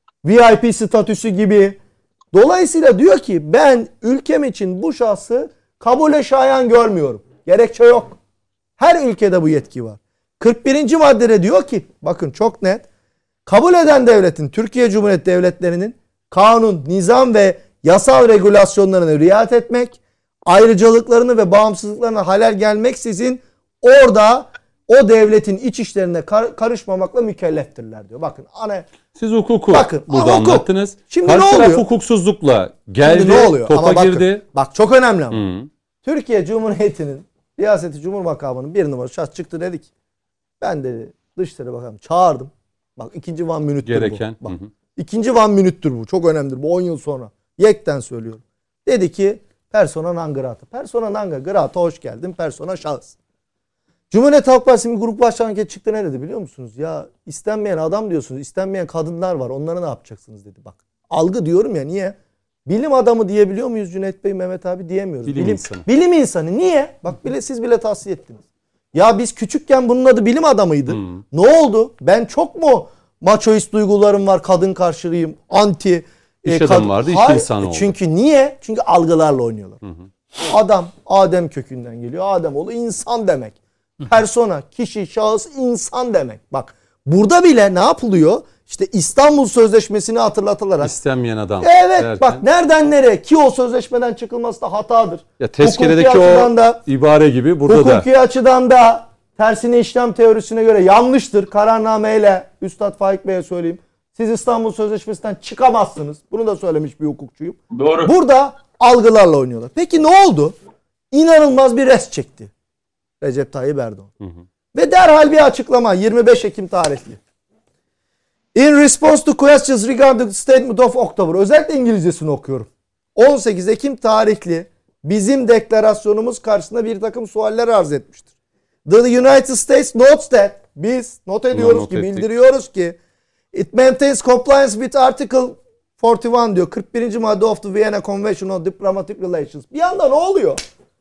VIP statüsü gibi. Dolayısıyla diyor ki ben ülkem için bu şahsı kabule şayan görmüyorum. Gerekçe yok. Her ülkede bu yetki var. 41. maddede diyor ki bakın çok net. Kabul eden devletin, Türkiye Cumhuriyeti devletlerinin kanun, nizam ve yasal regülasyonlarına riayet etmek, ayrıcalıklarını ve bağımsızlıklarına halel gelmeksizin orada o devletin iç işlerine karışmamakla mükelleftirler diyor. Bakın siz hukuku bakın, burada anlattınız. Şimdi karşı ne taraf oluyor? hukuksuzlukla geldi, şimdi ne oluyor? topa bakın, girdi. Bak çok önemli ama. Türkiye Cumhuriyeti'nin riyaseti Cumhur makamının bir numara şahs çıktı dedik. Ben de Dışişleri Bakanı çağırdım. Bak ikinci Van Minüt'tür gereken. bu. Bak, İkinci Van Minüt'tür bu. Çok önemlidir. Bu 10 yıl sonra. Yekten söylüyorum. Dedi ki persona non grata. Persona non grata hoş geldin. Persona şahıs. Cumhuriyet Halk Partisi'nin grup başkanı anketi çıktı ne dedi biliyor musunuz? Ya istenmeyen adam diyorsunuz. İstenmeyen kadınlar var. Onlara ne yapacaksınız dedi. Bak algı diyorum ya niye? Bilim adamı diyebiliyor muyuz Cüneyt Bey, Mehmet abi diyemiyoruz. Bilim insanı. Niye? Bak siz bile tavsiye ettiniz. Ya biz küçükken bunun adı bilim adamıydı. Ne oldu? Ben çok mu maçoist duygularım var, kadın karşılıyım, anti. İş adam vardı, iş insanı oldu. Çünkü niye? Çünkü algılarla oynuyorlar. Adam, Adem kökünden geliyor. Ademoğlu insan demek. Persona, kişi, şahıs, insan demek. Bak burada bile ne yapılıyor? İşte İstanbul Sözleşmesi'ni hatırlatılarak. İstenmeyen adam. Evet derken, bak nereden nereye ki o sözleşmeden çıkılması da hatadır. Ya tezkeredeki o ibare gibi burada hukuki da. Hukuki açıdan da tersine işlem teorisine göre yanlıştır. Kararnameyle Üstad Faik Bey'e söyleyeyim. Siz İstanbul Sözleşmesi'nden çıkamazsınız. Bunu da söylemiş bir hukukçuyum. Doğru. Burada algılarla oynuyorlar. Peki ne oldu? inanılmaz bir rest çekti Recep Tayyip Erdoğan. Ve derhal bir açıklama 25 Ekim tarihli. In response to questions regarding the statement of October. Özellikle İngilizcesini okuyorum. 18 Ekim tarihli bizim deklarasyonumuz karşısında bir takım sualler arz etmiştir. The United States notes that biz not ediyoruz ki, bildiriyoruz ki it maintains compliance with Article 41 diyor. 41. madde of the Vienna Convention on Diplomatic Relations. Bir anda ne oluyor?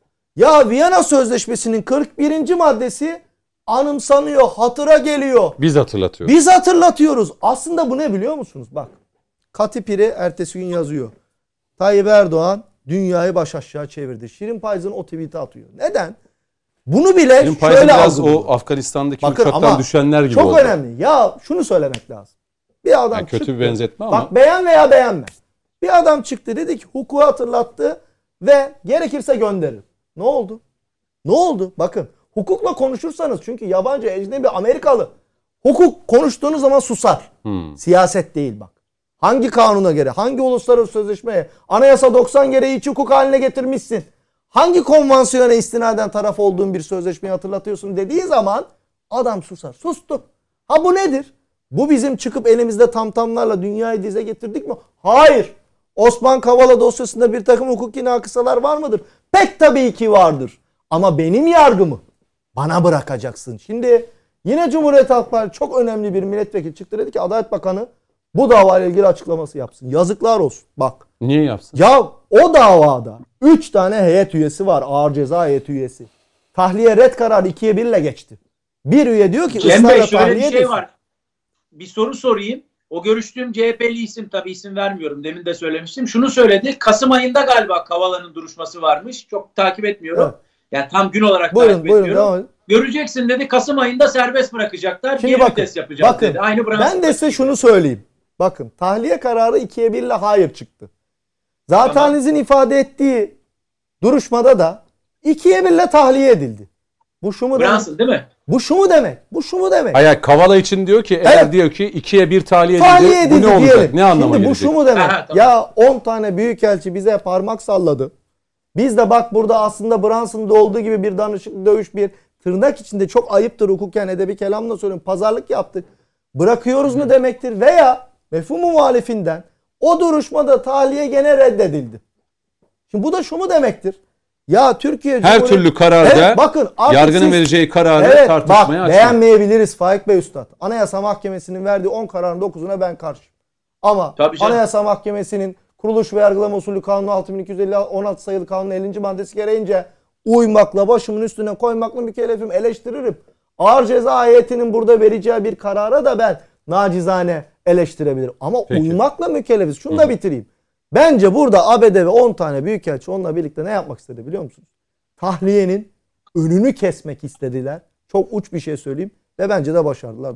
Ya Viyana Sözleşmesi'nin 41. maddesi anımsanıyor, hatıra geliyor. Biz hatırlatıyoruz. Biz hatırlatıyoruz. Aslında bu ne biliyor musunuz? Bak. Katipiri ertesi gün yazıyor. Tayyip Erdoğan dünyayı baş aşağı çevirdi. Şirin Payız'ın o tweet'i atıyor. Neden? Bunu bile Şirin Payız şöyle biraz algılıyor. o Afganistan'daki Bakın, uçaktan düşenler gibi çok oldu. Çok önemli. Ya şunu söylemek lazım. Bir adam yani kötü çıktı. bir benzetme ama. Bak beğen veya beğenme. Bir adam çıktı dedi ki hukuku hatırlattı ve gerekirse gönderir. Ne oldu? Ne oldu? Bakın hukukla konuşursanız çünkü yabancı, ecnebi, Amerikalı hukuk konuştuğunuz zaman susar. Siyaset değil bak. Hangi kanuna göre, hangi uluslararası sözleşmeye, anayasa 90 gereği iç hukuk haline getirmişsin. Hangi konvansiyona istinaden taraf olduğun bir sözleşmeyi hatırlatıyorsun dediği zaman adam susar. Sustu. Ha bu nedir? Bu bizim çıkıp elimizde tamtamlarla dünyayı dize getirdik mi? Hayır. Osman Kavala dosyasında bir takım hukuki nakısalar var mıdır? Pek tabii ki vardır. Ama benim yargımı bana bırakacaksın. Şimdi yine Cumhuriyet Halk Partisi çok önemli bir milletvekili çıktı dedi ki Adalet Bakanı bu davayla ilgili açıklaması yapsın. Yazıklar olsun. Bak. Niye yapsın? Ya o davada 3 tane heyet üyesi var. Ağır ceza heyeti üyesi. Tahliye red kararı 2'ye 1 ile geçti. Bir üye diyor ki Cem Bey şöyle bir şey edilsin. var. Bir soru sorayım. O görüştüğüm CHP'li isim, tabii isim vermiyorum. Demin de söylemiştim. Şunu söyledi. Kasım ayında galiba Kavala'nın duruşması varmış. Çok takip etmiyorum. Evet. Yani tam gün olarak takip etmiyorum. Göreceksin dedi. Kasım ayında serbest bırakacaklar. Şimdi geri bakın, vites yapacağız bakın, dedi. Aynı ben de size şunu söyleyeyim. Bakın tahliye kararı 2'ye 1 ile hayır çıktı. Zatenizin ifade ettiği duruşmada da 2'ye 1 ile tahliye edildi. Bu şu mu demek? Değil mi? Bu şu mu demek? Bu şu mu demek? Hayır, Kavala için diyor ki eğer diyor ki 2'ye 1 tahliye edildi, bu ne olacak? Diyelim. Ne anlama Şimdi gelecek? bu şu mu demek? Tamam. Ya 10 tane büyükelçi bize parmak salladı. Biz de bak burada aslında Brunson'da olduğu gibi bir danışıklı dövüş, bir tırnak içinde çok ayıptır hukuken edebi kelamla söylüyorum. Pazarlık yaptık. Bırakıyoruz mu demektir? Veya mefhumu muhalifinden o duruşmada tahliye gene reddedildi. Şimdi bu da şu mu demektir? Ya Türkiye her türlü kararda bakın, yargının vereceği kararı tartışmaya açmak. Beğenmeyebiliriz Faik Bey Üstad. Anayasa Mahkemesi'nin verdiği 10 kararın 9'una ben karşıyım. Ama Anayasa Mahkemesi'nin Kuruluş ve Yargılama Usulü Kanunu 6250 sayılı kanunun 50. maddesi gereğince uymakla, başımın üstüne koymakla mükellefim, eleştiririm. Ağır ceza heyetinin burada vereceği bir karara da ben nacizane eleştirebilirim. Ama uymakla mükellefiz. Şunu da bitireyim. Bence burada ABD ve 10 tane büyükelçi onunla birlikte ne yapmak istedi biliyor musunuz? Tahliyenin önünü kesmek istediler. Çok uç bir şey söyleyeyim. Ve bence de başardılar.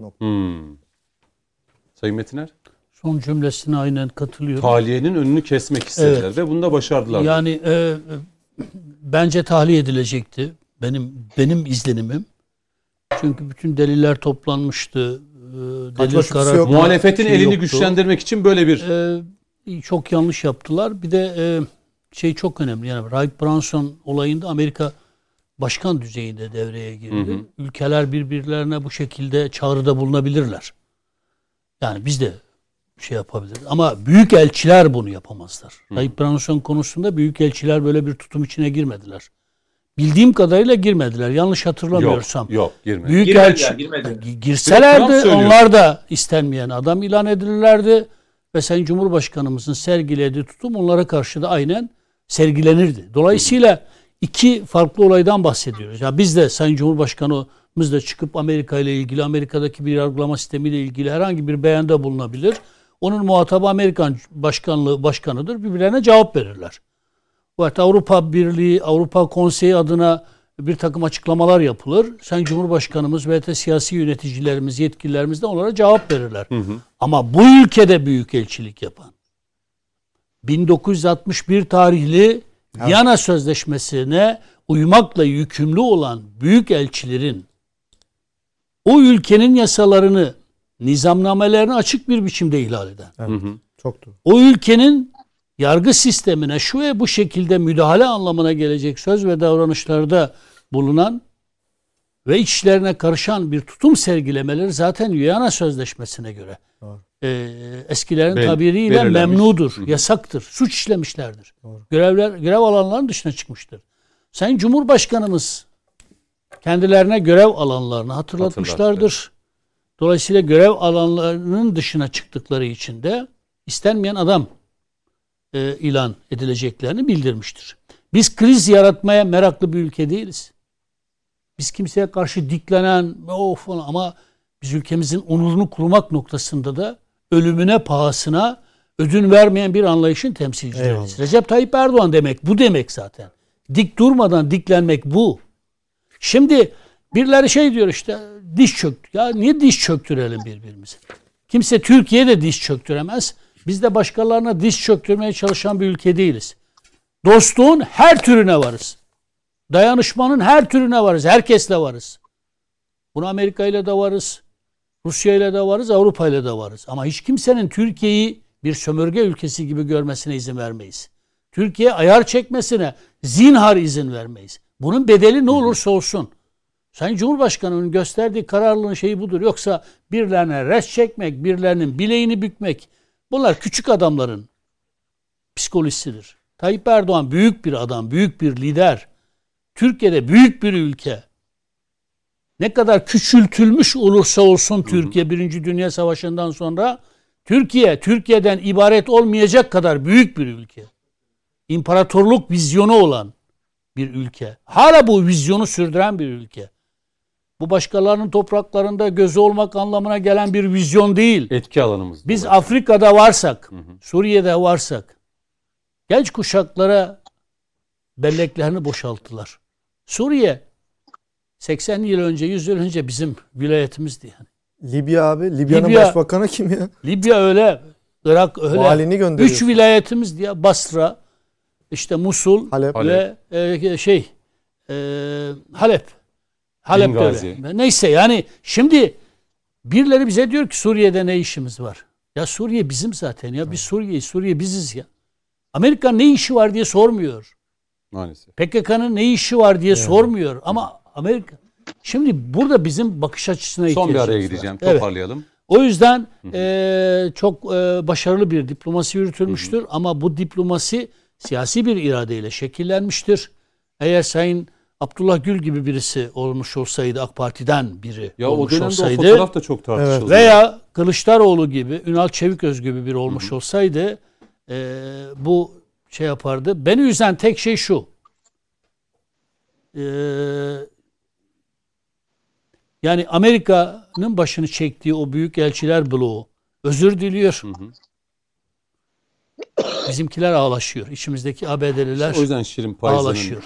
Sayın Metiner? Son cümlesine aynen katılıyorum. Tahliyenin önünü kesmek istediler ve bunu da başardılar. Yani bence tahliye edilecekti. Benim izlenimim. Çünkü bütün deliller toplanmıştı. Delil karar muhalefetin elini yoktu. Güçlendirmek için böyle bir çok yanlış yaptılar. Bir de çok önemli. Yani Wright Brunson olayında Amerika başkan düzeyinde devreye girdi. Ülkeler birbirlerine bu şekilde çağrıda bulunabilirler. Yani biz de yapabiliriz. Ama büyük elçiler bunu yapamazlar. Wright Brunson konusunda büyük elçiler böyle bir tutum içine girmediler. Bildiğim kadarıyla girmediler. Yanlış hatırlamıyorsam. Yok girmedi. Büyük elçi girselerdi onlar da istenmeyen adam ilan edilirlerdi ve Sayın Cumhurbaşkanımızın sergilediği tutum onlara karşı da aynen sergilenirdi. Dolayısıyla iki farklı olaydan bahsediyoruz. Ya biz de Sayın Cumhurbaşkanımız da çıkıp Amerika ile ilgili, Amerika'daki bir yargılama sistemiyle ilgili herhangi bir beyanda bulunabilir. Onun muhatabı Amerikan başkanıdır. Birbirlerine cevap verirler. Avrupa Birliği, Avrupa Konseyi adına bir takım açıklamalar yapılır. Sayın Cumhurbaşkanımız ve de siyasi yöneticilerimiz, yetkililerimiz de onlara cevap verirler. Ama bu ülkede büyükelçilik yapan 1961 tarihli Viyana Sözleşmesi'ne uymakla yükümlü olan büyükelçilerin o ülkenin yasalarını, nizamnamelerini açık bir biçimde ihlal eden. Çoktu. O ülkenin yargı sistemine şu ve bu şekilde müdahale anlamına gelecek söz ve davranışlarda bulunan ve içlerine karışan bir tutum sergilemeleri zaten Viyana Sözleşmesi'ne göre eskilerin tabiriyle memnudur, yasaktır, suç işlemişlerdir. Görev alanlarının dışına çıkmıştır. Sayın Cumhurbaşkanımız kendilerine görev alanlarını hatırlatmışlardır. Dolayısıyla görev alanlarının dışına çıktıkları için de istenmeyen adam ilan edileceklerini bildirmiştir. Biz kriz yaratmaya meraklı bir ülke değiliz. Biz kimseye karşı diklenen falan ama biz ülkemizin onurunu korumak noktasında da ölümüne pahasına ödün vermeyen bir anlayışın temsilcileriyiz. Recep Tayyip Erdoğan demek bu demek zaten. Dik durmadan diklenmek bu. Şimdi birileri diyor işte diş çöktü. Ya niye diş çöktürelim birbirimize? Kimse Türkiye'de diş çöktüremez. Biz de başkalarına diş çöktürmeye çalışan bir ülke değiliz. Dostluğun her türüne varız. Dayanışmanın her türüne varız. Herkesle varız. Bunu Amerika ile de varız. Rusya ile de varız. Avrupa ile de varız. Ama hiç kimsenin Türkiye'yi bir sömürge ülkesi gibi görmesine izin vermeyiz. Türkiye ayar çekmesine zinhar izin vermeyiz. Bunun bedeli ne olursa olsun. Sayın Cumhurbaşkanı'nın gösterdiği kararlılığın şeyi budur. Yoksa birilerine res çekmek, birilerinin bileğini bükmek. Bunlar küçük adamların psikolojisidir. Tayyip Erdoğan büyük bir adam, büyük bir lider. Türkiye'de büyük bir ülke. Ne kadar küçültülmüş olursa olsun Türkiye 1. Dünya Savaşı'ndan sonra Türkiye'den ibaret olmayacak kadar büyük bir ülke. İmparatorluk vizyonu olan bir ülke. Hala bu vizyonu sürdüren bir ülke. Bu başkalarının topraklarında gözü olmak anlamına gelen bir vizyon değil. Etki alanımız. Biz Afrika'da varsak, Suriye'de varsak, genç kuşaklara belleklerini boşalttılar. Suriye 80 yıl önce, 100 yıl önce bizim vilayetimizdi yani. Libya abi. Libya'nın başbakanı kim ya? Libya öyle. Irak öyle. Valini gönderiyor. 3 vilayetimizdi ya. Basra, işte Musul Halep. ve Halep. Halep de öyle. Neyse yani şimdi birileri bize diyor ki Suriye'de ne işimiz var? Ya Suriye bizim zaten ya. Biz Suriye biziz ya. Amerika ne işi var diye sormuyor. Maalesef. PKK'nın ne işi var diye sormuyor. Ama Amerika... Şimdi burada bizim bakış açısına ihtiyacımız var. Son bir araya gideceğim. Toparlayalım. Evet. O yüzden çok başarılı bir diplomasi yürütülmüştür. Ama bu diplomasi siyasi bir iradeyle şekillenmiştir. Eğer Sayın Abdullah Gül gibi birisi olmuş olsaydı, AK Parti'den biri olmuş olsaydı, o fotoğraf da çok tartışıldı. Veya Kılıçdaroğlu gibi, Ünal Çeviköz gibi biri olmuş olsaydı bu yapardı. Beni üzen tek şey şu. Yani Amerika'nın başını çektiği o büyük elçiler bloğu özür diliyor. Bizimkiler ağlaşıyor. İçimizdeki ABD'liler o yüzden Şirin ağlaşıyor.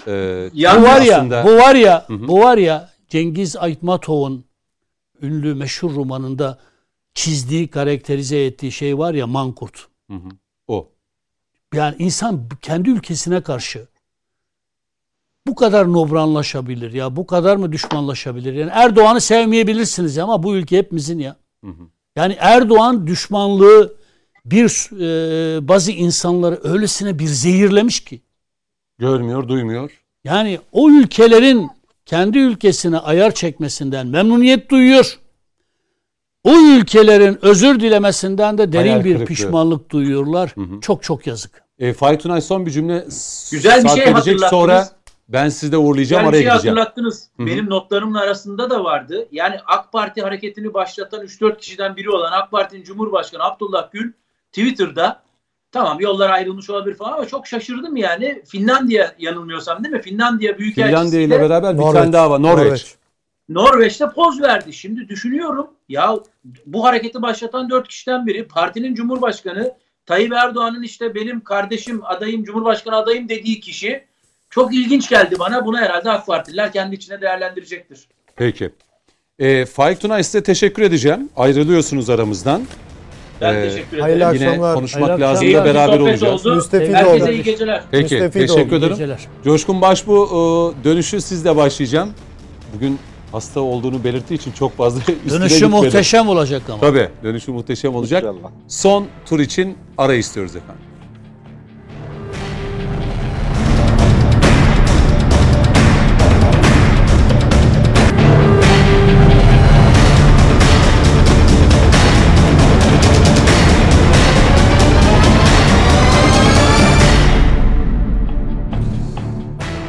Bu var ya Cengiz Aytmatov'un ünlü meşhur romanında çizdiği, karakterize ettiği şey var ya, mankurt. O. Yani insan kendi ülkesine karşı bu kadar nobranlaşabilir ya, bu kadar mı düşmanlaşabilir? Yani Erdoğan'ı sevmeyebilirsiniz ama bu ülke hepimizin ya. Yani Erdoğan düşmanlığı bazı insanları öylesine bir zehirlemiş ki. Görmüyor, duymuyor. Yani o ülkelerin kendi ülkesine ayar çekmesinden memnuniyet duyuyor. O ülkelerin özür dilemesinden de derin bir pişmanlık duyuyorlar. Çok çok yazık. Faytunay son bir cümle. Güzel bir şey hatırlattınız. Sonra ben sizi de uğurlayacağım, araya gideceğim. Hatırlattınız. Benim notlarımın arasında da vardı. Yani AK Parti hareketini başlatan 3-4 kişiden biri olan AK Parti'nin Cumhurbaşkanı Abdullah Gül Twitter'da, tamam yollar ayrılmış olabilir falan ama çok şaşırdım yani. Finlandiya, yanılmıyorsam değil mi? Finlandiya Finlandiya ile beraber bir tane daha var. Norveç'te poz verdi. Şimdi düşünüyorum ya, bu hareketi başlatan 4 kişiden biri partinin Cumhurbaşkanı Tayyip Erdoğan'ın işte benim kardeşim adayım, Cumhurbaşkanı adayım dediği kişi. Çok ilginç geldi bana. Bunu herhalde AK Partililer kendi içine değerlendirecektir. Peki. Faik Tunay, size teşekkür edeceğim. Ayrılıyorsunuz aramızdan. Ben teşekkür ederim. Hayırlı Yine akşamlar. konuşmak lazım da beraber olacağız. Herkese iyi geceler. Peki, teşekkür ederim. Coşkun Başbuğ, dönüşü sizle başlayacağım. Bugün hasta olduğunu belirttiği için çok fazla üstüne dönüşü muhteşem olacak ama. Tabii, dönüşü muhteşem olacak. İnşallah. Son tur için ara istiyoruz efendim.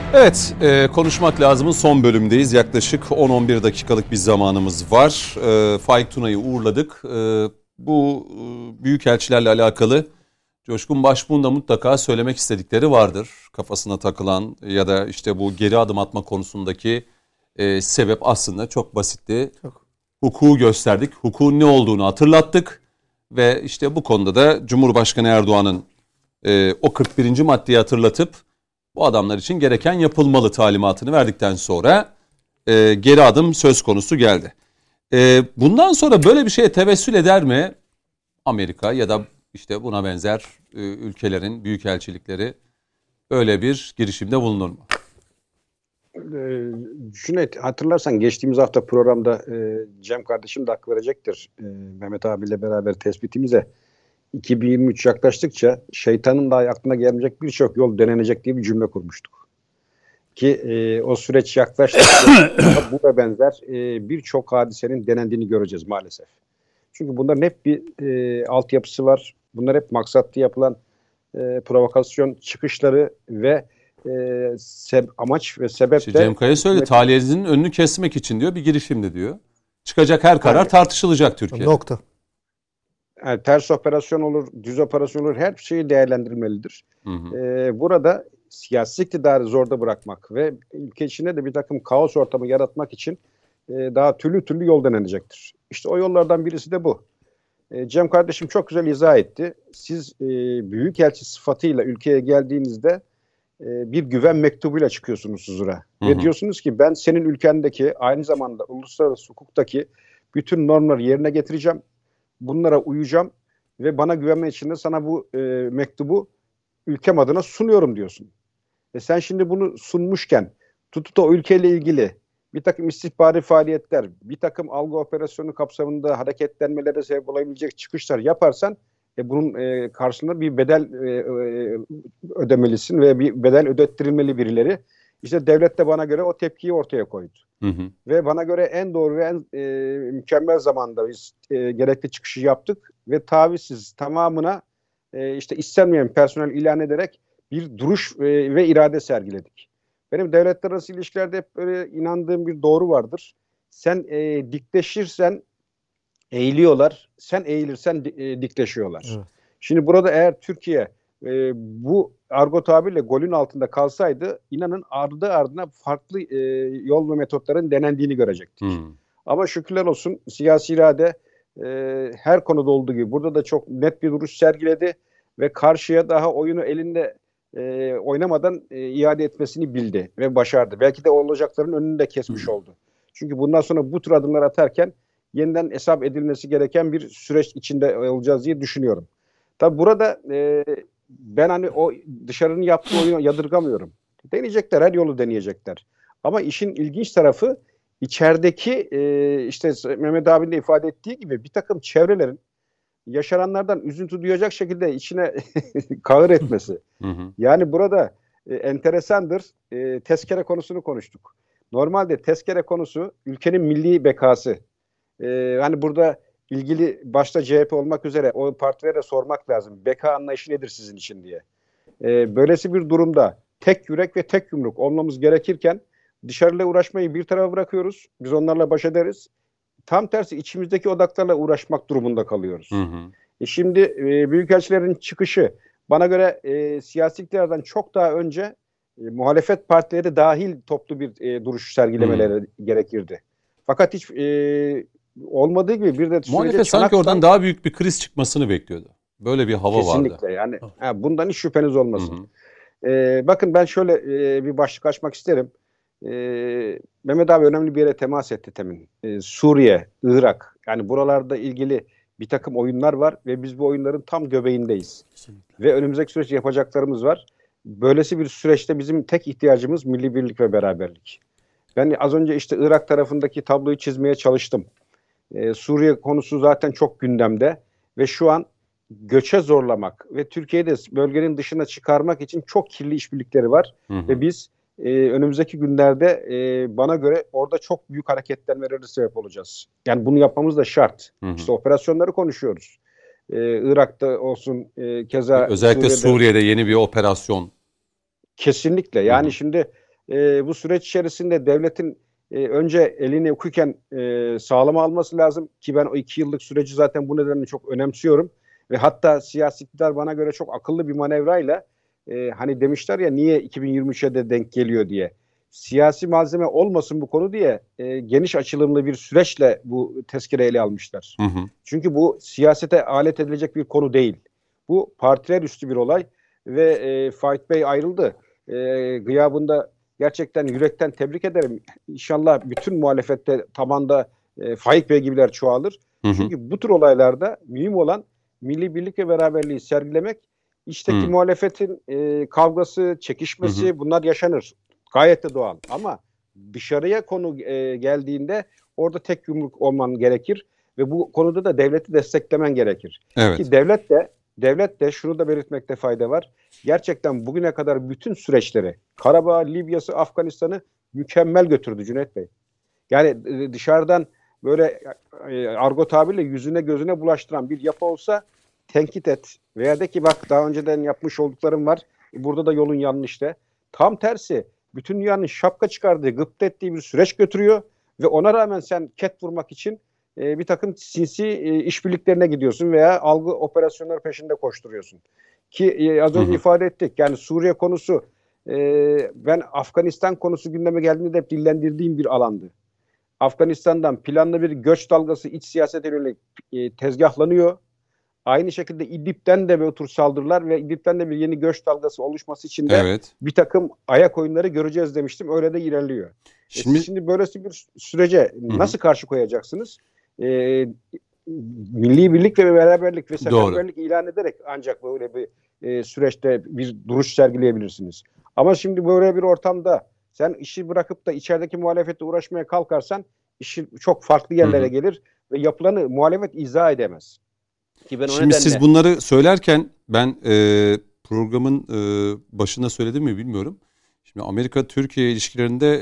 Evet, konuşmak lazımın son bölümdeyiz. Yaklaşık 10-11 dakikalık bir zamanımız var. Faik Tuna'yı uğurladık. Bu büyükelçilerle alakalı Coşkun Başbuğ'un da mutlaka söylemek istedikleri vardır. Kafasına takılan ya da işte bu geri adım atma konusundaki sebep aslında çok basitti. Hukuku gösterdik, hukukun ne olduğunu hatırlattık ve işte bu konuda da Cumhurbaşkanı Erdoğan'ın o 41. maddeyi hatırlatıp bu adamlar için gereken yapılmalı talimatını verdikten sonra geri adım söz konusu geldi. Bundan sonra böyle bir şeye tevessül eder mi Amerika ya da işte buna benzer ülkelerin büyükelçilikleri öyle bir girişimde bulunur mu? Cüneyt, hatırlarsan geçtiğimiz hafta programda Cem kardeşim de hak verecektir. Mehmet abiyle beraber tespitimize 2023 yaklaştıkça şeytanın da aklına gelmeyecek birçok yol denenecek diye bir cümle kurmuştuk. Ki o süreç yaklaştıkça bu ve benzer birçok hadisenin denendiğini göreceğiz maalesef. Çünkü bunların hep bir altyapısı var. Bunlar hep maksatlı yapılan provokasyon çıkışları ve amaç ve sebep İşte de... Cem Kaya söyledi, tahliyecinin önünü kesmek için diyor bir girişimdi diyor. Çıkacak her karar tartışılacak Türkiye'de. Nokta. Yani ters operasyon olur, düz operasyon olur, her şeyi değerlendirilmelidir. Burada siyasi iktidarı zorda bırakmak ve ülke içinde de bir takım kaos ortamı yaratmak için daha türlü yol denenecektir. İşte o yollardan birisi de bu. Cem kardeşim çok güzel izah etti. Siz büyükelçi sıfatıyla ülkeye geldiğinizde bir güven mektubuyla çıkıyorsunuz huzura. Ve diyorsunuz ki ben senin ülkendeki aynı zamanda uluslararası hukuktaki bütün normları yerine getireceğim. Bunlara uyacağım ve bana güvenme için de sana bu mektubu ülkem adına sunuyorum diyorsun. Sen şimdi bunu sunmuşken tutup da o ülkeyle ilgili bir takım istihbari faaliyetler, bir takım algı operasyonu kapsamında hareketlenmelere sebep olabilecek çıkışlar yaparsan bunun karşılığında bir bedel ödemelisin ve bir bedel ödettirilmeli birileri. İşte devlet de bana göre o tepkiyi ortaya koydu. Ve bana göre en doğru ve en mükemmel zamanda biz gerekli çıkışı yaptık ve tavizsiz tamamına işte istenmeyen personel ilan ederek bir duruş ve irade sergiledik. Benim devletler arası ilişkilerde hep böyle inandığım bir doğru vardır. Sen dikleşirsen eğiliyorlar, sen eğilirsen dikleşiyorlar. Evet. Şimdi burada eğer Türkiye bu argo tabirle golün altında kalsaydı inanın ardı ardına farklı yol ve metotların denendiğini görecektik. Ama şükürler olsun siyasi irade her konuda olduğu gibi burada da çok net bir duruş sergiledi ve karşıya daha oyunu elinde oynamadan iade etmesini bildi ve başardı. Belki de olacakların önünü de kesmiş oldu. Çünkü bundan sonra bu tür adımlar atarken yeniden hesap edilmesi gereken bir süreç içinde olacağız diye düşünüyorum. Tabi burada ben hani o dışarının yaptığı oyunu yadırgamıyorum. Deneyecekler, her yolu deneyecekler. Ama işin ilginç tarafı içerideki işte Mehmet abinin de ifade ettiği gibi bir takım çevrelerin yaşananlardan üzüntü duyacak şekilde içine kahır etmesi. Yani burada enteresandır. Tezkere konusunu konuştuk. Normalde tezkere konusu ülkenin milli bekası. Hani burada ilgili başta CHP olmak üzere o partilere sormak lazım. Beka anlayışı nedir sizin için diye. Böylesi bir durumda tek yürek ve tek yumruk olmamız gerekirken dışarıyla uğraşmayı bir tarafa bırakıyoruz. Biz onlarla baş ederiz. Tam tersi içimizdeki odaklarla uğraşmak durumunda kalıyoruz. Şimdi büyükelçilerin çıkışı bana göre siyasi iktidardan çok daha önce muhalefet partileri dahil toplu bir duruş sergilemeleri gerekirdi. Fakat hiç olmadığı gibi bir de muhalefet sanki oradan daha büyük bir kriz çıkmasını bekliyordu. Böyle bir hava kesinlikle vardı. Yani bundan hiç şüpheniz olmasın. Bakın ben şöyle bir başlık açmak isterim. Mehmet abi önemli bir yere temas etti temin. Suriye, Irak, yani buralarda ilgili bir takım oyunlar var ve biz bu oyunların tam göbeğindeyiz. Kesinlikle. Ve önümüzdeki süreçte yapacaklarımız var. Böylesi bir süreçte bizim tek ihtiyacımız milli birlik ve beraberlik. Ben az önce işte Irak tarafındaki tabloyu çizmeye çalıştım. Suriye konusu zaten çok gündemde ve şu an göçe zorlamak ve Türkiye'yi de bölgenin dışına çıkarmak için çok kirli işbirlikleri var. Ve biz önümüzdeki günlerde bana göre orada çok büyük hareketlenmelere sebep olacağız. Yani bunu yapmamız da şart. İşte operasyonları konuşuyoruz. Irak'ta olsun keza özellikle Suriye'de yeni bir operasyon. Kesinlikle. Yani şimdi bu süreç içerisinde devletin önce elini hukuken sağlama alması lazım ki ben o 2 yıllık süreci zaten bu nedenle çok önemsiyorum ve hatta siyasi iktidar bana göre çok akıllı bir manevrayla hani demişler ya niye 2023'e de denk geliyor diye. Siyasi malzeme olmasın bu konu diye geniş açılımlı bir süreçle bu tezkere ele almışlar. Hı hı. Çünkü bu siyasete alet edilecek bir konu değil. Bu partiler üstü bir olay ve Faik Bey ayrıldı. Gıyabında gerçekten yürekten tebrik ederim. İnşallah bütün muhalefette tabanda Faik Bey gibiler çoğalır. Hı hı. Çünkü bu tür olaylarda mühim olan milli birlik ve beraberliği sergilemek. İçteki muhalefetin kavgası, çekişmesi bunlar yaşanır. Gayet de doğal. Ama dışarıya konu geldiğinde orada tek yumruk olman gerekir ve bu konuda da devleti desteklemen gerekir. Evet. Ki devlet de şunu da belirtmekte fayda var. Gerçekten bugüne kadar bütün süreçleri Karabağ, Libya'sı, Afganistan'ı mükemmel götürdü Cüneyt Bey. Yani dışarıdan böyle argo tabirle yüzüne gözüne bulaştıran bir yapı olsa tenkit et. Veya de ki bak daha önceden yapmış olduklarım var. Burada da yolun yanlış de. Tam tersi bütün dünyanın şapka çıkardığı, gıpta ettiği bir süreç götürüyor ve ona rağmen sen ket vurmak için bir takım sinsi işbirliklerine gidiyorsun veya algı operasyonları peşinde koşturuyorsun. Ki az önce ifade ettik. Yani Suriye konusu ben Afganistan konusu gündeme geldiğinde de hep dillendirdiğim bir alandı. Afganistan'dan planlı bir göç dalgası iç siyasete yönelik tezgahlanıyor. Aynı şekilde İdlib'den de bu tür saldırılar ve İdlib'den de bir yeni göç dalgası oluşması için de bir takım ayak oyunları göreceğiz demiştim. Öyle de ilerliyor. Şimdi böylesi bir sürece nasıl karşı koyacaksınız? Milli birlik ve beraberlik ve seferberlik ilan ederek ancak böyle bir süreçte bir duruş sergileyebilirsiniz. Ama şimdi böyle bir ortamda sen işi bırakıp da içerideki muhalefetle uğraşmaya kalkarsan işi çok farklı yerlere gelir ve yapılanı muhalefet izah edemez. Ki ben şimdi siz bunları söylerken ben programın başında söyledim mi bilmiyorum. Şimdi Amerika-Türkiye ilişkilerinde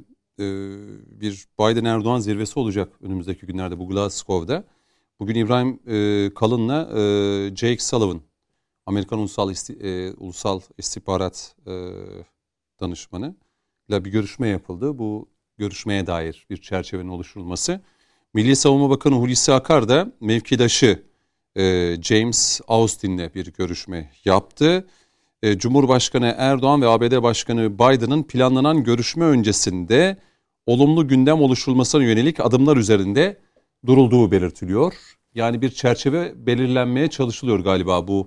bir Biden-Erdoğan zirvesi olacak önümüzdeki günlerde bu Glasgow'da. Bugün İbrahim Kalın'la Jake Sullivan, Amerikan Ulusal İstihbarat Danışmanı ile bir görüşme yapıldı. Bu görüşmeye dair bir çerçevenin oluşturulması. Milli Savunma Bakanı Hulusi Akar da mevkidaşı James Austin'le bir görüşme yaptı. Cumhurbaşkanı Erdoğan ve ABD Başkanı Biden'ın planlanan görüşme öncesinde olumlu gündem oluşturulmasına yönelik adımlar üzerinde durulduğu belirtiliyor. Yani bir çerçeve belirlenmeye çalışılıyor galiba bu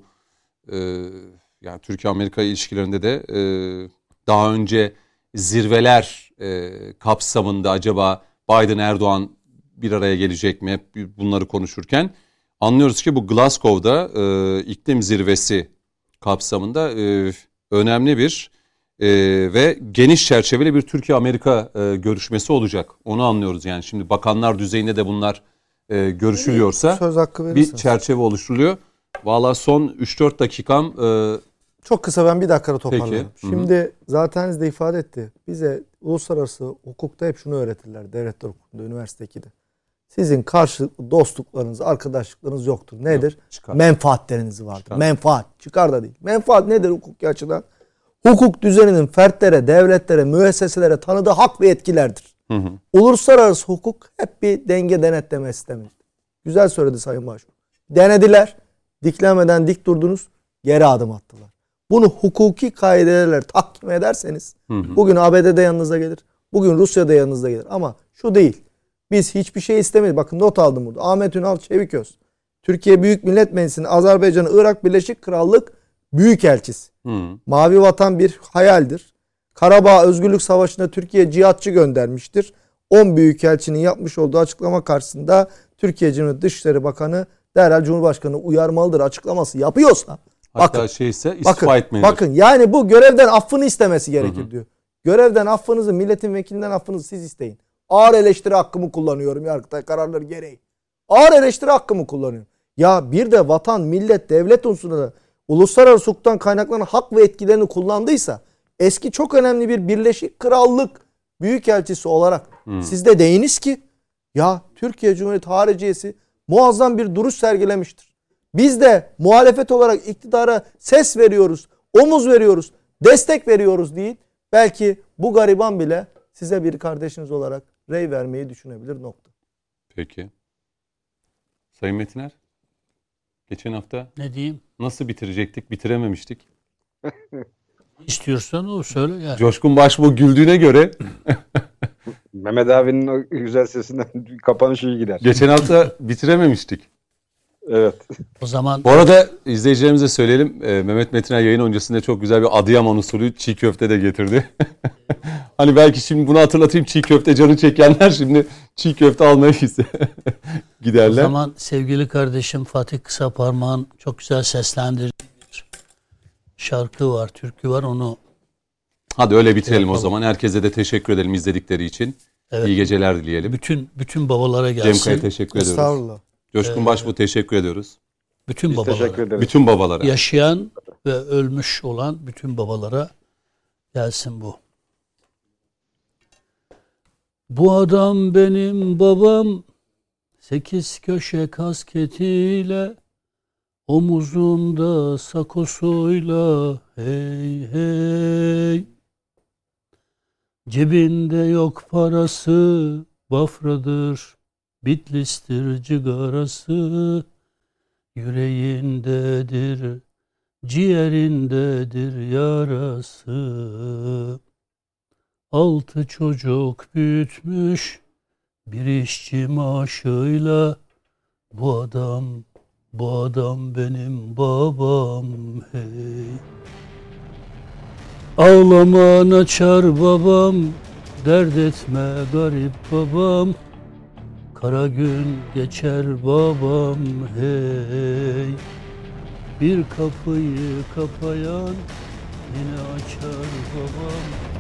yani Türkiye-Amerika ilişkilerinde de daha önce zirveler kapsamında acaba Biden-Erdoğan bir araya gelecek mi? Hep bunları konuşurken anlıyoruz ki bu Glasgow'da iklim zirvesi kapsamında önemli bir ve geniş çerçeveli bir Türkiye-Amerika görüşmesi olacak. Onu anlıyoruz yani. Şimdi bakanlar düzeyinde de bunlar görüşülüyorsa söz hakkı bir çerçeve oluşturuluyor. Valla son 3-4 dakikam... Çok kısa ben bir dakikada toparlayayım. Şimdi zaten siz de ifade etti. Bize uluslararası hukukta hep şunu öğretirler. Devletler hukukunda, üniversite 2'de. Sizin karşılıklı dostluklarınız, arkadaşlıklarınız yoktur. Nedir? Yok, menfaatleriniz vardır. Çıkar. Menfaat. Çıkar da değil. Menfaat nedir hukuki açıdan? Hukuk düzeninin fertlere, devletlere, müesseselere tanıdığı hak ve etkilerdir. Uluslararası hukuk hep bir denge denetleme sistemidir. Güzel söyledi Sayın Başkan. Denediler. Diklenmeden dik durdunuz. Geri adım attılar. Bunu hukuki kaidelerle tahkim ederseniz bugün ABD'de yanınıza gelir. Bugün Rusya'da yanınıza gelir. Ama şu değil. Biz hiçbir şey istemeyiz. Bakın not aldım burada. Ahmet Ünal Çeviköz. Türkiye Büyük Millet Meclisi'nin Azerbaycan Irak Birleşik Krallık Büyükelçisi. Mavi vatan bir hayaldir. Karabağ Özgürlük Savaşı'nda Türkiye cihatçı göndermiştir. 10 büyükelçinin yapmış olduğu açıklama karşısında Türkiye Cumhuriyeti Dışişleri Bakanı derhal Cumhurbaşkanı uyarmalıdır açıklaması yapıyorsa hatta istifa etmelidir. Bakın yani bu görevden affını istemesi gerekir diyor. Görevden affınızı, milletin vekilinden affınızı siz isteyin. Ağır eleştiri hakkımı kullanıyorum Yargıtay kararları gereği. Ağır eleştiri hakkımı kullanıyorum. Ya bir de vatan, millet, devlet unsurunda uluslararası hukuktan kaynaklanan hak ve etkilerini kullandıysa eski çok önemli bir Birleşik Krallık Büyükelçisi olarak siz de deyiniz ki ya Türkiye Cumhuriyeti Hariciyesi muazzam bir duruş sergilemiştir. Biz de muhalefet olarak iktidara ses veriyoruz, omuz veriyoruz, destek veriyoruz değil. Belki Bu gariban bile size bir kardeşiniz olarak rey vermeyi düşünebilir, nokta. Peki. Sayın Metiner, geçen hafta Ne diyeyim? nasıl bitirecektik, bitirememiştik. İstiyorsan o söyle yani. Coşkun Başbuğ güldüğüne göre Mehmet abinin o güzel sesinden kapanış iyi gider. geçen hafta bitirememiştik. Evet. O zaman Bu arada izleyicilerimize söyleyelim. Mehmet Metiner yayın öncesinde çok güzel bir Adıyaman usulü çiğ köfte de getirdi. Hani belki şimdi bunu hatırlatayım, çiğ köfte canı çekenler şimdi çiğ köfte almaya giderler. o zaman sevgili kardeşim Fatih Kısaparmak'ın çok güzel seslendirdiği bir şarkı var, türkü var. Onu Hadi öyle bitirelim o Yapalım. zaman. Herkese de teşekkür edelim izledikleri için. evet, İyi geceler dileyelim. bütün babalara Cem Kaya gelsin. teşekkür ediyoruz. Estağfurullah. Coşkun Başbuğ teşekkür ediyoruz. Bütün Biz babalara. teşekkür ederiz. Bütün babalara. Yaşayan ve ölmüş olan bütün babalara gelsin bu. Bu adam benim babam, 8 köşe kasketiyle, omuzunda sakosuyla, hey hey. Cebinde yok parası, Bafra'dır, Bitlis'tir cigarası. Yüreğindedir, ciğerindedir yarası. 6 çocuk büyütmüş bir işçi maaşıyla. Bu adam benim babam, hey. Ağlama naçar babam, dert etme garip babam. Kara gün geçer babam, hey. Bir kapıyı kapayan yine açar babam.